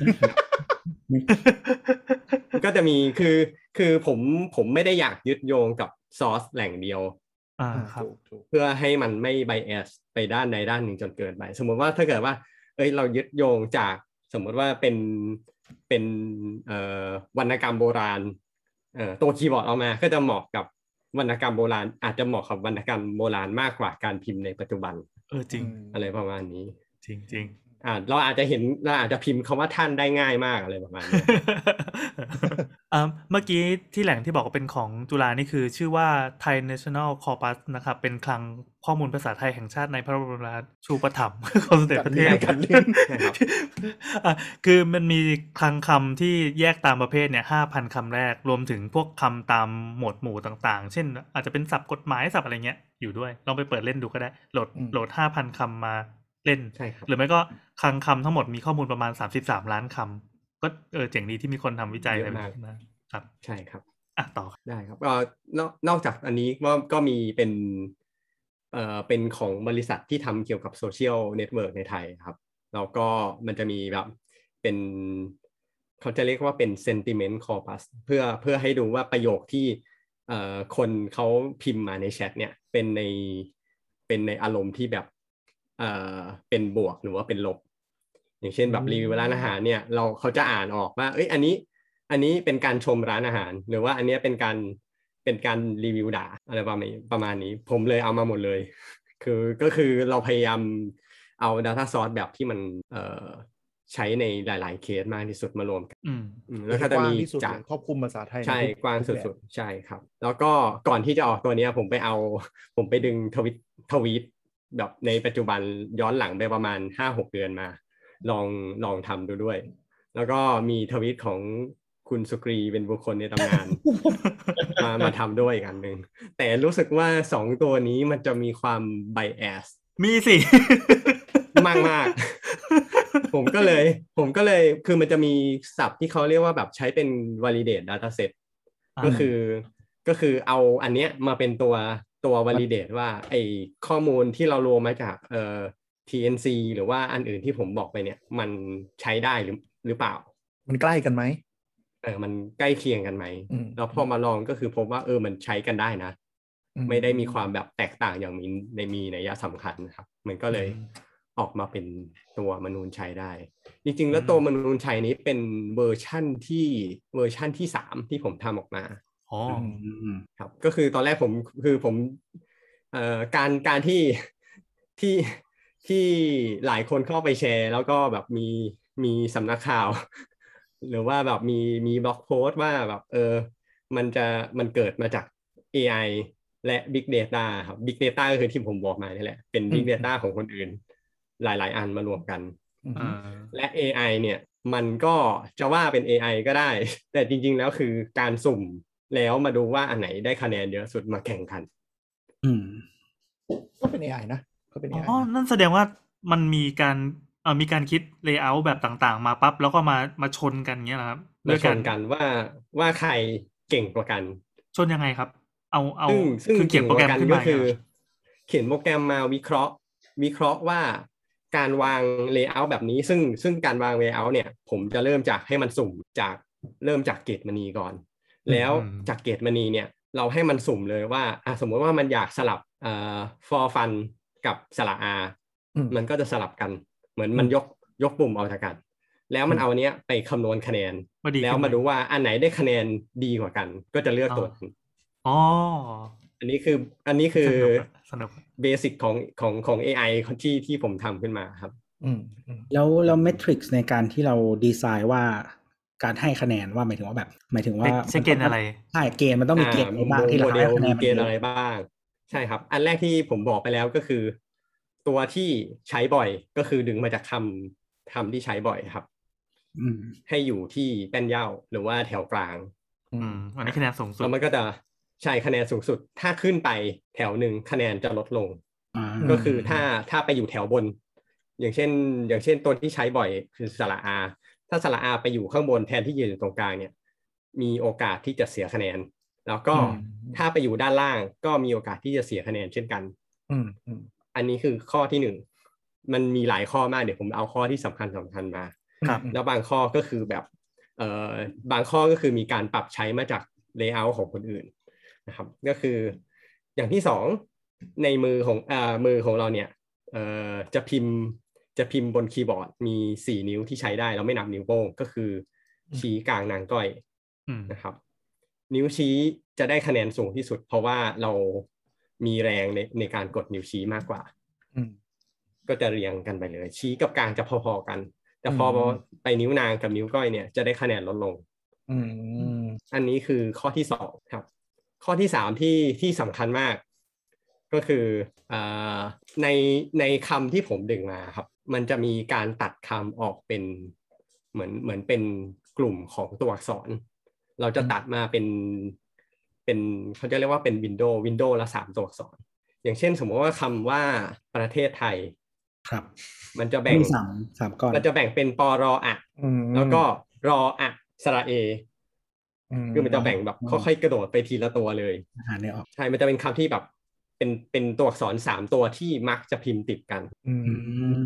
มันก็จะมีคือคือผมผมไม่ได้อยากยึดโยงกับซอสแหล่งเดียวอ่าอ่าครับถูกถูกเพื่อให้มันไม่ไบแอสไปด้านใดด้านหนึ่งจนเกินไปสมมติว่าถ้าเกิดว่าเอ้ยเรายึดโยงจากสมมติว่าเป็นเป็นเอ่อวรรณกรรมโบราณเอ่อตัวคีย์บอร์ดออกมาก็จะเหมาะกับวรรณกรรมโบราณอาจจะเหมาะกับวรรณกรรมโบราณมากกว่าการพิมพ์ในปัจจุบันเออจริงอะไรประมาณนี้จริงจริงอ่าเราอาจจะเห็นเราอาจจะพิมพ์คำว่าท่านได้ง่ายมากอะไรประมาณนี้อ่าเมื่อกี้ที่แหล่งที่บอกว่าเป็นของจุฬานี่คือชื่อว่า Thai National Corpus นะครับเป็นคลังข้อมูลภาษาไทยแห่งชาติในพระบรมราชูปถัมภ์ ของสมเด็จพระเทพกันเล่นใช่ครับอ่ะคือมันมีคลังคำที่แยกตามประเภทเนี่ยห้าพันคำแรกรวมถึงพวกคำตามหมวดหมู่ต่างๆ เช่น อาจจะเป็นศัพท์กฎหมายศัพท์อะไรเงี้ยอยู่ด้วยลองไปเปิดเล่นดูก็ได้โหลดอืมโหลดห้าพันคำมาเล่นใช่ครับหรือไม่ก็คลังคำทั้งหมดมีข้อมูลประมาณสามสิบสามล้านคำก็เออเจ๋งดีที่มีคนทำวิจัยอะไรแบบนี้นะครับใช่ครับอ่ะต่อครับได้ครับก็นอกนอกจากอันนี้ก็ก็มีเป็นเอ่อเป็นของบริษัทที่ทำเกี่ยวกับโซเชียลเน็ตเวิร์กในไทยครับแล้วก็มันจะมีแบบเป็นเขาจะเรียกว่าเป็น sentiment corpus เพื่อเพื่อให้ดูว่าประโยคที่เอ่อคนเขาพิมพ์มาในแชทเนี่ยเป็นในเป็นในอารมณ์ที่แบบเอ่อเป็นบวกหรือว่าเป็นลบอย่างเช่นแบบรีวิวร้านอาหารเนี่ยเราเขาจะอ่านออกว่าเอ้ยอันนี้อันนี้เป็นการชมร้านอาหารหรือว่าอันนี้เป็นการเป็นการรีวิวด่าอะไรประมาณนี้ประมาณนี้ผมเลยเอามาหมดเลยคือก็คือเราพยายามเอา data source แบบที่มันเอ่อใช้ในหลายๆเคสมากที่สุดมารวมกันอืมแล้วก็จะมีจากครอบคลุมภาษาไทยใช่กว้างสุดๆใช่ครับแล้วก็ก่อนที่จะออกตัวนี้ผมไปเอาผมไปดึงทวิตทวีตแบบในปัจจุบันย้อนหลังไปประมาณ ห้าหก เดือนมาลองลองทำดูด้วยแล้วก็มีทวีตของคุณสุกรีเป็นบุคคลในตำนาน มามาทำด้วยอีกอันหนึ่งแต่รู้สึกว่าสองตัวนี้มันจะมีความ bias มีสิมากมาก ผมก็เลยผมก็เลยคือมันจะมีศัพท์ที่เขาเรียกว่าแบบใช้เป็น validate dataset ก็คือก็คือเอาอันเนี้ยมาเป็นตัวตัว validate ว่าไอข้อมูลที่เรารวมมาจากเอ่อ ที เอ็น ซี หรือว่าอันอื่นที่ผมบอกไปเนี่ยมันใช้ได้หรือหรือเปล่ามันใกล้กันไหมเออมันใกล้เคียงกันไหมแล้วพอมาลองก็คือพบว่าเออมันใช้กันได้นะไม่ได้มีความแบบแตกต่างอย่างมีในมีนัยสำคัญนะครับมันก็เลยออกมาเป็นตัวมนูญชัยได้จริงๆแล้วตัวมนูญชัยนี้เป็นเวอร์ชั่นที่เวอร์ชั่นที่สามที่ผมทำออกมาอ๋อครับก็คือตอนแรกผมคือผมเอ่อการการที่ที่ที่หลายคนเข้าไปแชร์แล้วก็แบบมีมีสำนักข่าวหรือว่าแบบมีมีบล็อกโพสต์ว่าแบบเออมันจะมันเกิดมาจาก เอ ไอ และ Big Data ครับ Big Data ก็คือที่ผมบอกมานี่แหละเป็น Big Data ของคนอื่นหลายๆอันมารวมกันและ เอ ไอ เนี่ยมันก็จะว่าเป็น เอ ไอ ก็ได้แต่จริงๆแล้วคือการสุ่มแล้วมาดูว่าอันไหนได้คะแนนเยอะสุดมาแข่งกันอืมก็เป็น เอ ไอ นะก็เป็น เอ ไออ๋อนั่นแสดงว่ามันมีการเอ่อมีการคิดเลเยอร์แบบต่างๆมาปั๊บแล้วก็มามาชนกันเงี้ยเหรอครับมาชนกันว่าว่าใครเก่งกว่ากันชนยังไงครับเอาเอาซึ่งคือเขียนโปรแกรมขึ้นมาคือเขียนโปรแกรมมาวิเคราะห์วิเคราะห์ว่าการวางเลเยอร์แบบนี้ซึ่งซึ่งการวางเลเยอร์เนี่ยผมจะเริ่มจากให้มันสุ่มจากเริ่มจากเกตมณีก่อนแล้วจากเกตมณีเนี่ยเราให้มันสุ่มเลยว่าอ่ะสมมติว่ามันอยากสลับเอ่อ for fun กับสระ R มันก็จะสลับกันเหมือนมันยกยกปุ่มเอาจากกันแล้วมันเอาอันเนี้ยไปคำนวณคะแนนแล้วมาดูว่าอันไหนได้คะแนนดีกว่ากันก็จะเลือกตัวนั้นอ๋ออันนี้คืออันนี้คือเบสิกของของของ เอ ไอ ที่ที่ผมทำขึ้นมาครับอืมแล้วแล้วเมทริกซ์ในการที่เราดีไซน์ว่าการให้คะแนนว่าหมายถึงว่าแบบหมายถึงว่าใช้เกณฑ์อะไรใช่เกณฑ์มันต้องมีเกณฑ์อะไรบ้างที่เราให้คะแนนมีเกณฑ์อะไรบ้างใช่ครับอันแรกที่ผมบอกไปแล้วก็คือตัวที่ใช้บ่อยก็คือดึงมาจากคำคำที่ใช้บ่อยครับให้อยู่ที่แป้นเย้าหรือว่าแถวกลางอืมอันนี้คะแนนสูงสุดแล้วมันก็จะใช่คะแนนสูงสุดถ้าขึ้นไปแถวหนึ่งคะแนนจะลดลงก็คือถ้าถ้าไปอยู่แถวบนอย่างเช่นอย่างเช่นตัวที่ใช้บ่อยคือสระอาถ้าสระอาไปอยู่ข้างบนแทนที่ยืนอยู่ตรงกลางเนี่ยมีโอกาสที่จะเสียคะแนนแล้วก็ถ้าไปอยู่ด้านล่างก็มีโอกาสที่จะเสียคะแนนเช่นกันอันนี้คือข้อที่หนึ่งมันมีหลายข้อมากเดี๋ยวผมเอาข้อที่สำคัญสำคัญมาแล้วบางข้อก็คือแบบเอ่อบางข้อก็คือมีการปรับใช้มาจากเลเยอร์ของคนอื่นนะครับก็คืออย่างที่สองในมือของอ่ามือของเราเนี่ยเอ่อจะพิมพ์จะพิมพ์บนคีย์บอร์ดมีสี่นิ้วที่ใช้ได้เราไม่นับนิ้วโป้งก็คือชี้กลางนางก้อยนะครับนิ้วชี้จะได้คะแนนสูงที่สุดเพราะว่าเรามีแรงในในการกดนิ้วชี้มากกว่าก็จะเรียงกันไปเลยชี้กับกลางจะพอๆกันแต่พอไปนิ้วนางกับนิ้วก้อยเนี่ยจะได้คะแนนลดลงอันนี้คือข้อที่สองครับข้อที่สามที่ที่สำคัญมากก็คืออ่าในในคำที่ผมดึงมาครับมันจะมีการตัดคำออกเป็นเหมือนเหมือนเป็นกลุ่มของตัวอักษรเราจะตัดมาเป็นเป็นเขาจะเรียกว่าเป็นวินโดว์วินโดว์ละสามตัวอักษรอย่างเช่นสมมติว่าคำว่าประเทศไทยครับมันจะแบ่งสามสามก้อนมันจะแบ่งเป็นปรออะแล้วก็รออะสระเอคือมันจะแบ่งแบบค่อยๆกระโดดไปทีละตัวเลยอ่านไม่ออกใช่มันจะเป็นคำที่แบบเป็นเป็นตัวอักษรสามตัวที่มักจะพิมพ์ติดกัน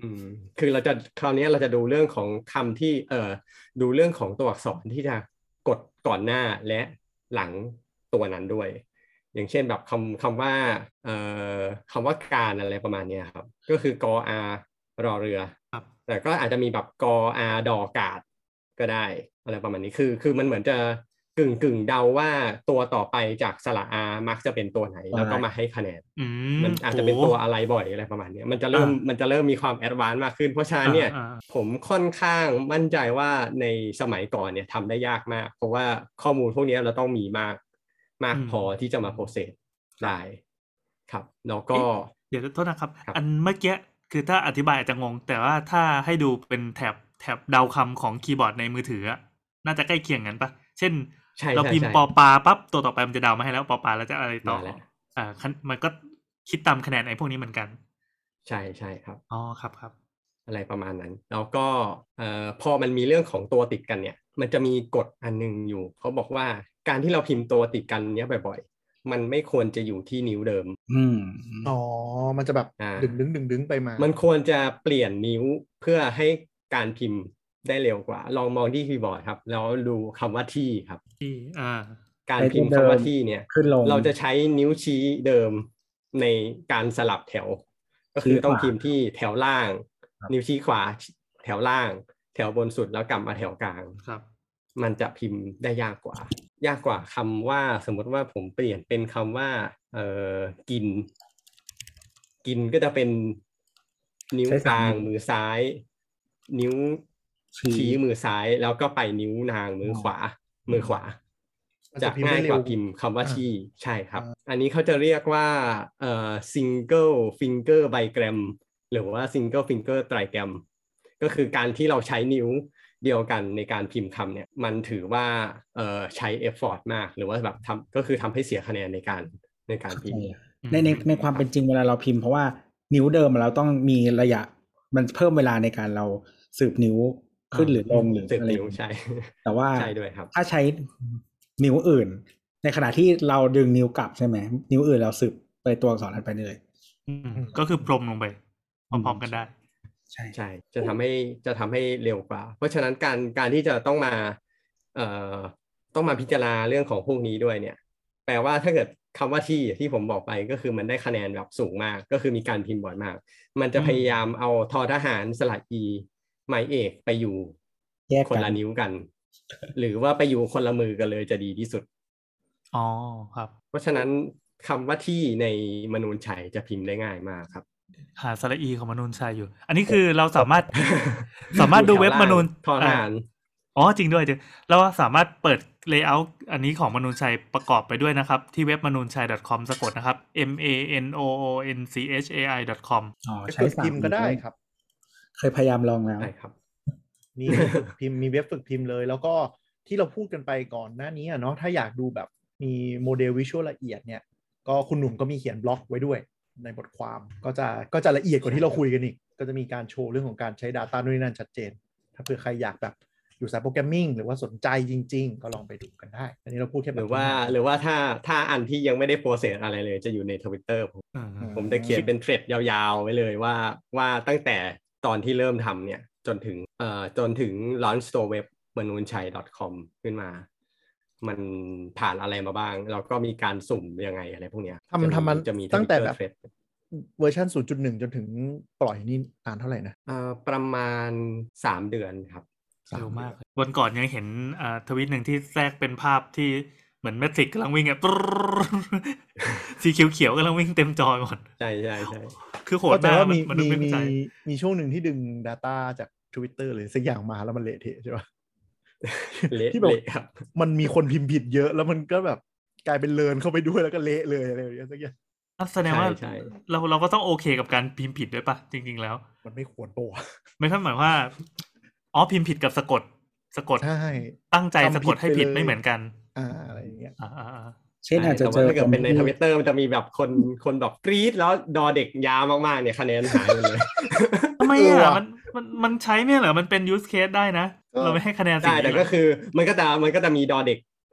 อืมคือเราจะคราวนี้เราจะดูเรื่องของคำที่เอ่อดูเรื่องของตัวอักษรที่จะกดก่อนหน้าและหลังตัวนั้นด้วยอย่างเช่นแบบคำคำว่าเอ่อคำว่าการอะไรประมาณนี้ครับก็คือกออารอเรือแต่ก็อาจจะมีแบบกออาดอกาดก็ได้อะไรประมาณนี้คือคือมันเหมือนจะกึ่งกึ่งเดาว่าตัวต่อไปจากสระอามักจะเป็นตัวไหนแล้วก็มาให้คะแนนมันอาจจะเป็นตัวอะไรบ่อยอะไรประมาณนี้มันจะเริ่มมันจะเริ่มมีความแอดวานซ์มากขึ้นเพราะฉะนั้นเนี่ยผมค่อนข้างมั่นใจว่าในสมัยก่อนเนี่ยทำได้ยากมากเพราะว่าข้อมูลพวกนี้เราต้องมีมากมากพอที่จะมาโปรเซสได้ครับแล้วก็เดี๋ยวโทษนะครับอันเมื่อกี้คือถ้าอธิบายอาจจะงงแต่ว่าถ้าให้ดูเป็นแถบแถบเดาคำของคีย์บอร์ดในมือถือน่าจะใกล้เคียงกันปะเช่นเราพิมพ์ปอปาปั๊บตัวต่อไปมันจะเดามาให้แล้วปอปาแล้วจะอะไรต่ออ่ามันก็คิดตามคะแนนไอ้พวกนี้เหมือนกันใช่ใช่ครับอ๋อครับครับอะไรประมาณนั้นแล้วก็เอ่อพอมันมีเรื่องของตัวติดกันเนี่ยมันจะมีกฎอันนึงอยู่เขาบอกว่าการที่เราพิมพ์ตัวติดกันเนี้ยบ่อยๆมันไม่ควรจะอยู่ที่นิ้วเดิมอืมอ๋อมันจะแบบดึงดึงดึงดึงไปมามันควรจะเปลี่ยนนิ้วเพื่อให้การพิมพ์ได้เร็วกว่าลองมองที่คีย์บอร์ดครับแล้วดูคำว่าที่ครับที่อ่าการพิมพ์คำว่าที่เนี่ยเราจะใช้นิ้วชี้เดิมในการสลับแถวก็คือต้องพิมพ์ที่แถวล่างนิ้วชี้ขวาแถวล่างแถวบนสุดแล้วกลับมาแถวกลางมันจะพิมพ์ได้ยากกว่ายากกว่าคำว่าสมมติว่าผมเปลี่ยนเป็นคำว่าเอ่อกินกินก็จะเป็นนิ้วกลางมือซ้ายนิ้วชี้มือซ้ายแล้วก็ไปนิ้วนางมือขวามือขวาจะง่ายกว่าพิมพ์คำว่าที่ใช่ครับอันนี้เขาจะเรียกว่าเอ่อ single finger bigram หรือว่า single finger trigram ก็คือการที่เราใช้นิ้วเดียวกันในการพิมพ์คำเนี่ยมันถือว่าเอ่อใช้ effort มากหรือว่าแบบทำก็คือทำให้เสียคะแนนในการในการพิมพ์ในในในความเป็นจริงเวลาเราพิมพ์เพราะว่านิ้วเดิมเราต้องมีระยะมันเพิ่มเวลาในการเราสืบนิ้วขึ้นหรือลงหรืออะไรใช่แต่ว่าใช่ด้วยครับถ้าใช้นิ้วอื่นในขณะที่เราดึงนิ้วกลับใช่ไหมนิ้วอื่นเราสืบไปตัวอักษรนั้นไปเลยก็คือพรมลงไปพร้อมๆกันได้ใช่ใช่จะทำให้จะทำให้เร็วกว่าเพราะฉะนั้นการการที่จะต้องมาเอ่อต้องมาพิจารณาเรื่องของพวกนี้ด้วยเนี่ยแปลว่าถ้าเกิดคำว่าที่ที่ผมบอกไปก็คือมันได้คะแนนแบบสูงมากก็คือมีการพิมพ์บ่อยมากมันจะพยายามเอาทอทหารสระอีหมายเอกไปอยู่คนละนิ้วกันหรือว่าไปอยู่คนละมือกันเลยจะดีที่สุดอ๋อครับเพราะฉะนั้นคำว่าที่ในมนูญชัยจะพิมพ์ได้ง่ายมากครับหาสระอีของมนูญชัยอยู่อันนี้คือเราสามารถสามารถดูเว็บมนูญทอทหารอ๋อจริงด้วยจริงเราสามารถเปิด layout อันนี้ของมนูญชัยประกอบไปด้วยนะครับที่เว็บมนูญชัย .com สะกดนะครับ m a n o o n c h a i .com อ๋อใช้พิมพ์ก็ได้ครับเคยพยายามลองแล้วใช่ครับมีฝึกพิมพ์มีเว็บฝึกพิมพ์เลยแล้วก็ที่เราพูดกันไปก่อนหน้านี้เนาะถ้าอยากดูแบบมีโมเดลวิชวลละเอียดเนี่ยก็คุณหนุ่มก็มีเขียนบล็อกไว้ด้วยในบทความก็จะก็จะละเอียดกว่าที่เราคุยกันอีกก็จะมีการโชว์เรื่องของการใช้ Data นู่นนี่นั่นชัดเจนถ้าเผื่อใครอยากแบบอยู่สายโปรแกรมมิ่งหรือว่าสนใจจริงๆก็ลองไปดูกันได้อันนี้เราพูดแค่หรือว่าหรือว่าถ้าถ้าอันที่ยังไม่ได้โปรเซสอะไรเลยจะอยู่ใน Twitter ผมผมจะเขียนเป็นเทรดยาวๆไว้เลยว่าว่าตั้งแต่ตอนที่เริ่มทำเนี่ยจนถึงเอ่อจนถึง launch store web มนูญชัย .com ขึ้นมามันผ่านอะไรมาบ้างแล้วก็มีการสุ่มยังไงอะไรพวกเนี้ยทำทำมันจะมีตั้งแต่แบบเวอร์ชัน ศูนย์จุดหนึ่ง จนถึงปล่อยนี่นานเท่าไหร่นะเอ่อประมาณสามเดือนครับเร็วมากวันก่อนยังเห็นอ่าทวิตหนึ่งที่แทรกเป็นภาพที่เหมือนแมทริกกำลังวิ่งอ่ะสีเขียวๆกำลังวิ่งเต็มจอหมดใช่ใช่ใช่คือโหดมากมีมีมีมีช่วงหนึ่งที่ดึง data จาก Twitter เลยสักอย่างมาแล้วมันเละเทะใช่ป่ะที่แบบมันมีคนพิมพ์ผิดเยอะแล้วมันก็แบบกลายเป็นเลิร์นเข้าไปด้วยแล้วก็เละเลยอะไรอย่างเงี้ยสักอย่างแสดงว่าเราเราก็ต้องโอเคกับการพิมพ์ผิดด้วยป่ะจริงๆแล้วมันไม่ควรตัวไม่ใช่หมายว่าอ๋อพิมพ์ผิดกับสะกดสะกดใช่ตั้งใจสะกดให้ผิดไม่เหมือนกันอ่าอะไรอย่างเงี้ยอ่าเช่นอาจจะเจอถ้าเกิดเป็นใน Twitter มันจะมีแบบคนคนแบบกรี๊ดแล้วดอเด็กยาวมากๆเนี่ยคะแนนหายหมดเลยทำไมอ่ะมันมันมันใช้ไม่เหรอมันเป็น use case ได้นะเราไม่ให้คะแนนได้แต่ก็คือมันก็จะมันก็จะมีดอเด็ก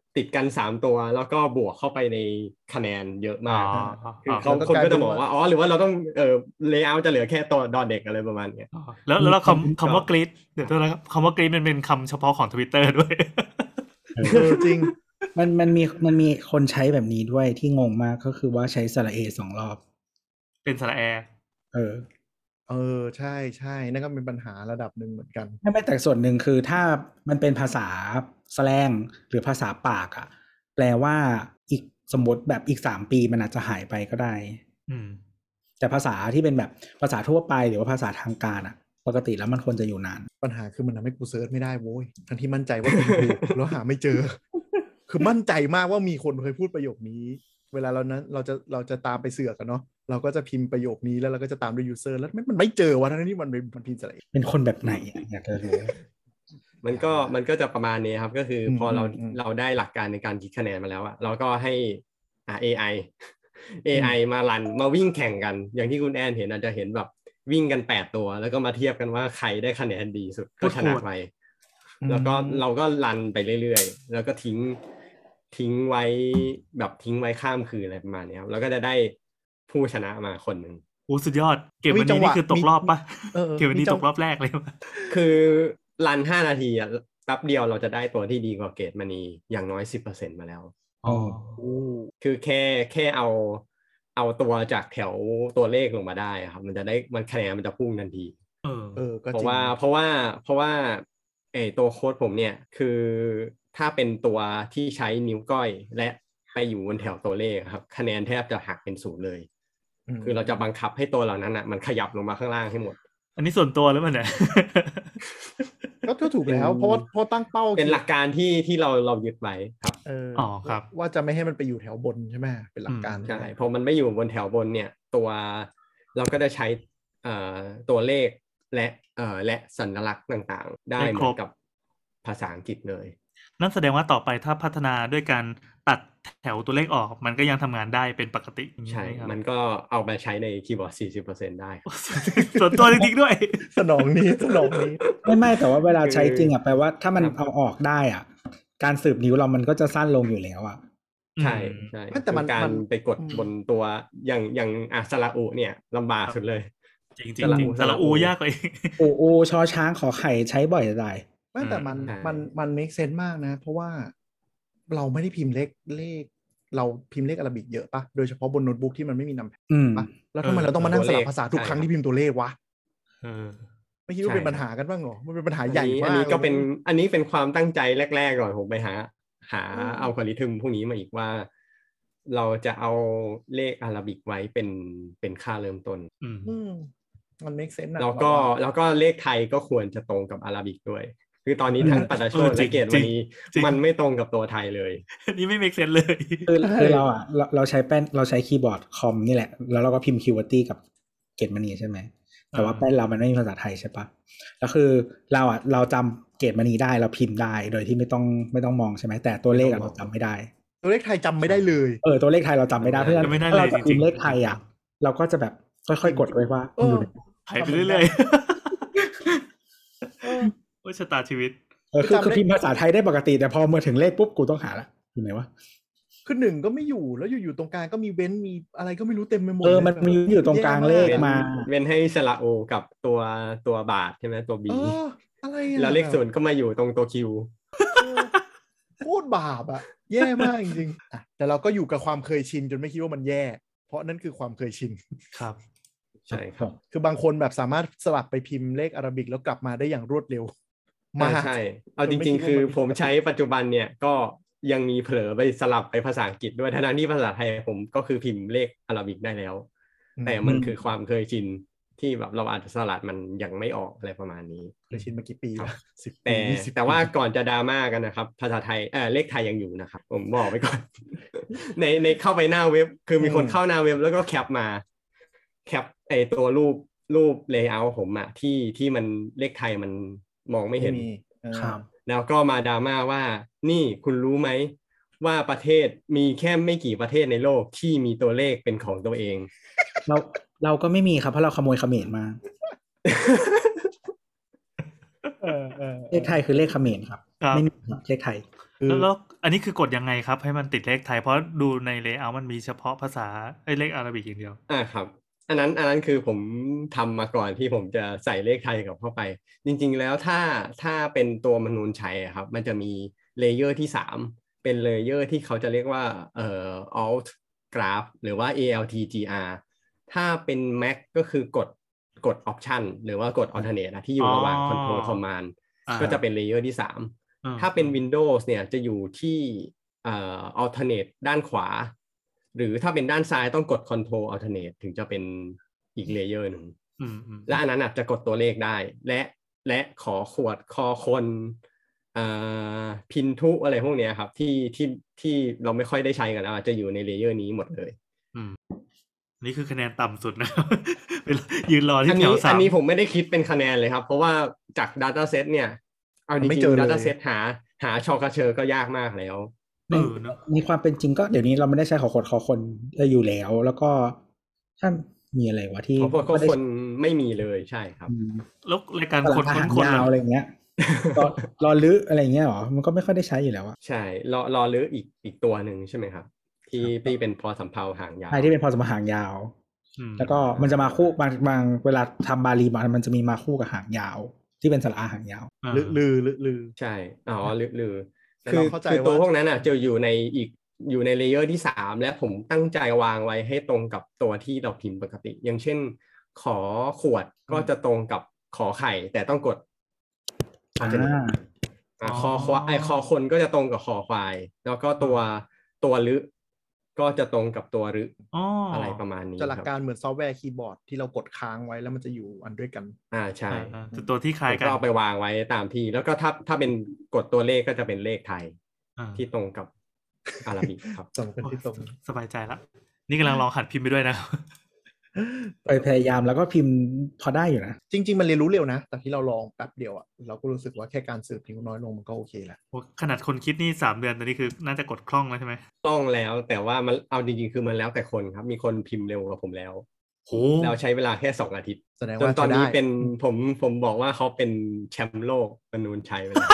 ติดกันสามตัวแล้วก็บวกเข้าไปในคะแนนเยอะอ๋มาอกคืออ๋อเขาคนก็จะบอกว่าอ๋อหรือว่าเราต้องเออเลเยอร์จะเหลือแค่ตัวดอเด็กอะไรประมาณเนี้ยอ๋อแล้วแล้วคำคำว่ากรีดเดี๋ยวโทษนะครับคำว่ากรีดมันเป็นคำเฉพาะของ Twitter ด้วยเออจริงมันมันมีมันมีคนใช้แบบนี้ด้วยที่งงมากก็คือว่าใช้สระเอสองรอบเป็นสระแอเออเออใช่ใช่นั่นก็เป็นปัญหาระดับหนึ่งเหมือนกันไม่ไม่แต่ส่วนหนึ่งคือถ้ามันเป็นภาษาแสลงหรือภาษาปากอะแปลว่าอีกสมมติแบบอีกสามปีมันอาจจะหายไปก็ได้อืมแต่ภาษาที่เป็นแบบภาษาทั่วไปหรือว่าภาษาทางการอะปกติแล้วมันควรจะอยู่นานปัญหาคือมันทำให้กูเซิร์ชไม่ได้โว้ยทั้งที่มั่นใจว่าพิมพ์ถูก แล้วหาไม่เจอ คือมั่นใจมากว่ามีคนเคยพูดประโยคนี้ เวลาเรานั้นเราจะเราจะตามไปเสือกกันเนาะเราก็จะพิมพ์ประโยคนี้แล้วเราก็จะตามด้วยยูเซอร์แล้วมันไม่เจอวะทั้งที่มันเป็นมันพิมพ์อะไรเป็นคนแบบไหนอะอยากจะรู้มันก็มันก็จะประมาณนี้ครับก็คืออมพอเราอืมเราได้หลักการในการคิดคะแนนมาแล้วอะเราก็ให้อ่า เอ ไอ เอ ไอ มารันมาวิ่งแข่งกัน อย่างที่คุณแอนเห็นอาจจะเห็นแบบวิ่งกันแปดตัวแล้วก็มาเทียบกันว่าใครได้คะแนนดีสุดก็ชนะไปแล้วก็เราก็รันไปเรื่อยๆแล้วก็ทิ้งทิ้งไว้แบบทิ้งไว้ข้ามคืนอะไรประมาณนี้ครับแล้วก็จะได้ผู้ชนะมาคนหนึ่งโอ้สุดยอด เกมวันมีจันี้งหวะนี่คือตกรอบปะเออเกมวันนี้มีจัตงกรอบแรกเลยปะคือรันห้านาทีอ่ะแป๊บเดียวเราจะได้ตัวที่ดีกว่าเกรดมณีอย่างน้อย สิบเปอร์เซ็นต์ มาแล้วอ๋อโอ้คือแค่แค่เอาเอาตัวจากแถวตัวเลขลงมาได้ครับมันจะได้มันคะแนนมันจะพุ่งทันทีเออเออก็เพจริราะงว่าเพราะว่าเพราะว่าไอตัวโค้ดผมเนี่ยคือถ้าเป็นตัวที่ใช้นิ้วก้อยและไปอยู่บนแถวตัวเลขครับคะแนนแทบจะหักเป็นศูนย์เลยมคือเราจะบังคับให้ตัวเหล่านั้นอ่ะมันขยับลงมาข้างล่างให้หมดอันนี้ส่วนตัวหรือเปล่าเนี่ยก็ก็ถูกแล้ว เพราะว่าเพราะตั้งเป้าเป็นหลักการที่ที่เราเรายึดไว้ครับเอออ๋อครับว่าจะไม่ให้มันไปอยู่แถวบนใช่ไหมเป็นหลักการใช่พอมันไม่อยู่บนแถวบนเนี่ยตัวเราก็จะใช้เอ่อตัวเลขและเอ่อและสัญลักษณ์ต่างๆ ได้ได้เหคมืรอบ นกับภาษาอังกฤษเลยนั่นแสดงว่าต่อไปถ้าพัฒนาด้วยการตัดแถวตัวเลขออก มันก็ยังทำงานได้เป็นปกติอย่างนี้ใช่ไหมครับมันก็เอาไปใช้ในคีย์บอร์ด สี่สิบเปอร์เซ็นต์ ได้ส่วนตัวจริงๆด้วยสนองนี้สนองนี้ไม่ไม่แต่ว่าเวลาใช้จริงอะแปลว่าถ้ามันครับเอาออกได้อะการสืบนิ้วเรามันก็จะสั้นลงอยู่แล้วอะใช่ใช่ไม่แต่มันคือการมันไปกดอืมบนตัวอย่างอย่างอ่ะสระอุเนี่ยลำบากสุดเลยจริงๆจริสระงอูๆสระอูสระอูยากกว่าอีกโอโอชอช้างขอไข่ใช้บ่อยจะได้ไม่แต่มันใช่มันมัน make sense มากนะ เพราะว่าเราไม่ได้พิมพ์เลขเลข เราพิมพ์เลขอาราบิกเยอะปะโดยเฉพาะบนโน้ตบุ๊กที่มันไม่มีนำแพดอืมปะแล้วทำไมเออเราต้องมานั่งสตัวลัเลบขภาษาทุกใช่ครั้งครับที่พิมพ์ตัวเลขวะเออไม่คิดว่าใช่เป็นปัญหากันบ้างเหรอมันเป็นปัญหาใหญ่อันมากนี้ก็เป็นลยะอันนี้เป็นความตั้งใจแรกๆก่อนผมไปหา หาอืมอัลกอริทึมพวกนี้มาอีกว่า เราจะเอาเลขอาราบิกไว้เป็นเป็นค่าเริ่มต้นอืมอืมมัน make sense นะแล้วก็บบว่าแล้วก็เลขไทยก็ควรจะตรงกับอาราบิกด้วย คือตอนนี้ทั้งปัตตโชเอตอจริและงเกรดจริวังนนี้จริงมันไม่ตรงกับตัวไทยเลยอันนี้ไม่ make sense เลยคือใช่คือเราอะเราเราใช้แป้นเราใช้คีย์บอร์ดคอมนี่แหละ แล้วเราก็พิมพ์คีย์เวิร์ดตี้กับเกตมณีใช่ไหมแต่ว่าอ่าแป้นเรามันไม่มีภาษาไทยใช่ปะแล้วคือเราอะเราจำเกตมณีได้เราพิมพ์ได้โดยที่ไม่ต้องไม่ต้องมองใช่ไหมแต่ตัวเลขอะไม่ต้เราองมองจำไม่ได้ตัวเลขไทยจำไม่ได้เลยเออตัวเลขไทยเราจำไม่ได้เพราะฉะนั้นจำไม่ได้ถ้าเราเลยจะพิมจริพ์งๆเลขไทยอะเราก็จะแบบค่อยๆกดไว้ว่าเอมันออยู่ไหนถ่ายไปเรื่อยๆเออโอ้ยชะตาชีวิตเออคือจำได้คือพิมพ์ภาษาไทยได้ปกติ แต่พอมาถึงเลขปุ๊บกูต้องหาละอยู่ไหนวะคือหนึ่งก็ไม่อยู่แล้วอยู่ๆตรงกลางก็มีเว้นมีอะไรก็ไม่รู้เต็มไปหมดเออลยมันมีอยู่ตรงกลางเลขเว้นมาเว้นให้สระโอกับตัวตัวบาทใช่ไหมตัวบีเอออะไรอะแล้วเลขศูนย์ก็มาอยู่ตรงตัวคิวเออโคตรบาปอะแย่มากจริงๆอ่ะแต่เราก็อยู่กับความเคยชินจนไม่คิดว่ามันแย่ เพราะนั่นคือความเคยชินครับใช่ครับคือบางคนแบบสามารถสลับไปพิมพ์เลขอาราบิกแล้วกลับมาได้อย่างรวดเร็วใช่มากใช่ เอาจริง ๆ คือผมใช้ปัจจุบันเนี่ยก็ยังมีเผลอไปสลับไปภาษาอังกฤษด้วยทั้งที่ภาษาไทยผมก็คือพิมพ์เลขอาราบิกได้แล้ว แต่มันคือความเคยชินที่แบบเราอาจจะสลัดมันยังไม่ออกอะไรประมาณนี้เคยชินมากี่ปีครับอะสิบปีแต่ยี่สิบแต่ว่าปีก่อนจะดราม่ากันนะครับ ภาษาไทยเออเลขไทยยังอยู่นะครับ ผมบอกไปก่อน ในในเข้าไปหน้าเว็บ คือมีคนเข้าหน้าเว็บแล้วก็แคปมา แคปไอตัวรูปรูปเลเยอร์ผมอะที่ที่มันเลขไทยมันมองไม่เห็นมีเออครับแล้วก็มาดราม่าว่านี่คุณรู้ไหมว่าประเทศมีแค่ไม่กี่ประเทศในโลกที่มีตัวเลขเป็นของตัวเองเราเราก็ไม่มีครับเพราะเราขโมยเขมรมาเออเออเลขไทยคือเลขเขมรครับครับไม่มีเลขไทยแล้วแล้วอันนี้คือกดยังไงครับให้มันติดเลขไทยเพราะดูในเลเยอร์มันมีเฉพาะภาษาไอ้เลขอาหรับิกอย่างเดียวอ่าครับอันนั้นอันนั้นคือผมทำมาก่อนที่ผมจะใส่เลขไทยกับเข้าไปจริงๆแล้วถ้าถ้าเป็นตัวมนูญชัยอะครับมันจะมีเลเยอร์ที่สามเป็นเลเยอร์ที่เขาจะเรียกว่าเอ่อ alt graph หรือว่า a l t g r ถ้าเป็น Mac ก็คือกดกด option หรือว่ากด alternate อะที่อยู่ระหว่าง control command ก็จะเป็นเลเยอร์ที่สามถ้าเป็น Windows เนี่ยจะอยู่ที่เอ่อ alternate ด้านขวาหรือถ้าเป็นด้านซ้ายต้องกด control alternate ถึงจะเป็นอีกเลเยอร์หนึ่งและอันนั้นอาจจะกดตัวเลขได้และและขอขวดคอคนพินทุอะไรพวกนี้ครับที่ที่ที่เราไม่ค่อยได้ใช้กันแล้วอาจจะอยู่ในเลเยอร์นี้หมดเลยนี่คือคะแนนต่ำสุดนะ ยืนรอที่แถวสามอันนี้ผมไม่ได้คิดเป็นคะแนนเลยครับเพราะว่าจาก data set เนี่ยเอาจริงๆ data set หาหาชอกระเชอก็ยากมากแล้วในในความเป็นจริงก็เดี๋ยวนี้เราไม่ได้ใช้ขอคนขอคนอยู่แล้วแล้วก็ถ้ามีอะไรวะที่ขอคนคนไม่มีเลยใช่ครับแล้วรายการคนคนคนอะไรเงี้ยรอรอลึอะไรเงี้ยหรอมันก็ไม่ค่อยได้ใช้อยู่แล้วอะใช่รอรอลึอีกอีกตัวหนึ่งใช่ไหมครับที่ที่เป็นพอสำเภาหางยาวใช่ที่เป็นพอสำเภาหางยาวแล้วก็มันจะมาคู่บางบางเวลาทำบาลีมันจะมีมาคู่กับหางยาวที่เป็นสระอาหางยาวลือลือลือใช่อ๋อลือลือคือคือตัวพวกนั้นอ่ะจะอยู่ในอีกอยู่ในเลเยอร์ที่สามและผมตั้งใจวางไว้ให้ตรงกับตัวที่เราพิมพ์ปกติอย่างเช่นขอขวดก็จะตรงกับขอไข่แต่ต้องกดอ่าคอควายไอคอคนก็จะตรงกับคอควายแล้วก็ตัวตัวลึก็จะตรงกับตัวรึอะไรประมาณนี้จะหลักการเหมือนซอฟต์แวร์คีย์บอร์ดที่เรากดค้างไว้แล้วมันจะอยู่อันด้วยกันอ่าใช่ตัวที่คล้ายกันก็เอาไปวางไว้ตามที่แล้วก็ถ้าถ้าเป็นกดตัวเลขก็จะเป็นเลขไทยที่ตรงกับอาหรับิกครับตรงกันที่ตรงสบายใจละนี่กำลังลองหัดพิมพ์ไปด้วยนะไปพยายามแล้วก็พิมพ์พอได้อยู่นะจริงๆมันเรียนรู้เร็วนะแต่ที่เราลองแป๊บเดียวอ่ะเราก็รู้สึกว่าแค่การสืบนิ้วน้อยลงมันก็โอเคแล้วขนาดคนคิดนี่สามเดือนตอนนี้คือน่าจะกดคล่องแล้วใช่ไหมคล่องแล้วแต่ว่ามันเอาจริงๆคือมันแล้วแต่คนครับมีคนพิมพ์เร็วกว่าผมแล้วแล้วใช้เวลาแค่สองอาทิตย์จนตอนนี้เป็นผมผมบอกว่าเขาเป็นแชมป์โลกมนูญชัยไปแล้ว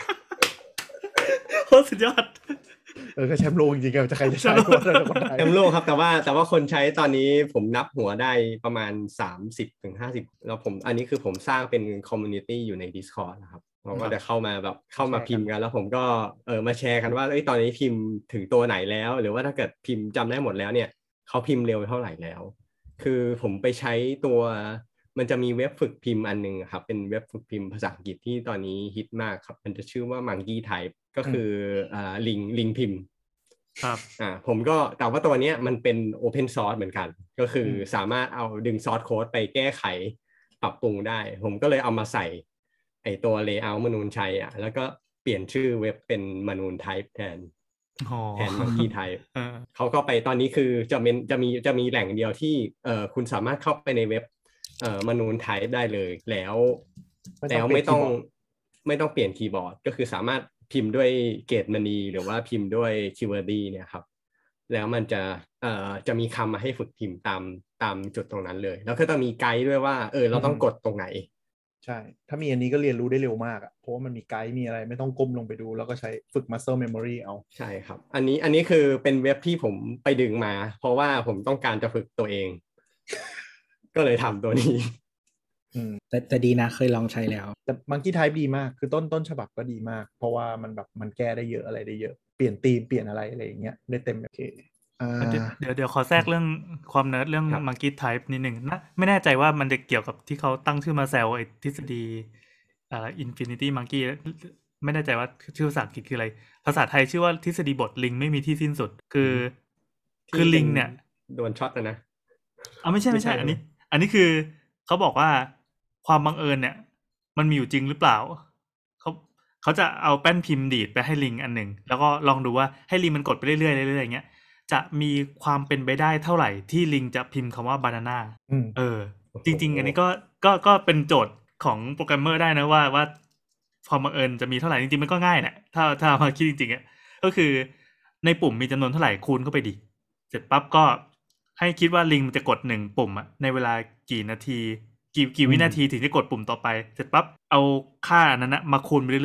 โคตรสุดยอดเออก็แชมป์โลกจริงๆจะใครจะใช้แชมป์โลกครับแต่ว่าแต่ว่าคนใช้ตอนนี้ผมนับหัวได้ประมาณสามสิบถึงห้าสิบแล้วผมอันนี้คือผมสร้างเป็นคอมมูนิตี้อยู่ใน Discord นะครับเราก็จะเข้ามาแบบเข้ามาพิมพ์กันแล้วผมก็เออมาแชร์กันว่าเอ้ยตอนนี้พิมพ์ถึงตัวไหนแล้วหรือว่าถ้าเกิดพิมพ์จำได้หมดแล้วเนี่ยเขาพิมพ์เร็วเท่าไหร่แล้วคือผมไปใช้ตัวมันจะมีเว็บฝึกพิมพ์อันนึงครับเป็นเว็บฝึกพิมพ์ภาษาอังกฤษที่ตอนนี้ฮิตมากครับมันจะชื่อว่า Monkey Type ก็คืออ่าลิงลิงพิมพ์ครับอ่าผมก็แต่ว่าตัวนี้มันเป็น Open Source เหมือนกันก็คือสามารถเอาดึงซอร์สโค้ดไปแก้ไขปรับปรุงได้ผมก็เลยเอามาใส่ไอตัว layout มนูญชัยอ่ะแล้วก็เปลี่ยนชื่อเว็บเป็นมนูญ Type แทนแทน Monkey Type เขาก็ไปตอนนี้คือจะมีจะมีจะมีแหล่งเดียวที่เอ่อคุณสามารถเข้าไปในเว็บเอ่อมนูญ Type ได้เลยแล้วแล้วไม่ต้องไม่ต้องเปลี่ยนคีย์บอร์ดก็คือสามารถพิมพ์ด้วยเกตมณีหรือว่าพิมพ์ด้วยคีย์เวิร์ดเนี่ยครับแล้วมันจะเอ่อจะมีคำมาให้ฝึกพิมพ์ตามตามจุดตรงนั้นเลยแล้วก็ต้องมีไกด์ด้วยว่าเออเราต้องกดตรงไหนใช่ถ้ามีอันนี้ก็เรียนรู้ได้เร็วมากอ่ะเพราะว่ามันมีไกด์มีอะไรไม่ต้องก้มลงไปดูแล้วก็ใช้ฝึก muscle memory เอาใช่ครับอันนี้อันนี้คือเป็นเว็บที่ผมไปดึงมาเพราะว่าผมต้องการจะฝึกตัวเอง ก็เลยทำตัวนี้แต่แต่ดีนะเคยลองใช้แล้วแต่ Monkey Type ดีมากคือต้นต้นฉบับก็ดีมากเพราะว่ามันแบบมันแก้ได้เยอะอะไรได้เยอะเปลี่ยนธีมเปลี่ยนอะไรอะไรอย่างเงี้ยได้เต็มโอเคเดี๋ยวเดี๋ยวขอแทรกเรื่องความเนิร์ดเรื่อง Monkey Type นิดหนึ่งนะไม่แน่ใจว่ามันจะเกี่ยวกับที่เขาตั้งชื่อมาแซวไอ้ทฤษฎีอ่า Infinity Monkey ไม่แน่ใจว่าชื่อภาษาอังกฤษคืออะไรภาษาไทยชื่อว่าทฤษฎีบทลิงไม่มีที่สิ้นสุดคือคือลิงเนี่ยโดนช็อตนะอ่ะไม่ใช่ไม่ใช่อันนี้อันนี้คือเขาบอกว่าความบังเอิญเนี่ยมันมีอยู่จริงหรือเปล่าเขาเขาจะเอาแป้นพิมพ์ดีดไปให้ลิงอันหนึ่งแล้วก็ลองดูว่าให้ลิงมันกดไปเรื่อยๆเรื่อยๆอย่างเงี้ยจะมีความเป็นไปได้เท่าไหร่ที่ลิงจะพิมพ์คำว่า banana เออจริงๆอันนี้ก็ก็ก็เป็นโจทย์ของโปรแกรมเมอร์ได้นะว่าว่าความบังเอิญจะมีเท่าไหร่จริงๆมันก็ง่ายแหละถ้าถ้ามาคิดจริงๆอ่ะก็คือในปุ่มมีจำนวนเท่าไหร่คูณเข้าไปดิเสร็จปั๊บก็ให้คิดว่าลิงมันจะกดหนึ่งปุ่มอ่ะในเวลากี่นาทีกี่กี่วินาทีถึงจะกดปุ่มต่อไปเสร็จปั๊บเอาค่านั้นนะมาคูณไปเรื่อย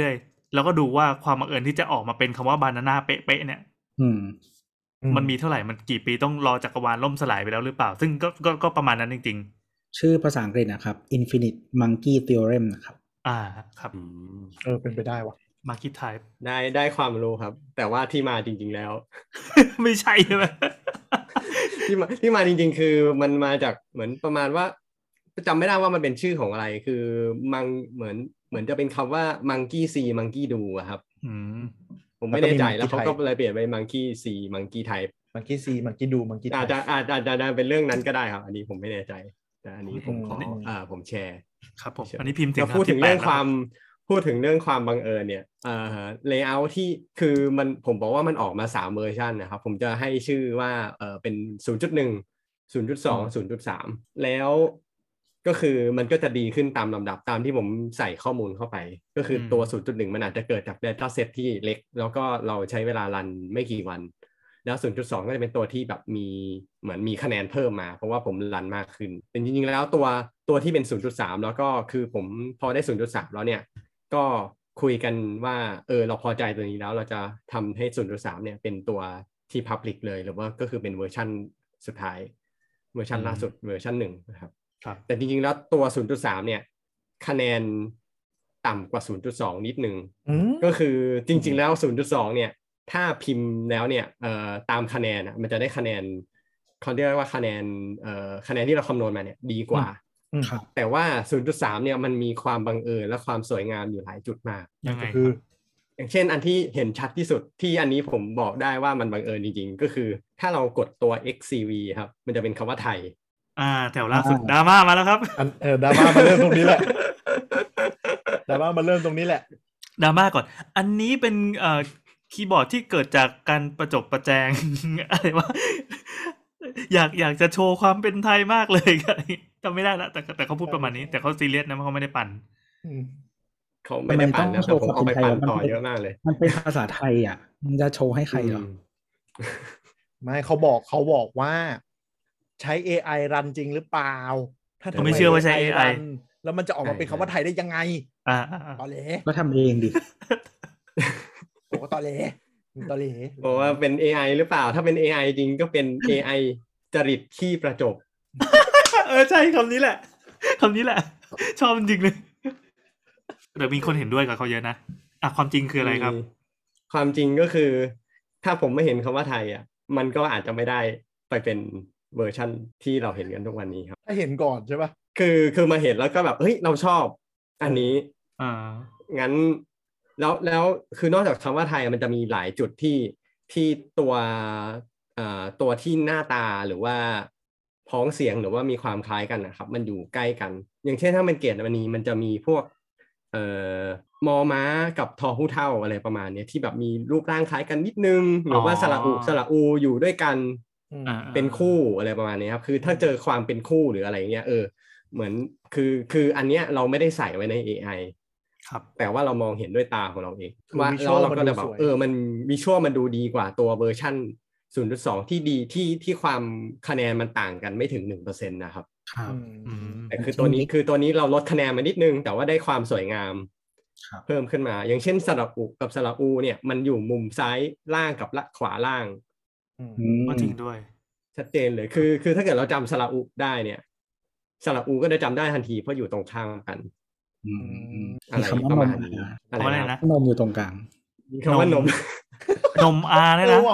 แล้วก็ดูว่าความบังเอิญที่จะออกมาเป็นคำว่าบานาน่าเป๊ะๆเนี่ยอืมมันมีเท่าไหร่มันกี่ปีต้องรอจักรวาลล่มสลายไปแล้วหรือเปล่าซึ่งก็ก็ก็ประมาณนั้นจริงๆชื่อภาษาอังกฤษนะครับ Infinite Monkey Theorem นะครับอ่าครับเออเป็นไปได้วะ Monkey Type ได้ได้ความรู้ครับแต่ว่าที่มาจริงๆแล้วไม่ใช่ใช่ไหมที่มาที่มาจริงๆคือมันมาจากเหมือนประมาณว่าจำไม่ได้ว่ามันเป็นชื่อของอะไรคือมังเหมือนเหมือนจะเป็นคำว่า monkey see monkey do อะครับผมไม่แน่ใจแล้วเขาก็เลยเปลี่ยนไป monkey see monkey type monkey see monkey do monkey type อาจจะอาจจะอาจจะเป็นเรื่องนั้นก็ได้ครับอันนี้ผมไม่แน่ใจแต่อันนี้ผมขออ่าผมแชร์ครับผมอันนี้พิมพ์ถึงพูดถึงเรื่องความพูดถึงเรื่องความบังเอิญเนี่ยเอ่อ layout ที่คือมันผมบอกว่ามันออกมาสามเวอร์ชันนะครับผมจะให้ชื่อว่าเอ่อเป็น ศูนย์จุดหนึ่ง ศูนย์จุดสอง ศูนย์จุดสาม แล้วก็คือมันก็จะดีขึ้นตามลำดับตามที่ผมใส่ข้อมูลเข้าไปก็คือตัว ศูนย์จุดหนึ่ง มันอาจจะเกิดจาก data set ที่เล็กแล้วก็เราใช้เวลารันไม่กี่วันแล้ว ศูนย์จุดสอง ก็จะเป็นตัวที่แบบมีเหมือนมีคะแนนเพิ่มมาเพราะว่าผมรันมากขึ้นแต่จริงๆแล้วตัวตัวที่เป็น ศูนย์จุดสาม แล้วก็คือผมพอได้ ศูนย์จุดสาม แล้วเนี่ยก็คุยกันว่าเออเราพอใจตัวนี้แล้วเราจะทำให้ ศูนย์จุดสาม เนี่ยเป็นตัวที่ public เลยหรือว่าก็คือเป็นเวอร์ชันสุดท้ายเวอร์ชันล่าสุดเวอร์ชันหนึ่งนะครับแต่จริงๆแล้วตัว ศูนย์จุดสาม เนี่ยคะแนนต่ำกว่า ศูนย์จุดสอง นิดนึงก็คือจริงๆแล้ว ศูนย์จุดสอง เนี่ยถ้าพิมพ์แล้วเนี่ยเอ่อตามคะแนนอ่ะมันจะได้คะแนนเขาเรียกว่าคะแนนเอ่อคะแนนที่เราคำนวณมาเนี่ยดีกว่าแต่ว่า ศูนย์จุดสาม เนี่ยมันมีความบังเอิญและความสวยงามอยู่หลายจุดมากยังไงคืออย่างเช่นอันที่เห็นชัดที่สุดที่อันนี้ผมบอกได้ว่ามันบังเอิญจริงๆก็คือถ้าเรากดตัว เอ็กซ์ ซี วี ครับมันจะเป็นคำว่าไทยอ่าแถวล่าสุดดราม่ามาแล้วครับเออดราม่ามาเริ่มตรงนี้แหละดราม่ามาเริ่มตรงนี้แหละดราม่าก่อนอันนี้เป็นเอ่อคีย์บอร์ดที่เกิดจากการประจบประแจงอะไรวะอยากอยากจะโชว์ความเป็นไทยมากเลยจำไม่ได้ละแต่แต่เขาพูดประมาณนี้แต่เขาซีเรียสนะเขาไม่ได้ปั่นเขาไม่ได้ปั่นนะแต่ผมเอาไปปั่นต่อเยอะมากเลยมันเป็นภาษาไทยอ่ะมันจะโชว์ให้ใครหรอไม่เขาบอกเขาบอกว่าใช้ เอ ไอ รันจริงหรือเปล่าถ้าไม่เชื่อว่าใช้ เอ ไอแล้วมันจะออกมาเป็นคำว่าไทยได้ยังไงอ่าตอเลก็ทำเองดิโอ้ตอเลตอเลบอกว่าเป็น เอ ไอ หรือเปล่าถ้าเป็น เอ ไอ จริงก็เป็น เอ ไอ จริตขี้ประจบเออใช่คำนี้แหละคำนี้แหละชอบจริงเลยแต่มีคนเห็นด้วยกับเขาเยอะนะอ่ะความจริงคืออะไรครับความจริงก็คือถ้าผมไม่เห็นคำว่าไทยอ่ะมันก็อาจจะไม่ได้ไปเป็นเวอร์ชั่นที่เราเห็นกันทุกวันนี้ครับถ้าเห็นก่อนใช่ปะคือคือมาเห็นแล้วก็แบบเฮ้ยเราชอบอันนี้อ่างั้นแล้วแล้วคือนอกจากคำว่าไทยมันจะมีหลายจุดที่ที่ตัวเอ่อตัวที่หน้าตาหรือว่าพ้องเสียงหรือว่ามีความคล้ายกันนะครับมันอยู่ใกล้กันอย่างเช่นถ้ามันเกรดมันนี้มันจะมีพวกเอ่อมอม้ากับทอหู้เท่าอะไรประมาณนี้ที่แบบมีรูปร่างคล้ายกันนิดนึงหรือว่าสระอุสระอูอยู่ด้วยกันเป็นคู่อะไรประมาณนี้ครับคือถ้าเจอความเป็นคู่หรืออะไรเงี้ยเออเหมือนคือคืออันเนี้ยเราไม่ได้ใส่ไว้ใน เอ ไอครับแต่ว่าเรามองเห็นด้วยตาของเราเองว่าแล้วเราก็จะแบบเออมันวิชวลมันดูดีกว่าตัวเวอร์ชั่น ศูนย์จุดสอง ที่ดีที่ที่ความคะแนนมันต่างกันไม่ถึง หนึ่งเปอร์เซ็นต์ นะครับครับแต่คือตัวนี้คือตัวนี้เราลดคะแนนมานิดนึงแต่ว่าได้ความสวยงามเพิ่มขึ้นมาอย่างเช่นสระอุกับสระอูเนี่ยมันอยู่มุมซ้ายล่างกับขวาล่างก็จริงด้วยชัดเจนเลยคือคือถ้าเกิดเราจำสระอุได้เนี่ยสระอูก็จะจำได้ทันทีเพราะอยู่ตรงข้างกันอะไรประมาณนี้อะไรนะนมอยู่ตรงกลางคำว่านมนมอาเนี่ยนะ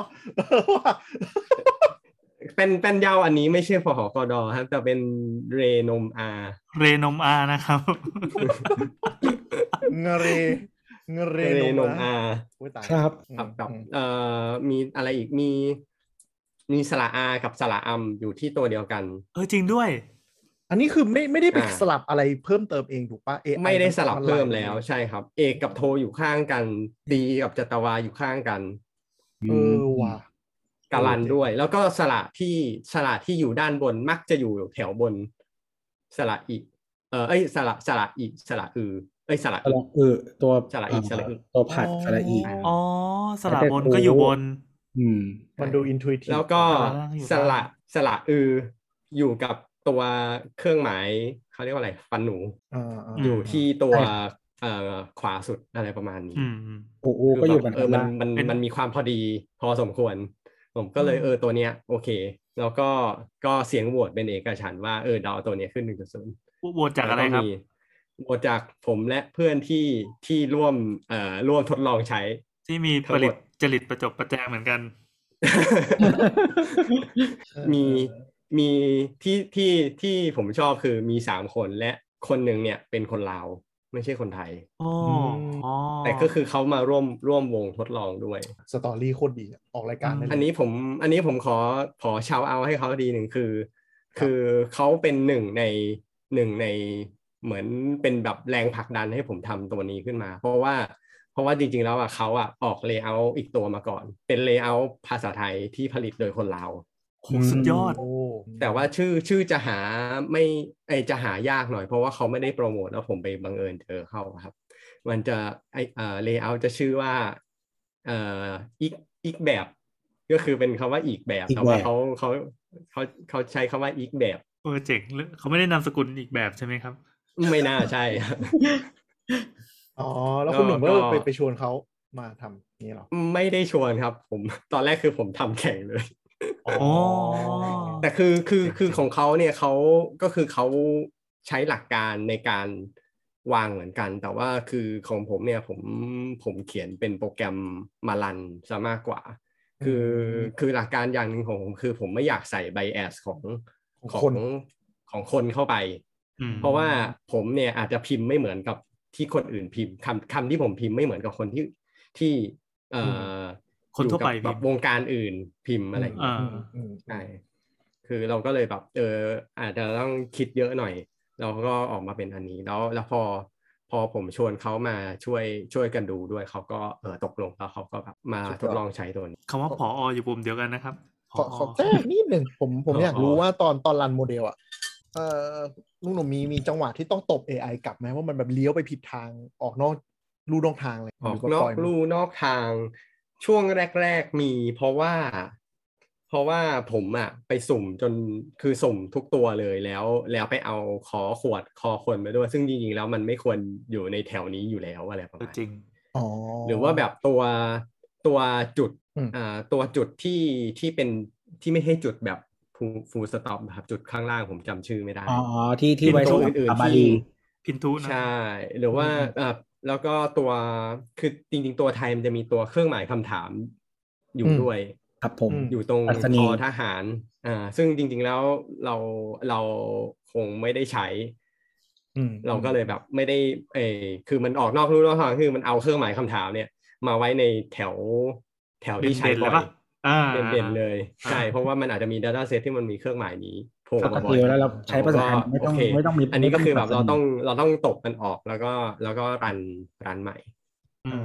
เป็นเป็นยาวอันนี้ไม่ใช่พหกดครับแต่เป็นเรนมอาเรนมอานะครับเงเรเงเรนมอาครับกับเอ่อมีอะไรอีกมีมีสระอากับสระอัมอยู่ที่ตัวเดียวกันเออจริงด้วยอันนี้คือไม่ไม่ได้ไปสลับอะไรเพิ่มเติมเองถูกปะไม่ได้สลับเพิ่มแล้วใช่ครับเอกกับโทอยู่ข้างกันดีกับจัตวาอยู่ข้างกันเออว่ะกาลันด้วยแล้วก็สระที่สระที่อยู่ด้านบนมักจะอยู่แถวบนสระอีเออเอ้ยสระสระอีสระอือเอ้ยสระอีเออตัวสระอีสระอือตัวผัดสระอีอ๋อสระบนก็อยู่บนอืมมันดูอินทูอิทีฟแล้วก็สระสระอืออยู่กับตัวเครื่องหมายเขาเรียกว่าอะไรฟันหนูอยู่ที่ตัวเอ่อขวาสุดอะไรประมาณนี้อืมอืมโอ้โหคือก็อแบยู่บกันเออข้างมันล่างมันเป็นมันมีความพอดีพอสมควร ผมก็เลยอืมเออตัวเนี้ยโอเค แล้วก็ก็เสียงโหวตเป็นเอกฉันท์ว่าเออเราเอาตัวเนี้ยขึ้น หนึ่งจุดศูนย์โหวตจากแล้อะวไรก็ครัมีบโหวตจากผมและเพื่อนที่ที่ร่วมเอ่อร่วมทดลองใช้ที่มีทั้ปงหมริดจริตประจบประแจงเหมือนกันเออมีเออมีที่ที่ที่ผมชอบคือมีสามคนและคนหนึ่งเนี่ยเป็นคนลาวไม่ใช่คนไทยอ๋ออืมอ๋อแต่ก็คือเขามาร่วมร่วมวงทดลองด้วยสตอรี่โคตรดีอะออกรายการได้อืมเลอันยนี้ผมอันนี้ผมขอขอชาวเอาให้เขาทีหนึ่งคือครับคือเขาเป็นหนึ่งในหนึ่งในเหมือนเป็นแบบแรงผลักดันให้ผมทำตัวนี้ขึ้นมา เพราะว่าเพราะว่าจริงๆแล้วอ่ะเขาอ่ะออกเลเยอร์อีกตัวมาก่อน เป็นเลเยอร์ภาษาไทยที่ผลิตโดยคนลาวโหสุดยอดโอ้แต่ว่าชื่อชื่อจะหาไม่ไอยจะหายากหน่อยเพราะว่าเขาไม่ได้โปรโมทแล้วผมไปบังเอิญเจอเข้าครับ มันจะไอเอ่อเลเยอร์จะชื่อว่าเอ่ออีกอีกแบบก็คือเป็นคำว่าอีกแบบอีกแต่ว่าแบบเขาเขาเขาเขาใช้คำว่าอีกแบบเออเจ๋งเลยเขาไม่ได้นามสกุลอีกแบบใช่ไหมครับไม่น่าใช่ครับอ๋อ แล้วก็คุณหนุ่มก็ก็ไปไปชวนเขามาทำนี่เหรอไม่ได้ชวนครับผมตอนแรกคือผมทำแข่งเลยอ๋ออ๋อแต่คือคือเจ๋งคือเจ๋งของเขาเนี่ยเขาก็คือเขาใช้หลักการในการวางเหมือนกัน แต่ว่าคือของผมเนี่ยผมผมเขียนเป็นโปรแกรมมารันซะมากกว่า คืออืมคือหลักการอย่างหนึ่งของผมคือผมไม่อยากใส่ไบแอสของของขคอน งของคนเข้าไปอืมเพราะว่าผมเนี่ยอาจจะพิมพ์ไม่เหมือนกับที่คนอื่นพิมพ์คำคำที่ผมพิมพ์ไม่เหมือนกับคนที่ที่เอ่อคนทั่วไปอยู่กับพิมพ์แบบวงการอื่นพิมพ์อะไรอย่างเงี้ยอ่าอืมอืมใช่ คือเราก็เลยแบบเอออาจจะต้องคิดเยอะหน่อย เราก็ออกมาเป็นอันนี้ แล้วแล้วพอพอผมชวนเขามาช่วยช่วยกันดูด้วยเขาก็เออตกลงแล้วเขาก็แบบมาสุดยอดทดลองใช้ตัวนี้คำว่าผออยู่ปุ่มเดียวกันนะครับขอขอแทรกนิดหนึ่งผมผมอ๋อออยากรู้ว่าตอนตอนรันโมเดลอ่ะเอ่อลุงหนุ่มมีมีจังหวะที่ต้องตบ เอ ไอ กลับไหมว่ามันแบบเลี้ยวไปผิดทางออกนอกลู่นอกทางเลยออกหรืนอปล่กยมัลู่นอกทางช่วงแรก ๆมี เพราะว่า เพราะว่าผมอะไปสุ่มจนคือสุ่มทุกตัวเลยแล้วแล้วไปเอาคอขวดคอคนไปด้วย ซึ่งจริงๆแล้วมันไม่ควรอยู่ในแถวนี้อยู่แล้วอะไรประเออมาณจริงอ๋อหรือว่าแบบตัวตัวจุดอืมอ่าตัวจุดที่ที่เป็นที่ไม่ให้จุดแบบฟูลสต็อปครับจุดข้างล่างผมจำชื่อไม่ได้อ๋อที่ที่เป็นไว้ตัวสำหรับอื่นอาๆบาที่รีพินทุนะใช่ หรือว่าอืมอ่าแล้วก็ตัวคือจริงๆตัวไทยมันจะมีตัวเครื่องหมายคำถามอยู่อืมด้วยครับผมอืมอยู่ตรงอัศทนีอทหารอ่าซึ่งจริงๆแล้วเราเราคงไม่ได้ใช้อืมเราก็เลยแบบไม่ได้เออคือมันออกนอกลู่นอกทางคือมันเอาเครื่องหมายคำถามเนี่ย มาไว้ในแถวแถวที่ใช้เด่นๆบ่เลยอยปะอ่าเด่นๆเลยอ่าใช่ เพราะว่ามันอาจจะมี data set ที่มันมีเครื่องหมายนี้โผล่ปกมาบ่ติอยแล้วเราใช้ภาษาไทยผมก็ไม่ต้องโอเคไม่ต้องมีอันนี้ก็ไม่ต้งคือแบบปบเราสนุต้องเราต้องตบมันออกแล้วก็แล้วก็รันรันใหม่อือ่มา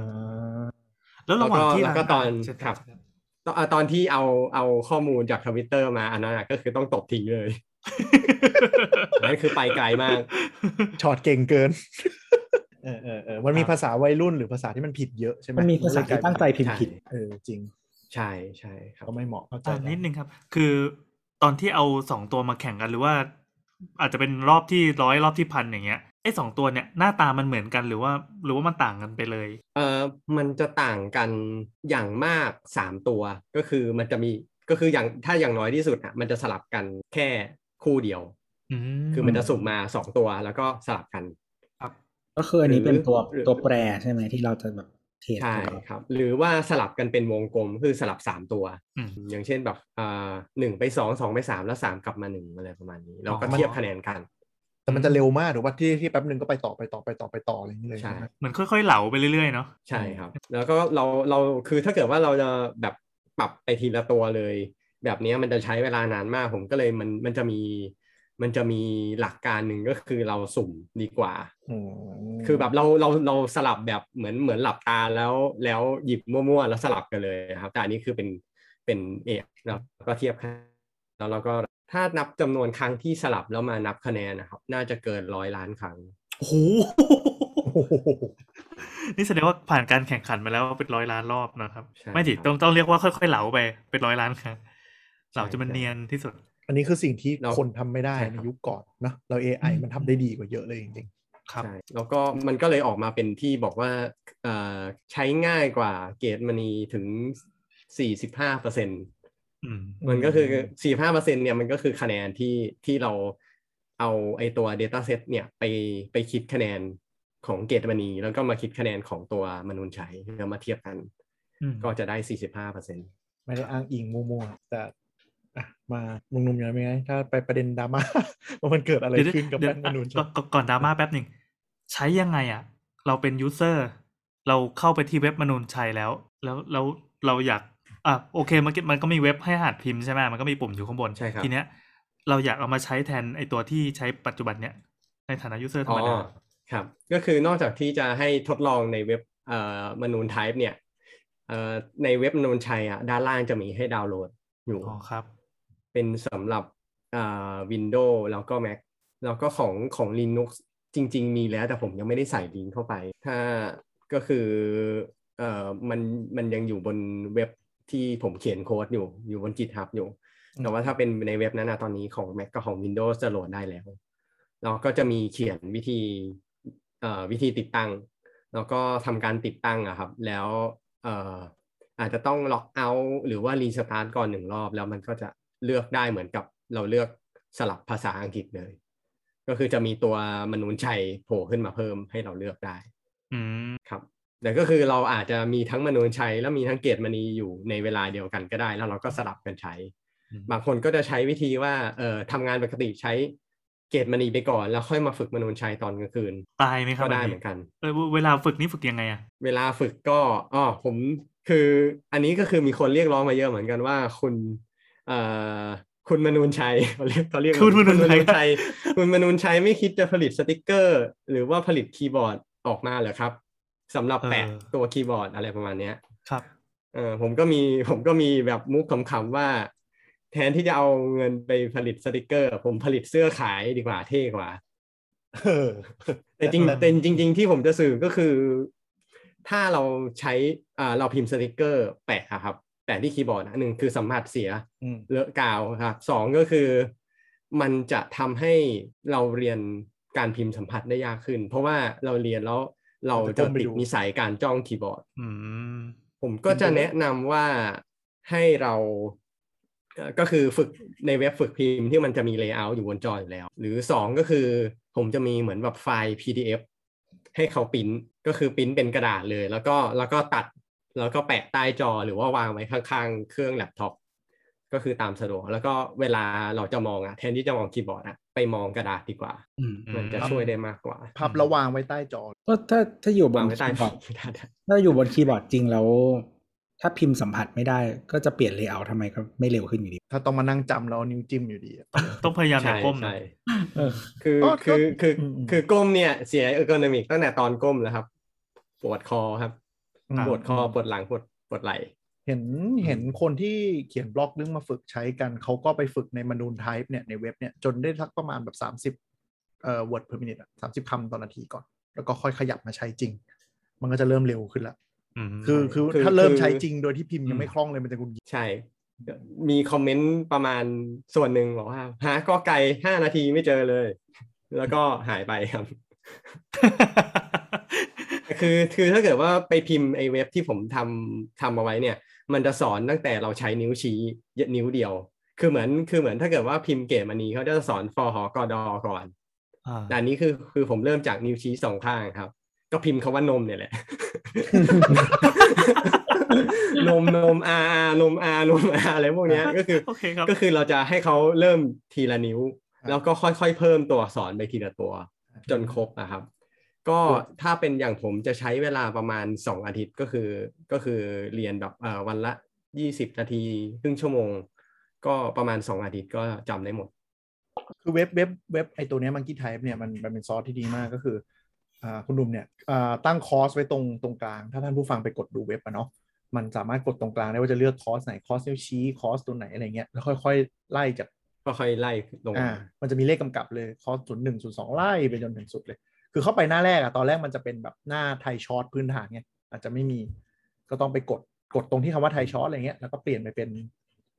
แล้วระหว่างที่แล้วก็ตอนเสร็จครับเสร็จตอนอ่าตอนที่เอาเอาข้อมูลจากทวิตเตอร์มาอันนั้นอะก็คือต้องตบทิ้งเลย อันนั้นคือไปไกลมากช็อตเก่งเกิน เออเออเออมันมีภาษาวัยรุ่นหรือภาษาที่มันผิดเยอะใช่ไหมมันมีภาษาที่ตั้งใจพิมพ์ใช่ผิดเออจริงใช่ใช่ครับก็ไม่เหมาะเข้าใจอ่าได้นิดนึงครับ คือตอนที่เอาสองตัวมาแข่งกันหรือว่า อาจจะเป็นรอบที่ร้อยรอบที่พันอย่างเงี้ยไอ้สองตัวเนี่ยหน้าตามันเหมือนกันหรือว่า หรือว่ามันต่างกันไปเลยเอ่อมันจะต่างกันอย่างมากสามตัวก็คือมันจะมีก็คืออย่างถ้าอย่างน้อยที่สุดอ่ะมันจะสลับกันแค่คู่เดียวอืมคือมันจะสุ่มมาสองตัวแล้วก็สลับกันครับก็คืออันนี้เป็นตัวหรือตัวแปรใช่ไหมที่เราจะแบบเทสใช่กันครับ หรือว่าสลับกันเป็นวงกลมคือสลับสามตัวอืมอย่างเช่นแบบอ่าหนึ่งไปสองสองไปสามแล้วสามกลับมาหนึ่งอะไรประมาณนี้เราก็อ๋อเทียบคะแนนกันแต่มันจะเร็วมากหรือว่าที่ที่แป๊บนึงก็ไปต่อไปต่อไปต่อไปต่ออะไรอย่างเงี้ยเลยใช่ใช่ไหมเหมือนค่อยๆเหลาไปเรื่อยๆเนาะใช่ครับ แล้วก็เราเราคือถ้าเกิดว่าเราจะแบบปรับไปทีละตัวเลย แบบนี้มันจะใช้เวลานานมากผมก็เลยมันมันจะมีมันจะมีหลักการหนึ่งก็คือเราสุ่มดีกว่าอืมคือแบบเราเราเราสลับแบบเหมือนเหมือนหลับตาแล้วแล้วหยิบมั่วๆแล้วสลับกันเลยครับแต่อันนี้คือเป็นเป็นเอกแล้วก็เทียบคะแนนแล้วเราก็ถ้านับจำนวนครั้งที่สลับแล้วมานับคะแนนนะครับ น่าจะเกินร้อยล้านครั้งโอ้โห นี่แสดงว่าผ่านการแข่งขันมาแล้วเป็นร้อยล้านรอบนะครับใช่ไม่ดิครับต้องต้องเรียกว่าค่อยๆเหลาไปเป็นร้อยล้านครั้งเหลาใช่จะมันใช่เนียนที่สุดอันนี้คือสิ่งที่เราคนทำไม่ได้ใช่ในครับยุคก่อนเนอะเรา เอ ไอ มันทำได้ดีกว่าเยอะเลยจริงครับใช่แล้วก็มันก็เลยออกมาเป็นที่บอกว่าเอ่อใช้ง่ายกว่าเกตมณีถึง สี่สิบห้าเปอร์เซ็นต์อืมมันก็คือ สี่สิบห้าเปอร์เซ็นต์ เนี่ยมันก็คือคะแนนที่ที่เราเอาไอตัว dataset เนี่ยไปไปคิดคะแนนของเกตมณีแล้วก็มาคิดคะแนนของตัวมนูญชัยแล้วมาเทียบกันอืมก็จะได้ สี่สิบห้าเปอร์เซ็นต์ไม่ได้อ้างอิงมั่วๆแต่อ่ะมาลุงนุ่มยังไงถ้าไปประเด็นดราม่า ว่ามันเกิดอะไรเดี๋ยวขึ้นกับเดี๋ยแป้วนมนูญก่อนก่อนก่อนดราม่าแป๊บหนึ่งใช้ยังไงอ่ะ เราเป็นยูเซอร์เราเข้าไปที่เว็บมนูญชัยแล้ว แล้วแล้วเราอยากอ่ะโอเคมันมันก็มีเว็บให้หัดพิมพ์ใช่ไหมมันก็มีปุ่มอยู่ข้างบนใช่ครับทีเนี้ยเราอยากเอามาใช้แทนไอตัวที่ใช้ปัจจุบันเนี้ยในฐานะยูเซอร์ธรรมดาครับก็คือนอกจากที่จะให้ทดลองในเว็บเอ่อมนูญไทป์เนี่ยเอ่อในเว็บมนูญชัยอ่ะด้านล่างจะมีให้ดาวน์โหลดอยู่อ๋อครับเป็นสำหรับอ่า Windows แล้วก็ Mac แล้วก็ของของ Linux จริงๆมีแล้วแต่ผมยังไม่ได้ใส่ลิงก์เข้าไปถ้าก็คือเอ่อมันมันยังอยู่บนเว็บที่ผมเขียนโค้ดอยู่อยู่บน GitHub อยู่แต่ว่าถ้าเป็นในเว็บนั้นนะตอนนี้ของ Mac กับของ Windows จะโหลดได้แล้วแล้วก็จะมีเขียนวิธีเอ่อวิธีติดตั้งแล้วก็ทำการติดตั้งอะครับแล้วเอ่ออาจจะต้องล็อกเอาท์หรือว่ารีสตาร์ทก่อนหนึ่งรอบแล้วมันก็จะเลือกได้เหมือนกับเราเลือกสลับภาษาอังกฤษเลยก็คือจะมีตัวมนูญชัยโผล่ขึ้นมาเพิ่มให้เราเลือกได้อืมครับแต่ก็คือเราอาจจะมีทั้งมนูญชัยแล้วมีทั้งเกตมณีอยู่ในเวลาเดียวกันก็ได้แล้วเราก็สลับกันใช้อืมบางคนก็จะใช้วิธีว่าเอ่อทำงานปกติใช้เกตมณีไปก่อนแล้วค่อยมาฝึกมนูญชัยตอนกลางคืนตายไหมครับก็ได้อันนี้เหมือนกันเออเวลาฝึกนี่ฝึกยังไงอ่ะเวลาฝึกก็อ๋อผมคืออันนี้ก็คือมีคนเรียกร้องมาเยอะเหมือนกันว่าคุณเอ่อคุณมนูญชัยเขาเรียกเขาเรียกคุณมนูญชัยชัยคุณมนูญชัยไม่คิดจะผลิตสติกเกอร์ หรือว่าผลิตคีย์บอร์ดออกมาเหรอครับสำหรับแปะเออตัวคีย์บอร์ดอะไรประมาณเนี้ยครับเออผมก็มีผมก็มีแบบมุกขำๆว่า แทนที่จะเอาเงินไปผลิตสติกเกอร์ ผมผลิตเสื้อขายดีกว่าเท่กว่าเออแต่จริงแต่จริง ๆ ที่ผมจะสื่อก็คือ ถ้าเราใช้อ่าเราพิมพ์สติกเกอร์แปะอะครับแปะที่คีย์บอร์ดนะหนึ่งคือสัมผัสเสียอืมเลอะกาวครับสองก็คือมันจะทำให้เราเรียนการพิมพ์สัมผัสได้ยากขึ้น เพราะว่าเราเรียนแล้วเราจะติดนิสัยการจ้องคีย์บอร์ดอืมผมก็จะแนะนำว่าให้เราเอ่อก็คือฝึกในเว็บฝึกพิมพ์ที่มันจะมี layout อยู่บนจออยู่แล้ว หรือสองก็คือผมจะมีเหมือนแบบไฟล์ พี ดี เอฟ ให้เขาปริ้นก็คือปริ้นเป็นกระดาษเลย แล้วก็แล้วก็ตัดแล้วก็แปะใต้จอหรือว่าวางไว้ข้างๆเครื่องแล็ปท็อปก็คือตามสะดวกแล้วก็เวลาเราจะมองอ่ะแทนที่จะมองคีย์บอร์ดอ่ะไปมองกระดาษดีกว่าอืมมันจะช่วยได้มากกว่าพับแล้ววางไว้ใต้จอก็ถ้าถ้าอยู่บวางนไว้ใต้คีย์บอร์ดกระดาษถ้าอยู่บนคีย์บอร์ดจริงแล้ว ถ้าพิมพ์สัมผัสไม่ได้ก็จะเปลี่ยนเลเยอร์ทำไมก็ไม่เร็วขึ้นอยู่ดีถ้าต้องมานั่งจำแล้วเอานิ้วจิ้มอยู่ดีอะต้องพยายามอย่าใช่ก้มนะใช่เออคือก็คือคืออืมอืมคือก้มเนี่ยเสียเออร์โกนอมิกตั้งแต่ตอนก้มแล้วครับ ปวดคอครับอืมปวดคอปวดหลังปวดปวดไหล่เห็นเห็นคนที่เขียนบล็อกเรื่องมาฝึกใช้กันเขาก็ไปฝึกในมนูญไทป์เนี่ยในเว็บเนี่ยจนได้สักประมาณแบบสามสิบเอ่อ word per minute อะสามสิบคำต่อนาทีก่อน แล้วก็ค่อยขยับมาใช้จริง มันก็จะเริ่มเร็วขึ้นละอืมคือคือคือถ้าเริ่มคือใช้จริงโดยที่พิมพ์ยังไม่คล่องเลยมันจะกุนใช่ มีคอมเมนต์ประมาณส่วนหนึ่งบอกว่าหากอไก่ห้านาทีไม่เจอเลย แล้วก็หายไปครับ คือคือถ้าเกิดว่าไปพิมพ์ไอ้เว็บที่ผมทำทำเอาไว้เนี่ย มันจะสอนตั้งแต่เราใช้นิ้วชี้นิ้วเดียว คือเหมือนคือเหมือนถ้าเกิดว่าพิมพ์เกตมณีเขาจะสอนฟอหอกอดอก่อนอ่าแต่อันนี้คือคือผมเริ่มจากนิ้วชี้สองข้างครับ ก็พิมพ์คำว่านมเนี่ยแหละ นมนมอานมอานมอาอะไรพวกเนี้ยก็คือโอเคครับก็คือเราจะให้เขาเริ่มทีละนิ้ว แล้วก็ค่อยๆเพิ่มตัวอักษรไปทีละตัวจนครบนะครับ ก็ถ้าเป็นอย่างผมจะใช้เวลาประมาณสองอาทิตย์ก็คือก็คือเรียนแบบเอ่อวันละยี่สิบนาทีครึ่งชั่วโมง ก็ประมาณสองอาทิตย์ก็จำได้หมดคือเว็บเว็บเว็บไอตัวเนี้มังกี้ไทป์เนี่ยมันมันเป็นซอสที่ดีมากก็คืออ่าคุณดุมเนี่ยอ่าตั้งคอร์สไว้ตรงตรงกลางถ้าท่านผู้ฟังไปกดดูเว็บอะเนาะมันสามารถกดตรงกลางได้ว่าจะเลือกคอร์สไหนคอร์สนิ้วชี้คอร์สตัวไหนอะไรเงี้ยแล้วค่อยๆไล่จากก็ค่อยไล่ลงอ่ามามันจะมีเลขกำกับเลยคอร์สศูนย์หนึ่งศูนย์สองไล่ไปจนถึงสุดเลย คือเข้าไปหน้าแรกอะตอนแรกมันจะเป็นแบบหน้าไทยช็อตพื้นฐานไงอาจจะไม่มีก็ต้องไปกดกดตรงที่คำว่าไทยช็อตอะไรเงี้ยแล้วก็เปลี่ยนไปเป็น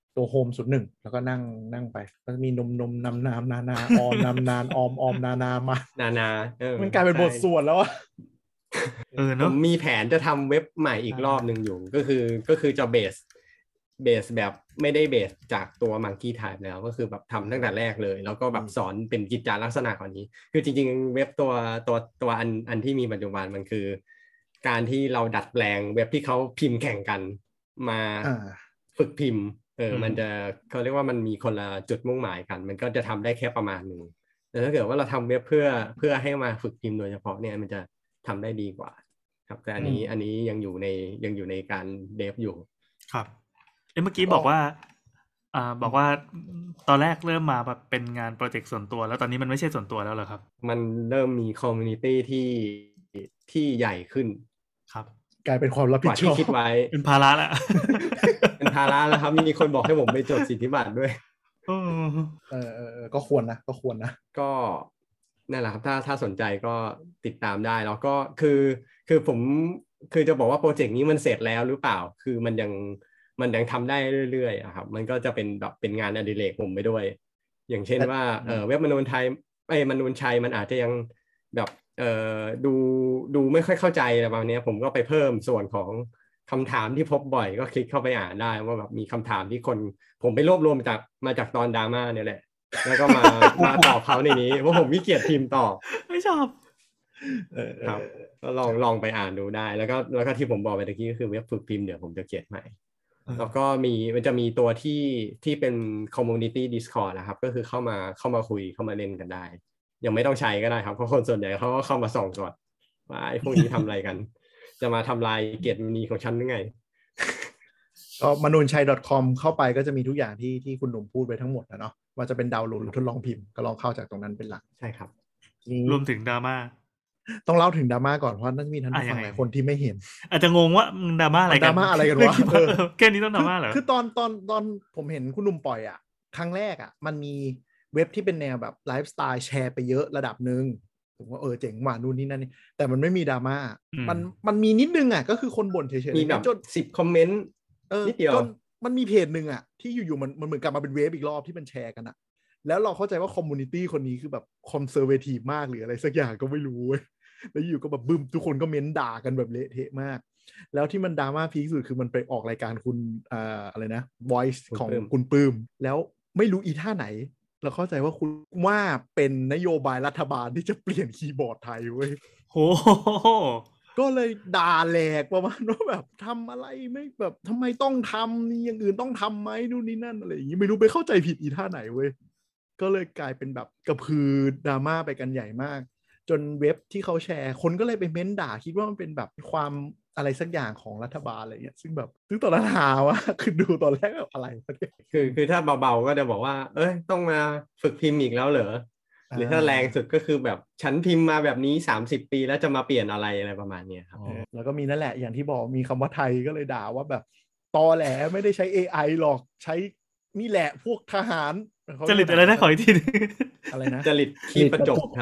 ตัวโฮมศูนย์หนึ่งแล้วก็นั่งนั่งไปก็จะมีนมนมนำน้ำนานาออมนำนานออมออมนานามานานาเออมันกลายเป็นบทสใช่วดแล้วอะเออผเนอะมมีแผนจะทำเว็บใหม่อีกรอบหนึ่งอยู่ก็คือก็คือจะเบสเบสแบบไม่ได้เบสจากตัว Monkey Type แล้วก็คือแบบทำตั้งแต่แรกเลยแล้วก็แบบสอนเป็นกิจจาลักษณะกว่านี้คือจริงๆเว็บตัวตัวตัวอันอันที่มีปัจจุบันมันคือการที่เราดัดแปลงเว็บที่เขาพิมพ์แข่งกันมาอ่าฝึกพิมพ์เอออืมมันจะเขาเรียกว่ามันมีคนละจุดมุ่งหมายกัน มันก็จะทำได้แค่ประมาณหนึ่งแต่ถ้าเกิดว่าเราทำเว็บเพื่อเพื่อให้มาฝึกพิมพ์โดยเฉพาะเนี่ยมันจะทำได้ดีกว่าครับแต่อันนี้อืมอันนี้ยังอยู่ในยังอยู่ในการเดฟอยู่ครับเอ้เมื่อกี้บอกว่า อ่า บอกว่าตอนแรกเริ่มมาแบบเป็นงานโปรเจกต์ส่วนตัวแล้วตอนนี้มันไม่ใช่ส่วนตัวแล้วเหรอครับมันเริ่มมีคอมมูนิตี้ที่ที่ใหญ่ขึ้นครับกลายเป็นความรับกผิดว่าชที่อบคิดไว้เป็นภาระละเป็นภาระแล้วครับมีคนบอกให้ผมไปจดสิทธิบัตรด้วยเออเออเออเออก็ควรนะก็ควรนะก็นั่นแหละครับถ้าถ้าสนใจก็ติดตามได้แล้วก็คือคือผมคือจะบอกว่าโปรเจกต์นี้มันเสร็จแล้วหรือเปล่าคือมันยังมันยังทำได้เรื่อยๆอะครับมันก็จะเป็นแบบเป็นงานอดิเรกผมไปด้วย อย่างเช่นว่าเออเว็บมนูญไทยไอ้มนูญชัยมันอาจจะยังแบบเออดูดูไม่ค่อยเข้าใจอะไรประมาณนี้ผมก็ไปเพิ่มส่วนของคำถามที่พบบ่อยก็คลิกเข้าไปอ่านได้ว่าแบบมีคำถามที่คนผมไปรวบรวมมาจากมาจากตอนดราม่าเนี่ยแหละแล้วก็มา มาตอบเขาในนี้เพราะผมขี้เกียจพิมพ์ตอบไม่ชอบเออเออครับก็ลองลองไปอ่านดูได้ แล้วก็แล้วก็ที่ผมบอกไปตะกี้ก็คือเว็บฝึกพิมพ์เดี๋ยวผมจะเขียนใหม่อืมแล้วก็มีมันจะมีตัวที่ที่เป็น community discord นะครับก็คือเข้ามาเข้ามาคุยเข้ามาเล่นกันได้ ยังไม่ต้องใช้ก็ได้ครับเพราะคนส่วนใหญ่เขาก็เข้ามาส่องก่อนว่าไอ้พวกนี้ทำอะไรกัน จะมาทำลายเกียรติมณีของฉันหรือไงก็มนูนชัย .com เข้าไปก็จะมีทุกอย่างที่ที่คุณหนุ่มพูดไปทั้งหมดนะเนาะว่าจะเป็นดาวน์โหลดหรือทดลองพิมพ์ก็ลองเข้าจากตรงนั้นเป็นหลักใช่ครับนี่รวมถึงดราม่าต้องเล่าถึงดราม่าก่อนเพราะน่าจะมีท่านผู้อ่ะยัฟังงไงหลายคนที่ไม่เห็นอาจจะงงว่ามึงดราม่าอะไรกันดราม่าอะไรกันวะคิดเออแค่นี้ต้องดราม่าเหรอคือตอนตอนตอนผมเห็นคุณหนุ่มปล่อยอ่ะครั้งแรกอ่ะมันมีเว็บที่เป็นแนวแบบไลฟ์สไตล์แชร์ไปเยอะระดับหนึ่งผมว่าเออเจ๋งว่ะนู่นนี่นั่นนี่แต่มันไม่มีดราม่าอืมมันมันมีนิดนึงอ่ะก็คือคนบ่นเฉยๆมีแบบจนสิบคอมเมนต์เออนิดเดียวจนมันมีเพจหนึ่งอะที่อยู่ๆมันมันเหมือนกลับมาเป็นเวฟอีกรอบที่มันแชร์กันอะแล้วเราเข้าใจว่าคอมมูนิตี้คนนี้คือแบบคอนเซอร์เวทีฟมากหรืออะไรสักอย่างก็ไม่รู้เว้ยแล้วอยู่ก็แบบบึ้มทุกคนก็เม้นด่ากันแบบเละเทะมาก แล้วที่มันดราม่าพีคสุดคือมันไปออกรายการคุณอ่าอะไรนะ Voice คุณของปลื้มคุณปื้มแล้วไม่รู้อีท่าไหน เราเข้าใจว่าคุณว่าเป็นนโยบายรัฐบาลที่จะเปลี่ยนคีย์บอร์ดไทยเว้ยโอ้โหก็เลยด่าแหลกประมาณว่าแบบทำอะไรไม่แบบทำไมต้องทำนี่อย่างอื่นต้องทำไหมนู่นนี่นั่นอะไรอย่างนี้ไม่รู้ไปเข้าใจผิดอีท่าไหนเว้ยก็เลยกลายเป็นแบบกระพือดราม่าไปกันใหญ่มาก จนเว็บที่เขาแชร์คนก็เลยไปเม้นด่าคิดว่ามันเป็นแบบความอะไรสักอย่างของรัฐบาลอะไรเงี้ยซึ่งแบบซึ่งตอนนั้นหาว่าคือดูตอนแรกแบบอะไรวะเนี่ยคือคือถ้าเบาๆก็จะบอกว่า เอ้ยต้องมาฝึกพิมพ์อีกแล้วเหรอหรือถ้าแรงสุดก็คือแบบฉันพิมพ์มาแบบนี้สามสิบปีแล้วจะมาเปลี่ยนอะไรอะไรประมาณเนี้ยครับเออแล้วก็มีนั่นแหละอย่างที่บอกมีคำว่าไทยก็เลยด่าว่าแบบตอแหลไม่ได้ใช้ เอ ไอ หรอกใช้นี่แหละพวกทหารเขาจริตอะไรนะขออีกทีนึงอะไรนะจริตขี้ประจบครับ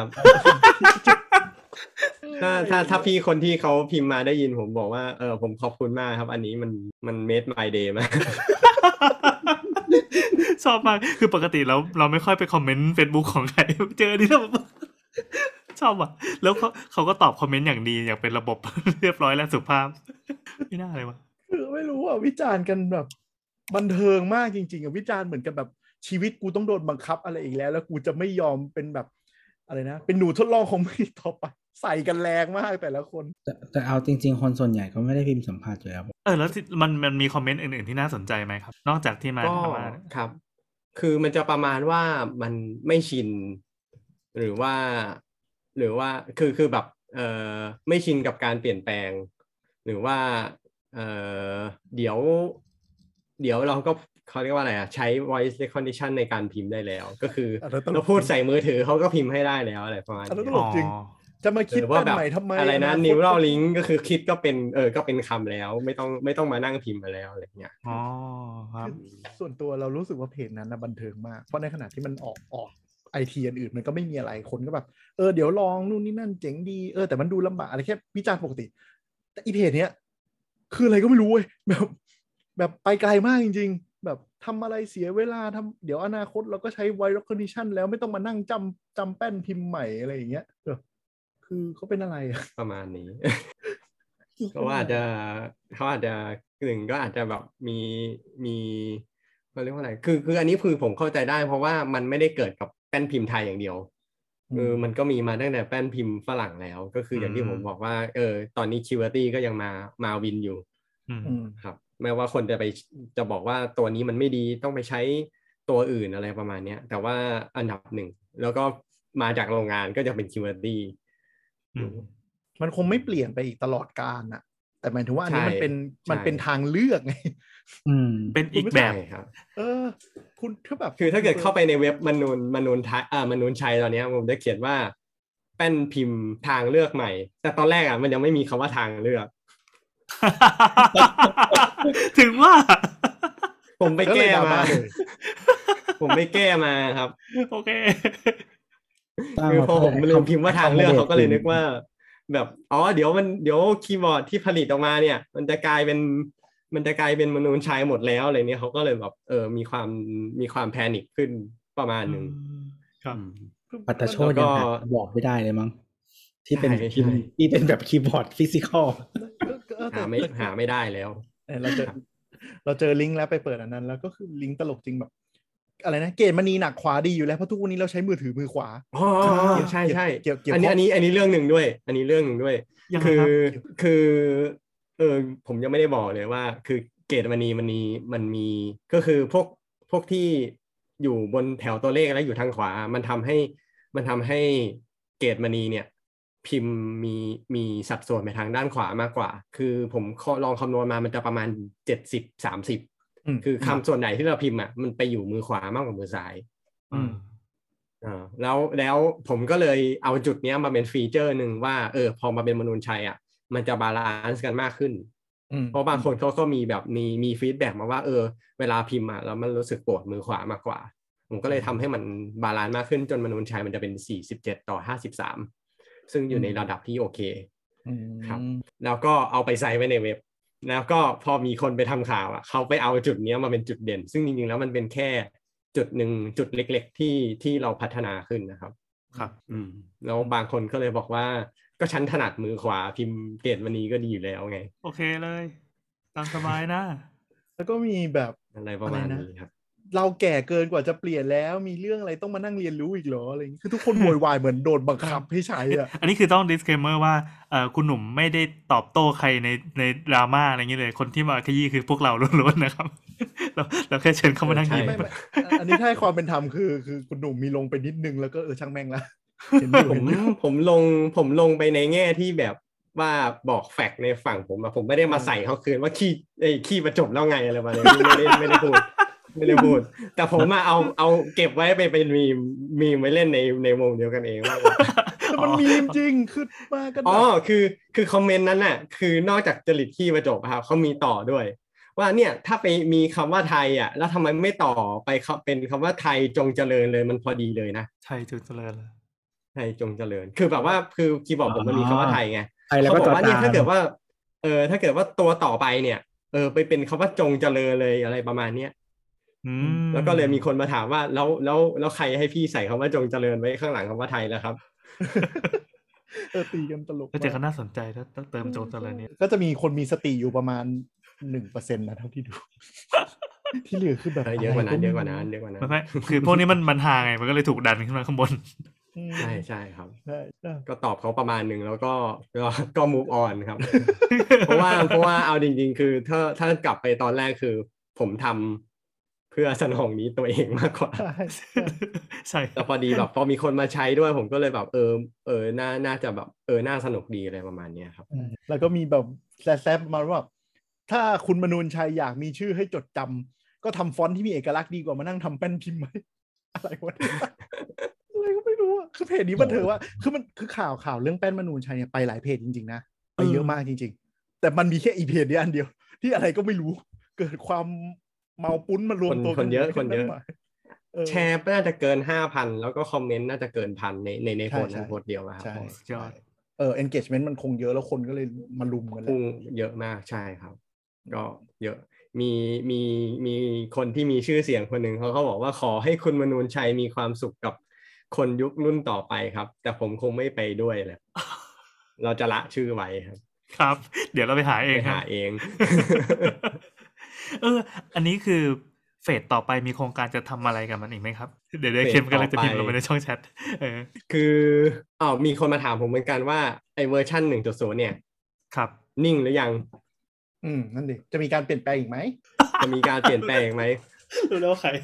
ถ้าถ้าถ้าพี่คนที่เขาพิมพ์มาได้ยินผมบอกว่าเออผมขอบคุณมากครับ อันนี้มันมัน made my day มากชอบมากคือปกติเราเราไม่ค่อยไปคอมเมนต์ Facebook ของใคร เจอนี่แล้วแบบชอบอ่ะแล้วเขาเขาก็ตอบคอมเมนต์อย่างดีอย่างเป็นระบบ เรียบร้อยและสุภาพ ไม่น่าเลยวะคือไม่รู้อ่ะวิจารณ์กันแบบบันเทิงมากจริงๆอ่ะวิจารณ์เหมือนกับแบบชีวิตกูต้องโดนบังคับอะไรอีกแล้ว แล้วกูจะไม่ยอมเป็นแบบอะไรนะเป็นหนูทดลองของมึงต่อไปใส่กันแรงมากแต่ละคนแต่แต่เอาจริงๆ คนส่วนใหญ่ก็ไม่ได้พิมพ์สัมภาษณ์อยู่แล้วเออแล้วที่มันมันมีคอมเมนต์อื่นๆที่น่าสนใจไหมครับ นอกจากที่มาก็มาครับ คือมันจะประมาณว่ามันไม่ชิน หรือว่า หรือว่าคือคือแบบเอ่อไม่ชินกับการเปลี่ยนแปลง หรือว่าเอ่อเดี๋ยว เดี๋ยวเราก็เขาเรียกว่าอะไรอ่ะใช้ voice recognition ในการพิมพ์ได้แล้ว ก็คืออันนั้นตลกเราพูดใส่มือถือเขาก็พิมพ์ให้ได้แล้วอะไรประมาณอันนั้นตนี้ลกจริง จะมาคิดหรือกัว่าน แบบใหม่ทำไมอะไรนะคต neural link ก็คือคิดก็เป็นเออก็เป็นคำแล้ว ไม่ต้องไม่ต้องมานั่งพิมพ์มาแล้วอะไรเงี้ยอ๋อครับคือส่วนตัวเรารู้สึกว่าเพจนั้นนะบันเทิงมาก เพราะในขณะที่มันออกออกไอทีอันอื่นมันก็ไม่มีอะไรคนก็แบบเออเดี๋ยวลองนู่นนี่นั่นเจ๋งดีเออแต่มันดูลำบากอะไรแค่วิจารณ์ปกติ แต่อีเพจเนี้ยคืออะไรก็ไม่รู้เว้ยแบบแบบไปไกลมากจริง ๆ แบบทำอะไรเสียเวลาทำเดี๋ยวอนาคตเราก็ใช้ voice recognition แล้วไม่ต้องมานั่งจำจำแป้นพิมพ์ใหม่อะไรอย่างเงี้ยเออคือเขาเป็นอะไรอะประมาณนี้ เขาอาจจะเขาอาจจะหนึ่งก็อาจจะแบบมีมีเขาเรียกว่าอะไรคือคืออันนี้คือผมเข้าใจได้เพราะว่ามันไม่ได้เกิดกับแป้นพิมพ์ไทยอย่างเดียวเออมันก็มีมาตั้งแต่แป้นพิมพ์ฝรั่งแล้วก็คืออย่างที่ผมบอกว่าเออตอนนี้ QWERTY ก็ยังมามาวินอยู่อืมอืมครับแม้ว่าคนจะไปจะบอกว่าตัวนี้มันไม่ดีต้องไปใช้ตัวอื่นอะไรประมาณเนี้ยแต่ว่าอันดับหนึ่งแล้วก็มาจากโรงงานก็จะเป็น QWERTY อืมมันคงไม่เปลี่ยนไปอีกตลอดกาลน่ะแต่หมายถึงว่าอันนี้ใช่มันเป็นใช่มันเป็นทางเลือกไงอืมเป็นอีกแบบใช่ครับเออ คุณถ้าแบบคือถ้าเกิดเข้าไปในเว็บมนูนมนูนไทยอ่ามนูนชัยตอนเนี้ยผมจะเขียนว่าแป้นพิมพ์ทางเลือกใหม่ แต่ตอนแรกอ่ะมันยังไม่มีคำว่าทางเลือกถึงว่าผมไปก็เลแก้ยดรามาม่าเลยผมไปแก้มาครับโอเคคือพอผมลืมพิมพ์ว่าทางเลือกเขาก็เลยนึกว่า แบบอ๋อเดี๋ยวมันเดี๋ยวคีย์บอร์ดที่ผลิตออกมาเนี่ย มันจะกลายเป็นมันจะกลายเป็นมนูนชัยหมดแล้วอะไรเนี่ยเขาก็เลยแบบเออมีความมีความแพนิคขึ้นประมาณหนึ่งครับอืมปัตตโชตยังหาคีย์บอร์ดไม่ได้เลยมั้งที่เป็นใช่พิมพ์ใช่ที่เป็นแบบคีย์บอร์ดฟิสิกอลเออแต่หาไม่หาไม่ได้แล้วเออเราเจอเราเจอลิงก์แล้วไปเปิดอันนั้นแล้วก็คือลิงก์ตลกจริงแบบ อะไรนะเกรดมณีหนักขวาดีอยู่แล้วเพราะทุกวันนี้เราใช้มือถือมือขวาอ๋อใช่ใช่เกี่ยวเกี่ยวอันนี้ข้องอันนี้อันนี้เรื่องหนึ่งด้วย อันนี้เรื่องหนึ่งด้วยยังไงคืคอรับคือเออผมยังไม่ได้บอกเลยว่า คือเกรดมณีมันมีมันมีก็คือพวกพวกที่อยู่บนแถวตัวเลขแล้วอยู่ทางขวา มันทำให้มันทำให้เกรดมณีเนี่ย พิมพ์มีมีสัดส่วนไปทางด้านขวามากกว่า คือผมลองคำนวณมามันจะประมาณเจ็ดสิบสามสิบอืมคือคำส่วนไหนที่เราพิมพ์อ่ะมันไปอยู่มือขวามากกว่ามือซ้ายอืมอ่าแล้วแล้วผมก็เลยเอาจุดเนี้ยมาเป็นฟีเจอร์หนึ่งว่าเออพอมาเป็นมนูนชัยอ่ะมันจะบาลานซ์กันมากขึ้นอืมเพราะบางคนเขาก็มีแบบมีมีฟีดแบ็กมาว่าเออเวลาพิมพ์อ่ะแล้วมันรู้สึกปวดมือขวามากกว่า ผมก็เลยทำให้มันบาลานซ์มากขึ้นจนมนูนชัยมันจะเป็นสี่สิบเจ็ดต่อห้าสิบสามซึ่งอยู่ในระดับที่โอเคอืมครับ แล้วก็เอาไปใส่ไว้ในเว็บ แล้วก็พอมีคนไปทำข่าวอ่ะเขาไปเอาจุดเนี้ยมาเป็นจุดเด่น ซึ่งจริงๆแล้วมันเป็นแค่จุดหนึ่งจุดเล็กๆที่ที่เราพัฒนาขึ้นนะครับครับอืมแล้วบางคนก็เลยบอกว่าก็ฉันถนัดมือขวาพิมพ์เกรดวันนี้ก็ดีอยู่แล้วไงโอเคเลย ตามสบายนะแล้วก็มีแบบอะไรประมาณอะไรนะนี้ครับเราแก่เกินกว่าจะเปลี่ยนแล้วมีเรื่องอะไรต้องมานั่งเรียนรู้อีกเหรออะไรอย่างงี้คือทุกคนโวยวายเหมือนโดนบังคับให้ใช้อ่ะอันนี้คือต้อง disclaimer ว่าเอ่อคุณหนุ่มไม่ได้ตอบโต้ใครในในดราม่าอะไรอย่างเงี้ยเลย คนที่มาขยี้คือพวกเราล้วนๆนะครับ เราเราแค่เชิญเข้ามานั่งใช่ยิ้มไม่ไม่อันนี้ถ้าให้ความเป็นธรรมคือคือคุณหนุ่มมีลงไปนิดนึงแล้วก็เออช่างแม่งละเห็นอยู่ผมเห็นอยู่ผมลงผมลงไปในแง่ที่แบบว่าบอกแฟกต์ในฝั่งผมอะผมไม่ได้มาใส่เขาคืนว่าขี้ไอ้ขี้ประจบแล้วไงอะไรมาเลยไม่ได้ไม่ได้พูดไม่ได้พูด แต่ผมมาเอาเอาเก็บไว้ไปเป็นมีมมีมไว้เล่นในในวงเดียวกันเองมากกว่าแต่มันมีจริงคือมากันอ๋อแบบคือ คือคอมเมนต์นั้นน่ะ คือนอกจากจริตขี้ประจบอะครับเขามีต่อด้วย ว่าเนี่ย ถ้าไปมีคำว่าไทยอ่ะ แล้วทำไมไม่ต่อไปเขาเป็นคำว่าไทยจงเจริญเลย มันพอดีเลยนะไทยจุดเจริญเลยไทยจงเจริญ คือแบบว่า คือคีย์บอร์ดผมมันมีคำว่าไทยไงไทยแล้วเขาก็บอกว่าเนี่ยจอจานถ้าเกิดว่า เออ ถ้าเกิดว่าตัวต่อไปเนี่ย เออ ไปเป็นคำว่าจงเจริญเลยอะไรประมาณเนี้ยอืมแล้วก็เลยมีคนมาถามว่า แล้ว แล้ว แล้วใครให้พี่ใส่คำว่าจงเจริญไว้ข้างหลังคำว่าไทยแล้วครับเออตีกันตลกก็จะก็มากน่าสนใจถ้าถ้าเติมโจงเจริญนี้ก็จะมีคนมีสติอยู่ประมาณหนึ่งเปอร์เซ็นต์นะเท่าที่ดู ที่เหลือคือแบบเยอะกว่านั้นไรเยอะกว่านั้น เยอะกว่านั้นไม่ไม่คือพวกนี้มันมันหาไง มันก็เลยถูกดันขึ้นมาข้างบนอืมใช่ใช่ครับใช่ใช่ก็ตอบเขาประมาณหนึ่งแล้วก็ก็ก็ move on ครับ เพราะว่าเพราะว่าเอาจริงๆ คือถ้าถ้ากลับไปตอนแรกคือ ผมทำเพื่อสนองนี้ตัวเองมากกว่าใช่ใช่ใช่แต่พอดีแบบพอมีคนมาใช้ด้วย ผมก็เลยแบบเออเออน่าน่าจะแบบเออน่าสนุกดีอะไรประมาณเนี้ยครับแล้วก็มีแบบแซบๆมาว่าถ้าคุณมนูนชัยอยากมีชื่อให้จดจำก็ทำฟอนต์ที่มีเอกลักษณ์ดีกว่ามานั่งทำแป้นพิมพ์ไหม อะไรวะเนี่ยอะไรก็ไม่รู้อะคือเพจนี้มันเถอะว่าคือมันคือข่าวข่าวเรื่องแป้นมนูนชัยเนี่ยไปหลายเพจจริงๆนะไปเยอะมากจริงๆ แต่มันมีแค่อีเพจนี้อันเดียว ที่อะไรก็ไม่รู้เกิดความเมาปุ้นมารวมตัวคนคนเยอะคนเยอะหมายเออแชร์น่าจะเกินห้าพันแล้วก็คอมเมนต์น่าจะเกินพันในในในใช่โพสต์นั้นใช่โพสต์เดียวอะครับใช่ยอดเออ engagement มันคงเยอะแล้วคนก็เลยมาลุมกันแหละพุ่งเยอะมากใช่ครับ ก็เยอะมีมีมีคนที่มีชื่อเสียงคนหนึ่งเขาเขาบอกว่าขอให้คุณมนูญชัยมีความสุขกับคนยุครุ่นต่อไปครับ แต่ผมคงไม่ไปด้วยแหละเราจะละชื่อไว้ครับครับ เดี๋ยวเราไปหาเองไปครัหาบเองเออ อันนี้คือเฟสต่อไปมีโครงการจะทำอะไรกับมันอีกไหมครับ เดี๋ยวเดี๋ยวเฟสเค็มกำลังจะต่อไปพิมพ์ลงไปในช่องแชทเออคืออ้าวมีคนมาถามผมเหมือนกันว่าไอ้เวอร์ชัน หนึ่งจุดศูนย์ เนี่ยครับนิ่งหรือยังอืมนั่นดิจะมีการเปลี่ยนแปลงอีกไหมจะมีการเปลี่ยนแปลงไหมรู้แล้วว่าใคร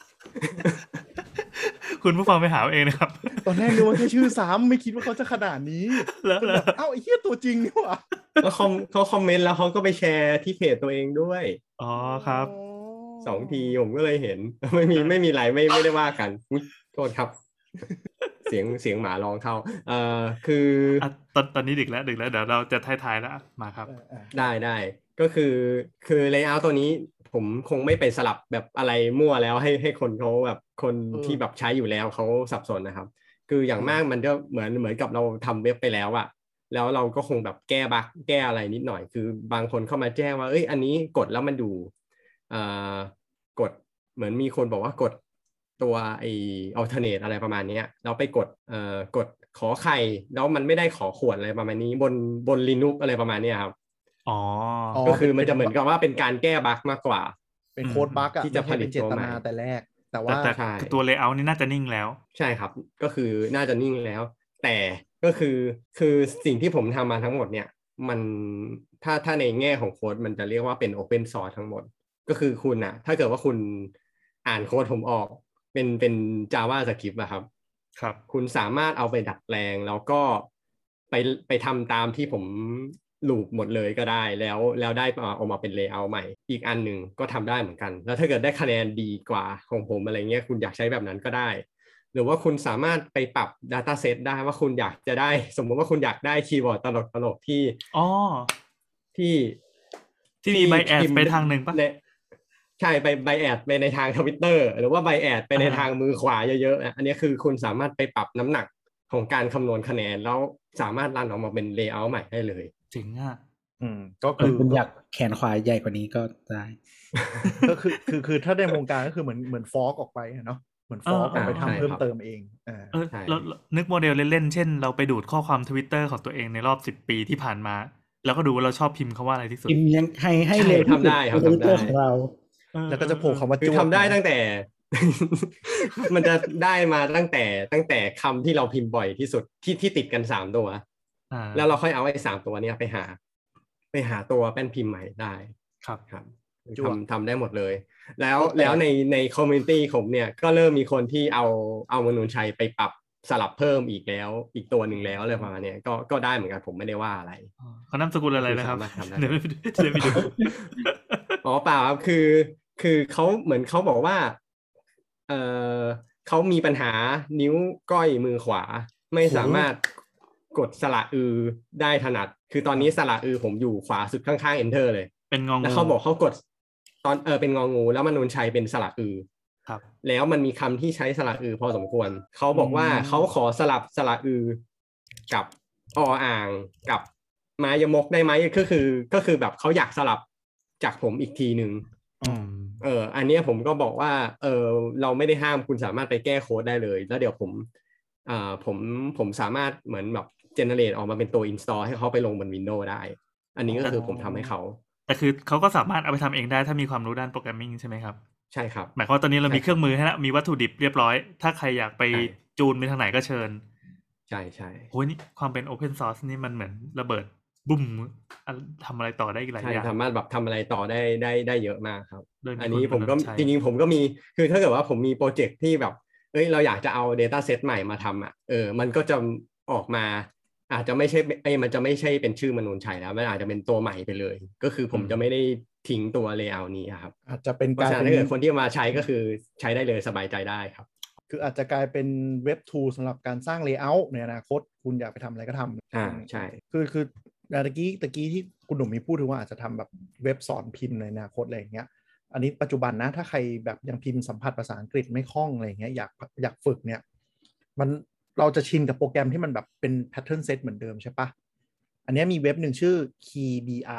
คุณผู้ฟังไปหาเอาเองนะครับตอนแรกนึกว่าแค่ชื่อซ้ำไม่คิดว่าเขาจะขนาดนี้แล้วก็แล้แบวบเอ้าไอ้เหี้ยตัวจริงนี่หว่าแล้วคอมเขาคอมเมนต์แล้วเขาก็ไปแชร์ที่เพจตัวเองด้วยอ๋อครับสองทีผมก็เลยเห็น ไม่มีไม่มีไรไม่ไม่ได้ว่ากันอุ๊ยโทษครับ เสียงเสียงหมาร้องเข้าเอ่อคืออ่ะตอนตอนนี้ดึกแล้วดึกแล้วเดี๋ยวเราจะท้ายๆแล้วอ่ะมาครับได้ได้ก็คือคือ layout ตัวนี้ผมคงไม่ไปสลับแบบอะไรมั่วแล้วให้ให้คนเขาแบบคนเออที่แบบใช้อยู่แล้วเขาสับสนนะครับ คืออย่างมากมันก็เหมือนเหมือนกับเราทำเว็บไปแล้วอะแล้วเราก็คงแบบแก้บั๊กแก้อะไรนิดหน่อย คือบางคนเข้ามาแจ้งว่าเอ้ยอันนี้กดแล้วมันดูเอ่อกดเหมือนมีคนบอกว่ากดตัวไอ้ alternate อะไรประมาณเนี้ยเราไปกดเอ่อกดขอไข่แล้วมันไม่ได้ขอขวดอะไรประมาณนี้บนบน Linux อะไรประมาณเนี้ยครับอ๋ออ๋อก็คือมันจะเหมือนกับว่าเป็นการแก้บั๊กมากกว่าเป็นโค้ดบั๊กอะที่จะผลิตไม่ใช่เป็นเจตนาตัวใหม่แต่แรก แต่แต่ว่าแต่ใช่ตัว layout นี่น่าจะนิ่งแล้วใช่ครับก็คือน่าจะนิ่งแล้ว แต่ก็คือคือสิ่งที่ผมทำมาทั้งหมดเนี่ยมันถ้าถ้าในแง่ของโค้ดมันจะเรียกว่าเป็น Open Source ทั้งหมด ก็คือคุณอะถ้าเกิดว่าคุณอ่านโค้ดผมออกเป็นเป็น JavaScript อะครับครับคุณสามารถเอาไปดัดแปลงแล้วก็ไปไปทำตามที่ผมลูปหมดเลยก็ได้แล้วแล้วได้ออกมาเป็น layout ใหม่อีกอันหนึ่งก็ทำได้เหมือนกัน แล้วถ้าเกิดได้คะแนนดีกว่าของผมอะไรเงี้ยคุณอยากใช้แบบนั้นก็ได้ หรือว่าคุณสามารถไปปรับ data set ได้ว่าคุณอยากจะได้สมมติว่าคุณอยากได้คีย์บอร์ดตลกตลกที่อ๋อที่ที่มี bias พิมพ์ไปทางหนึ่งปะในใช่ไปไบแอดไปในทางทวิตเตอร์หรือว่าไบแอดไปในอ่าทางมือขวาเยอะๆอ่ะอันนี้คือคุณสามารถไปปรับน้ำหนักของการคำนวณคะแนนแล้วสามารถรันออกมาเป็นเลเยอร์ใหม่ได้เลยจริงอ่ะอืมก็คืคือ อคุณอยากแขนขวาใหญ่กว่านี้ก็ได้ก็คือคือคือถ้าในวงการก็คือเหมือนเหมือนฟอกออกไปอะเนาะเหมือนฟอกออกไปอ่าใช่ทำเพิ่มครับเติมเองอ่าเออใช่แล้วแล้วนึกโมเดลเล่นๆ เช่น เราไปดูดข้อความทวิตเตอร์ของตัวเองในรอบสิบปีที่ผ่านมา แล้วก็ดูว่าเราชอบพิมพ์คำว่าอะไรที่สุดพิมพ์ยังให้ให้ใช่เร็วที่สุทำได้ครับใน Twitter ทำได้ของเราเออแล้วก็จะโผล่คำว่าคือจ้วทำได้มาตั้งแต่ มันจะได้มาตั้งแต่ตั้งแต่คำที่เราพิมพ์บ่อยที่สุดที่ที่ติดกันสามตัวอ่าแล้วเราค่อยเอาไอ้สามตัวเนี้ยไปหา ไปหาตัวแป้นพิมพ์ใหม่ได้ครับครับจั่วทำทำได้หมดเลย แล้วโอเคแล้วในในคอมมูนิตี้ผมเนี่ยก็เริ่มมีคนที่เอาเอามนูญชัยไปปรับสลับเพิ่มอีกแล้ว อีกตัวหนึ่งแล้วอะไรประมาณเนี้ยก็ก็ได้เหมือนกันผมไม่ได้ว่าอะไรเขานามสกุลอะไรนะครับสามารถทำได้เดี๋ยวไปเดี๋ยวไปดูอ๋อเปล่าครับคือคือเขาเหมือนเขาบอกว่าเออเขามีปัญหานิ้วก้อยมือขวา ไม่สามารถกดสระอือได้ถนัด คือตอนนี้สระอือผมอยู่ขวาสุดข้างๆ enter เลยเป็นงองูแล้วเขาบอกเขากดตอนเออเป็นงองูแล้วมนูญชัยเป็นสระอือครับแล้วมันมีคำที่ใช้สระอือพอสมควร เขาบอกว่าอืมเขาขอสลับสระอือกับออ่างกับไม้ยมกได้ไหมก็คือก็คือแบบเขาอยากสลับจากผมอีกทีหนึ่งอืมเอออันเนี้ยผมก็บอกว่าเออเราไม่ได้ห้ามคุณสามารถไปแก้โค้ดได้เลย แล้วเดี๋ยวผมอ่าผมผมสามารถเหมือนแบบเจเนเรตออกมาเป็นตัว install ให้เขาไปลงบน Windows ได้ อันนี้ก็คือผมทำให้เขาแต่คือเขาก็สามารถเอาไปทำเองได้ถ้ามีความรู้ด้านโปรแกรมมิ่งใช่ไหมครับใช่ครับหมายความว่าตอนนี้เรามีเครื่องมือให้แล้วมีวัตถุดิบเรียบร้อย ถ้าใครอยากไปใช่จูนไปทางไหนก็เชิญใช่ใช่โอ้ยนี่ความเป็น Open Source นี่มันเหมือนระเบิดบุ้มอ่ะทำอะไรต่อได้อีกหลายใช่อย่างสามารถแบบทำอะไรต่อได้ได้ได้เยอะมากครับโดยมีอันนี้ผมก็คนกำลังใช้จริงๆผมก็มีคือถ้าเกิดว่าผมมีโปรเจกต์ที่แบบเอ้ยเราอยากจะเอา Data Set ใหม่มาทำอ่ะเออมันก็จะออกมา อาจจะไม่ใช่เอ้ยมันจะไม่ใช่เป็นชื่อมนูญชัยแล้วมันอาจจะเป็นตัวใหม่ไปเลย ก็คือผมจะไม่ได้ทิ้งตัว layout นี้ครับอาจจะเป็นเพกราะลายฉะนั้เป็น นถ้าเกิดคนที่มาใช้ก็คือใช้ได้เลยสบายใจได้ครับคืออาจจะกลายเป็นเว็บทูสำหรับการสร้างเลเยอร์ในอนาคตคุณอยากไปทำอะไรก็ทำอ่าใช่คือคือตะกี้ตะกี้ที่คุณหนุ่มมีพูดถึงว่าอาจจะทำแบบเว็บสอนพิมพ์ในอนาคตอะไรอย่างเงี้ยอันนี้ปัจจุบันนะถ้าใครแบบยังพิมพ์สัมผัสภาษาอังกฤษไม่คล่องอะไรอย่างเงี้ยอยากอยากฝึกเนี่ยมันเราจะชินกับโปรแกรมที่มันแบบเป็น pattern set เหมือนเดิมใช่ปะอันนี้มีเว็บหนึ่งชื่อ Key บี อาร์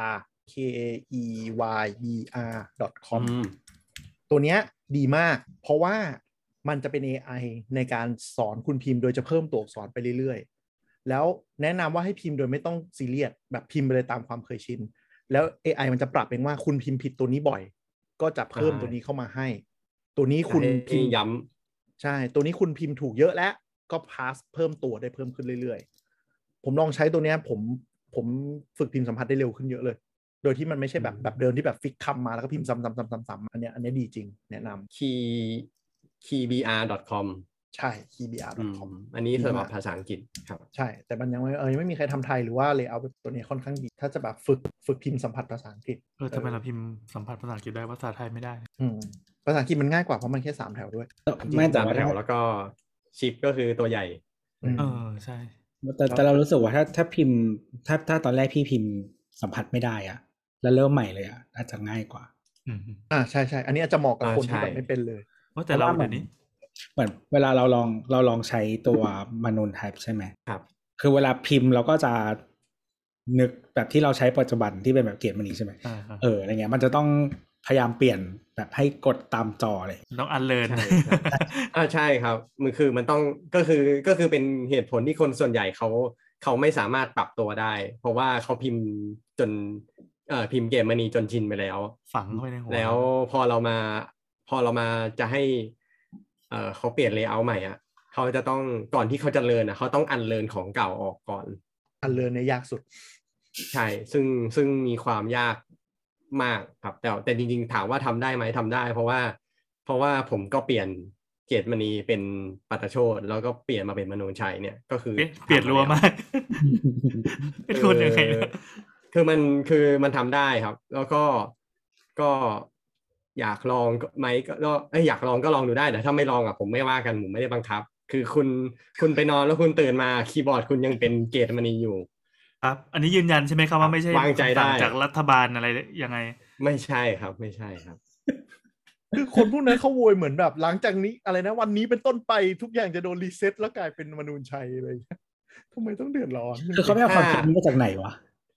เค อี วาย บี อาร์ ดอท คอมอืมตัวเนี้ยดีมากเพราะว่ามันจะเป็น เอ ไอ ในการสอนคุณพิมพ์โดยจะเพิ่มตัวอักษรไปเรื่อยๆแล้วแนะนำว่าให้พิมพ์โดยไม่ต้องซีเรียสแบบพิมพ์ไปเลยตามความเคยชินแล้ว เอ ไอ มันจะปรับเองว่าคุณพิมพ์ผิดตัวนี้บ่อยก็จะเพิ่มตัวนี้เข้ามาให้ตัวนี้คุณพิมพ์ย้ำใช่ตัวนี้คุณพิมพ์ถูกเยอะแล้วก็พาสเพิ่มตัวได้เพิ่มขึ้นเรื่อยๆผมลองใช้ตัวเนี้ยผมผมฝึกพิมพ์สัมผัสได้เร็วขึ้นเยอะเลยโดยที่มันไม่ใช่แบบแบบเดิมที่แบบฟิกคำมาแล้วก็พิมพ์ซ้ำๆๆๆอันเนี้ยอันเนี้ยดีจริงแนะนำคีคีบีอาร์ ดอท คอมใช่ คี บี อาร์ ดอท คอมอันนี้สำหรับภาษาอังกฤษครับใช่แต่มันยังไม่เออยังไม่มีใครทำไทยหรือว่า layout ตัวนี้ค่อนข้างดีถ้าจะแบบฝึกฝึกพิมพ์สัมผัสภาษาอังกฤษเออทำไมเราพิมพ์สัมผัสภาษาอังกฤษได้ภาษาไทยไม่ได้อืมภาษาอังกฤษมันง่ายกว่าเพราะมันแค่สามแถวด้วยไม่แต่สามว่าแถวแล้วก็ชิปก็คือตัวใหญ่เออใช่แต่แต่เรารู้สึกว่าถ้าถ้าพิมพ์ถ้าถ้าตอนแรกพี่พิมพ์สัมผัสไม่ได้อะแล้วเริ่มใหม่เลยอะอาจจะง่ายกว่าอืมอ่าใช่ใช่อันนี้อาจจะเหมาะกับคนที่อ่าใช่แบบไม่เป็นเลยว่าแต่เราเดี๋ยวนี้เหมือนเวลาเราลองเราลองใช้ตัวมานูนไทป์ใช่ไหมครับคือเวลาพิมพ์เราก็จะนึกแบบที่เราใช้ปัจจุบันที่เป็นแบบเกรดมันนี้ใช่ไหมเอออะไรเงี้ยมันจะต้องพยายามเปลี่ยนแบบให้กดตามจอเลยต้องอันเลิร์นใช่อ่าใช่ครับมันคือมันต้องก็คือก็คือเป็นเหตุผลที่คนส่วนใหญ่เขาเขาไม่สามารถปรับตัวได้เพราะว่าเขาพิมพ์จนเอ่อพิมพ์เกมมันนี้จนชินไปแล้วฝังเข้าไปในหัวแล้วพอเรามาพอเรามาจะให้เอ่อเขาเปลี่ยนเลเยอร์ใหม่อ่ะเขาจะต้องก่อนที่เขาจะเลิร์นอ่ะเขาต้องอันเลิร์นของเก่าออกก่อนอันเลิร์นเนี่ยยากสุดใช่ซึ่งซึ่งมีความยากมากครับแต่แต่จริงๆถามว่าทำได้ไหมทำได้เพราะว่าเพราะว่าผมก็เปลี่ยนเกตมณีเป็นปัตตโชติแล้วก็เปลี่ยนมาเป็นมโนชัยเนี่ยก็คือเปลี่ยนรัวมากเป็นคนยังไงคือมันคือมันทำได้ครับแล้วก็ก็อยากลองไหมก็เอ้ยอยากลองก็ลองดูได้แต่ถ้าไม่ลองอ่ะผมไม่ว่ากันผมไม่ได้บังคับคือคุณคุณไปนอนแล้วคุณตื่นมาคีย์บอร์ดคุณยังเป็นเกตมณีอยู่ครับอันนี้ยืนยันใช่ไหมครับว่าไม่ใช่วางใจได้จากรัฐบาลอะไรยังไงไม่ใช่ครับไม่ใช่ครับคือคนพวกนั้นเขาโวยเหมือนแบบหลังจากนี้อะไรนะวันนี้เป็นต้นไปทุกอย่างจะโดนรีเซ็ตแล้วกลายเป็นมนูญชัยเลยทำไมต้องเดือดร้อนคือเขาไม่เอาความคิดนี้มาจากไหนวะ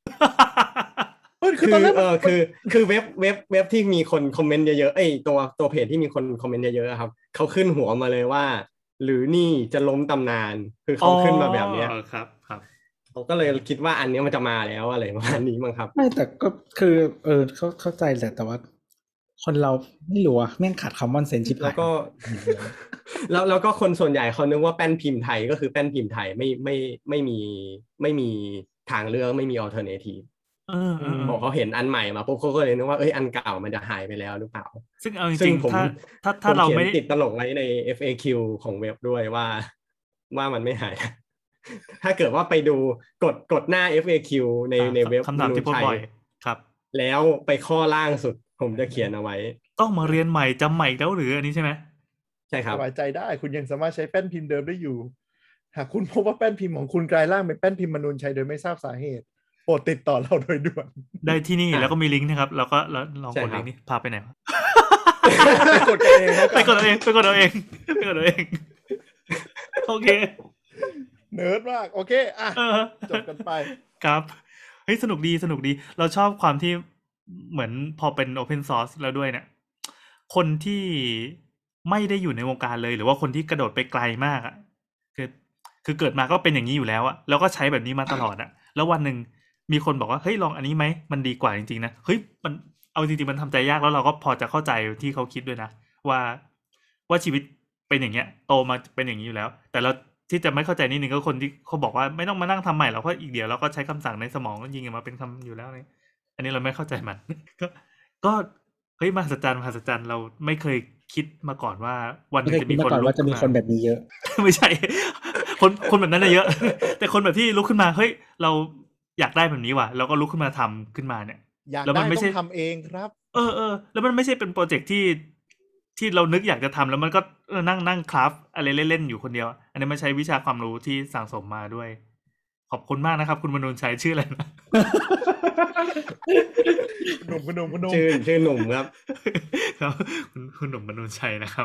คือเออคือคือเว็บเว็บเว็บที่มีคนคอมเมนต์เยอะๆเอ้ยตัวตัวเพจที่มีคนคอมเมนต์เยอะๆครับเขาขึ้นหัวมาเลยว่าหรือนี่จะล้มตำนานคือเขาขึ้นมาแบบเนี้ยครับครับเขาก็เลยคิดว่าอันนี้มันจะมาแล้วอะไรประมาณนี้มั้งครับไม่แต่ก็คือเออเขาเข้าใจแหละแต่ว่าคนเราไม่รู้อะแม่งขาด common sense ชิบหายแล้วก็แล้วแล้วก็คนส่วนใหญ่เขานึกว่าแป้นพิมพ์ไทยก็คือแป้นพิมพ์ไทยไม่ไม่ไม่มีไม่มีทางเลือกไม่มี alternative เออๆพอเขาเห็นอันใหม่มาปุ๊บเขาก็เลยนึกว่าเอ้ยอันเก่ามันจะหายไปแล้วหรือเปล่าซึ่งเอาจริงๆถ้าถ้าถ้าเราไม่ติดตลกไว้ใน เอฟ เอ คิว ของเว็บด้วยว่าว่ามันไม่หายถ้าเกิดว่าไปดูกดกดหน้า เอฟ เอ คิว ในในเว็บคำถามที่พบบ่อยครับแล้วไปข้อล่างสุดผมจะเขียนเอาไว้ต้องมาเรียนใหม่จำใหม่แล้วหรืออันนี้ใช่ไหมใช่ครับสบายใจได้คุณยังสามารถใช้แป้นพิมพ์เดิมได้อยู่หากคุณพบว่าแป้นพิมพ์ของคุณกลายร่างเป็นแป้นพิมพ์มนูญชัยโดยไม่ทราบสาเหตุโปรดติดต่อเราโดยด่วนได้ที่นี่แล้วก็มีลิงก์นะครับแล้วก็แล้วลองกดลิงก์นี้พาไปไหนไปกดกันเองไปกดเอาเองไปกดเอาเองไปกดเอาเองโอเคเนิร์ดมากโอเคอ่ะจบกันไปครับเฮ้ยสนุกดีสนุกดีเราชอบความที่เหมือนพอเป็น Open Source แล้วด้วยเนี่ยคนที่ไม่ได้อยู่ในวงการเลยหรือว่าคนที่กระโดดไปไกลมากอ่ะคือคือเกิดมาก็เป็นอย่างนี้อยู่แล้วอ่ะแล้วก็ใช้แบบนี้มาตลอดอ่ะแล้ววันนึงมีคนบอกว่าเฮ้ยลองอันนี้ไหมมันดีกว่าจริงๆนะเฮ้ยมันเอาจริงๆมันทำใจยากแล้วเราก็พอจะเข้าใจที่เขาคิดด้วยนะว่าว่าชีวิตเป็นอย่างเงี้ยโตมาเป็นอย่างนี้อยู่แล้วแต่เราที่จะไม่เข้าใจนิดนึงก็คนที่เขาบอกว่าไม่ต้องมานั่งทำใหม่หรอกเพราะอีกเดี๋ยวเราก็ใช้คำสั่งในสมองยิงออกมาเป็นคำอยู่แล้วนี่อันนี้เราไม่เข้าใจมันก็ก็เฮ้ยมหัศจรรย์มหัศจรรย์เราไม่เคยคิดมาก่อนว่าวันนึงจะมีคนลุกว่าจะมีคนแบบนี้เยอะไม่ใช่คนคนแบบนั้นเยอะแต่คนแบบที่ลุกขึ้นมาเฮ้ยเราอยากได้แบบนี้ว่ะแล้วก็ลุกขึ้นมาทำขึ้นมาเนี่ยแล้วมันไม่ใช่ทำเองครับเออเออแล้วมันไม่ใช่เป็นโปรเจกต์ที่ที่เรานึกอยากจะทำแล้วมันก็เออนั่งนั่งคราฟอะไรเล่นๆอยู่คนเดียวอันนี้มันใช้วิชาความรู้ที่สั่งสมมาด้วยขอบคุณมากนะครับคุณมนูญชัยชื่ออะไรนะหนุ่มคุณหนุ่มคุณหนุ่มชื่อชื่อหนุ่มครับครับคุณคุณหนุ่มมนูญชัยนะครับ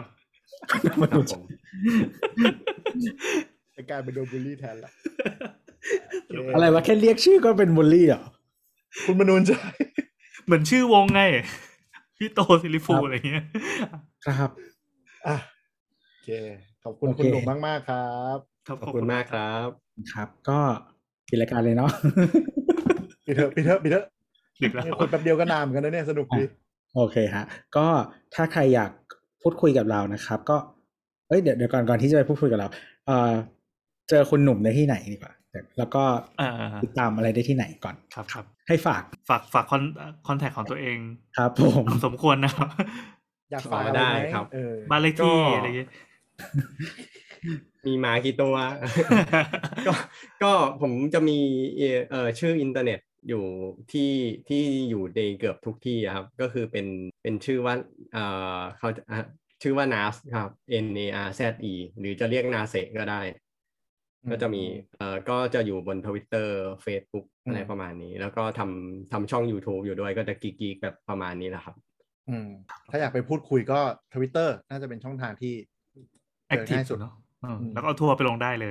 จะกลายเป็นโดนบูลลี่แทนละอะไรวะแค่เรียกชื่อก็เป็นบูลลี่เหรอคุณมนูญชัยเหมือนชื่อวงไงพี่โตซิลิฟูอะไรเงี้ยครับอ่ะโอเคขอบคุณโอเคคุณหนุ่มมากๆครับครับขอบคุณมากครับครับ ก็ปิดรายการเลยเนาะปิดเถอะปิดเถอะปิดเถอะดึกแล้วเนี่ยคุยแป๊บเดียวก็นานเหมือนกันนะเนี่ยสนุกดีโอเคฮะก็ถ้าใครอยากพูดคุยกับเรานะครับ ก็เอ้ยเดี๋ยวเดี๋ยวก่อนก่อนที่จะไปพูดคุยกับเราเอ่อเจอคุณหนุ่มได้ที่ไหนดีกว่าแล้วก็อ่าติดตามอะไรได้ที่ไหนก่อนครับครับให้ฝากฝากฝากคอนคอนแทคของตัวเองครับผมตามสมควรนะครับอยากฝากอะไรได้ไหมครับเออบ้านเลขที่ก็อะไรเงี้ยมีหมากี่ตัว ก็ก็ผมจะมีเอ่อชื่ออินเทอร์เน็ตอยู่ที่ที่อยู่ในเกือบทุกที่อะครับ ก็คือเป็นเป็นชื่อว่าเอ่อเขาอ่ะชื่อว่า นาส ครับ N A R Z E หรือจะเรียกนาเซก็ได้ ก็จะมีเอ่อก็จะอยู่บน Twitter Facebook อะไรประมาณนี้ แล้วก็ทำทำช่อง YouTube อยู่ด้วยก็จะกีกๆแบบประมาณนี้แหละครับอืมถ้าอยากไปพูดคุยก็ Twitter น่าจะเป็นช่องทางที่แอคเจอทีฟง่ายสุสุดดเนาะอืมแล้วก็เอาทัวร์ไปลงได้เลย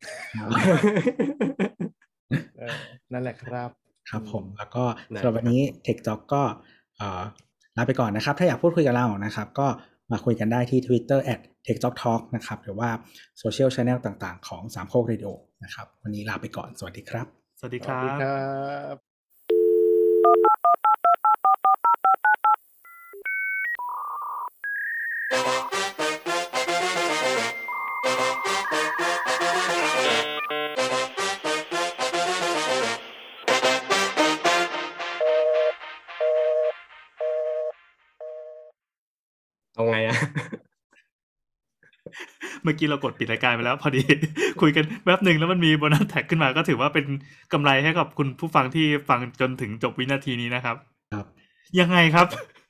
เออนั่นแหละครับครับผมแล้วก็ได้สำหรับวันนี้ Tech Talk ก็เอ่อลาไปก่อนนะครับ ถ้าอยากพูดคุยกับเรานะครับ ก็มาคุยกันได้ที่ Twitter แอท เทค จ็อก ทอล์ก นะครับ หรือว่าโซเชียล Channel ต่างๆ ของสามโคกเรดิโอนะครับ วันนี้ลาไปก่อน สวัสดีครับสวัสดีสควัสรัดีคบรับเอาไงอะเมื่อกี้เรากดปิดรายการไปแล้ว พอดี คุยกันแป๊บหนึ่งแล้วมันมีโบนัสแท็กขึ้นมาก็ถือว่าเป็นกำไรให้กับคุณผู้ฟังที่ฟังจนถึงจบวินาทีนี้นะครับครับยังไงครับ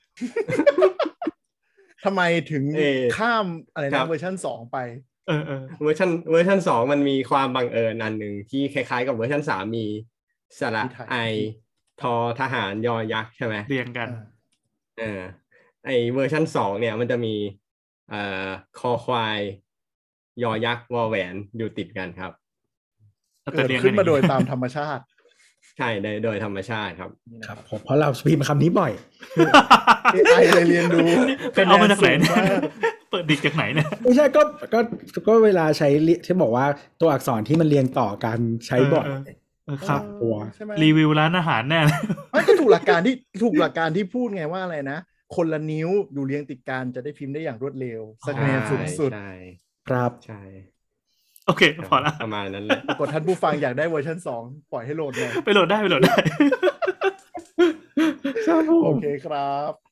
ทำไมถึงเอ่อข้ามอะไรครันะบเวอร์ชันสองไปเออเออเวอร์ชันเวอร์ชันสองมันมีความบังเอิญอันหนึ่งที่คล้ายๆกับเวอร์ชันสามมีสระที่ไทยไอทอทหารยอยักษ์ใช่ไหมเรียงกันเออไอเวอร์ชันสองเนี่ยมันจะมีเอ่อคอควายยอยักษ์วอแหวนอยู่ติดกันครับเกิดขึ้นมาโดยตามธรรมชาติใช่โดยโดยธรรมชาติครับครับผมเพราะเราพิมพ์คำนี้บ่อยเอไอเลยเรียนรู้ไปเอามาจากไหนเนี่ยคะแนนสูงมากเปิดดิกจากไหนเนี่ยไม่ใช่ก็ก็ก็เวลาใช้เรียที่บอกว่าตัวอักษรที่มันเรียงต่อกันใช้บ่อยเออ เออครับตัวใช่ไหมรีวิวร้านอาหารแน่เลยไม่ก็ถูกหลักการที่ถูกหลักการที่พูดไงว่าอะไรนะ คนละนิ้วอยู่เรียงติดกันจะได้พิมพ์ได้อย่างรวดเร็วคะแนนสูงสุดใช่ครับใช่โอเค พอละประมาณนั้นแหละปรากฏท่านผู้ฟังอยากได้เวอร์ชันสองปล่อยให้โหลดเลยไปโหลดได้ไปโหลดได้ครับผมโอเคครับ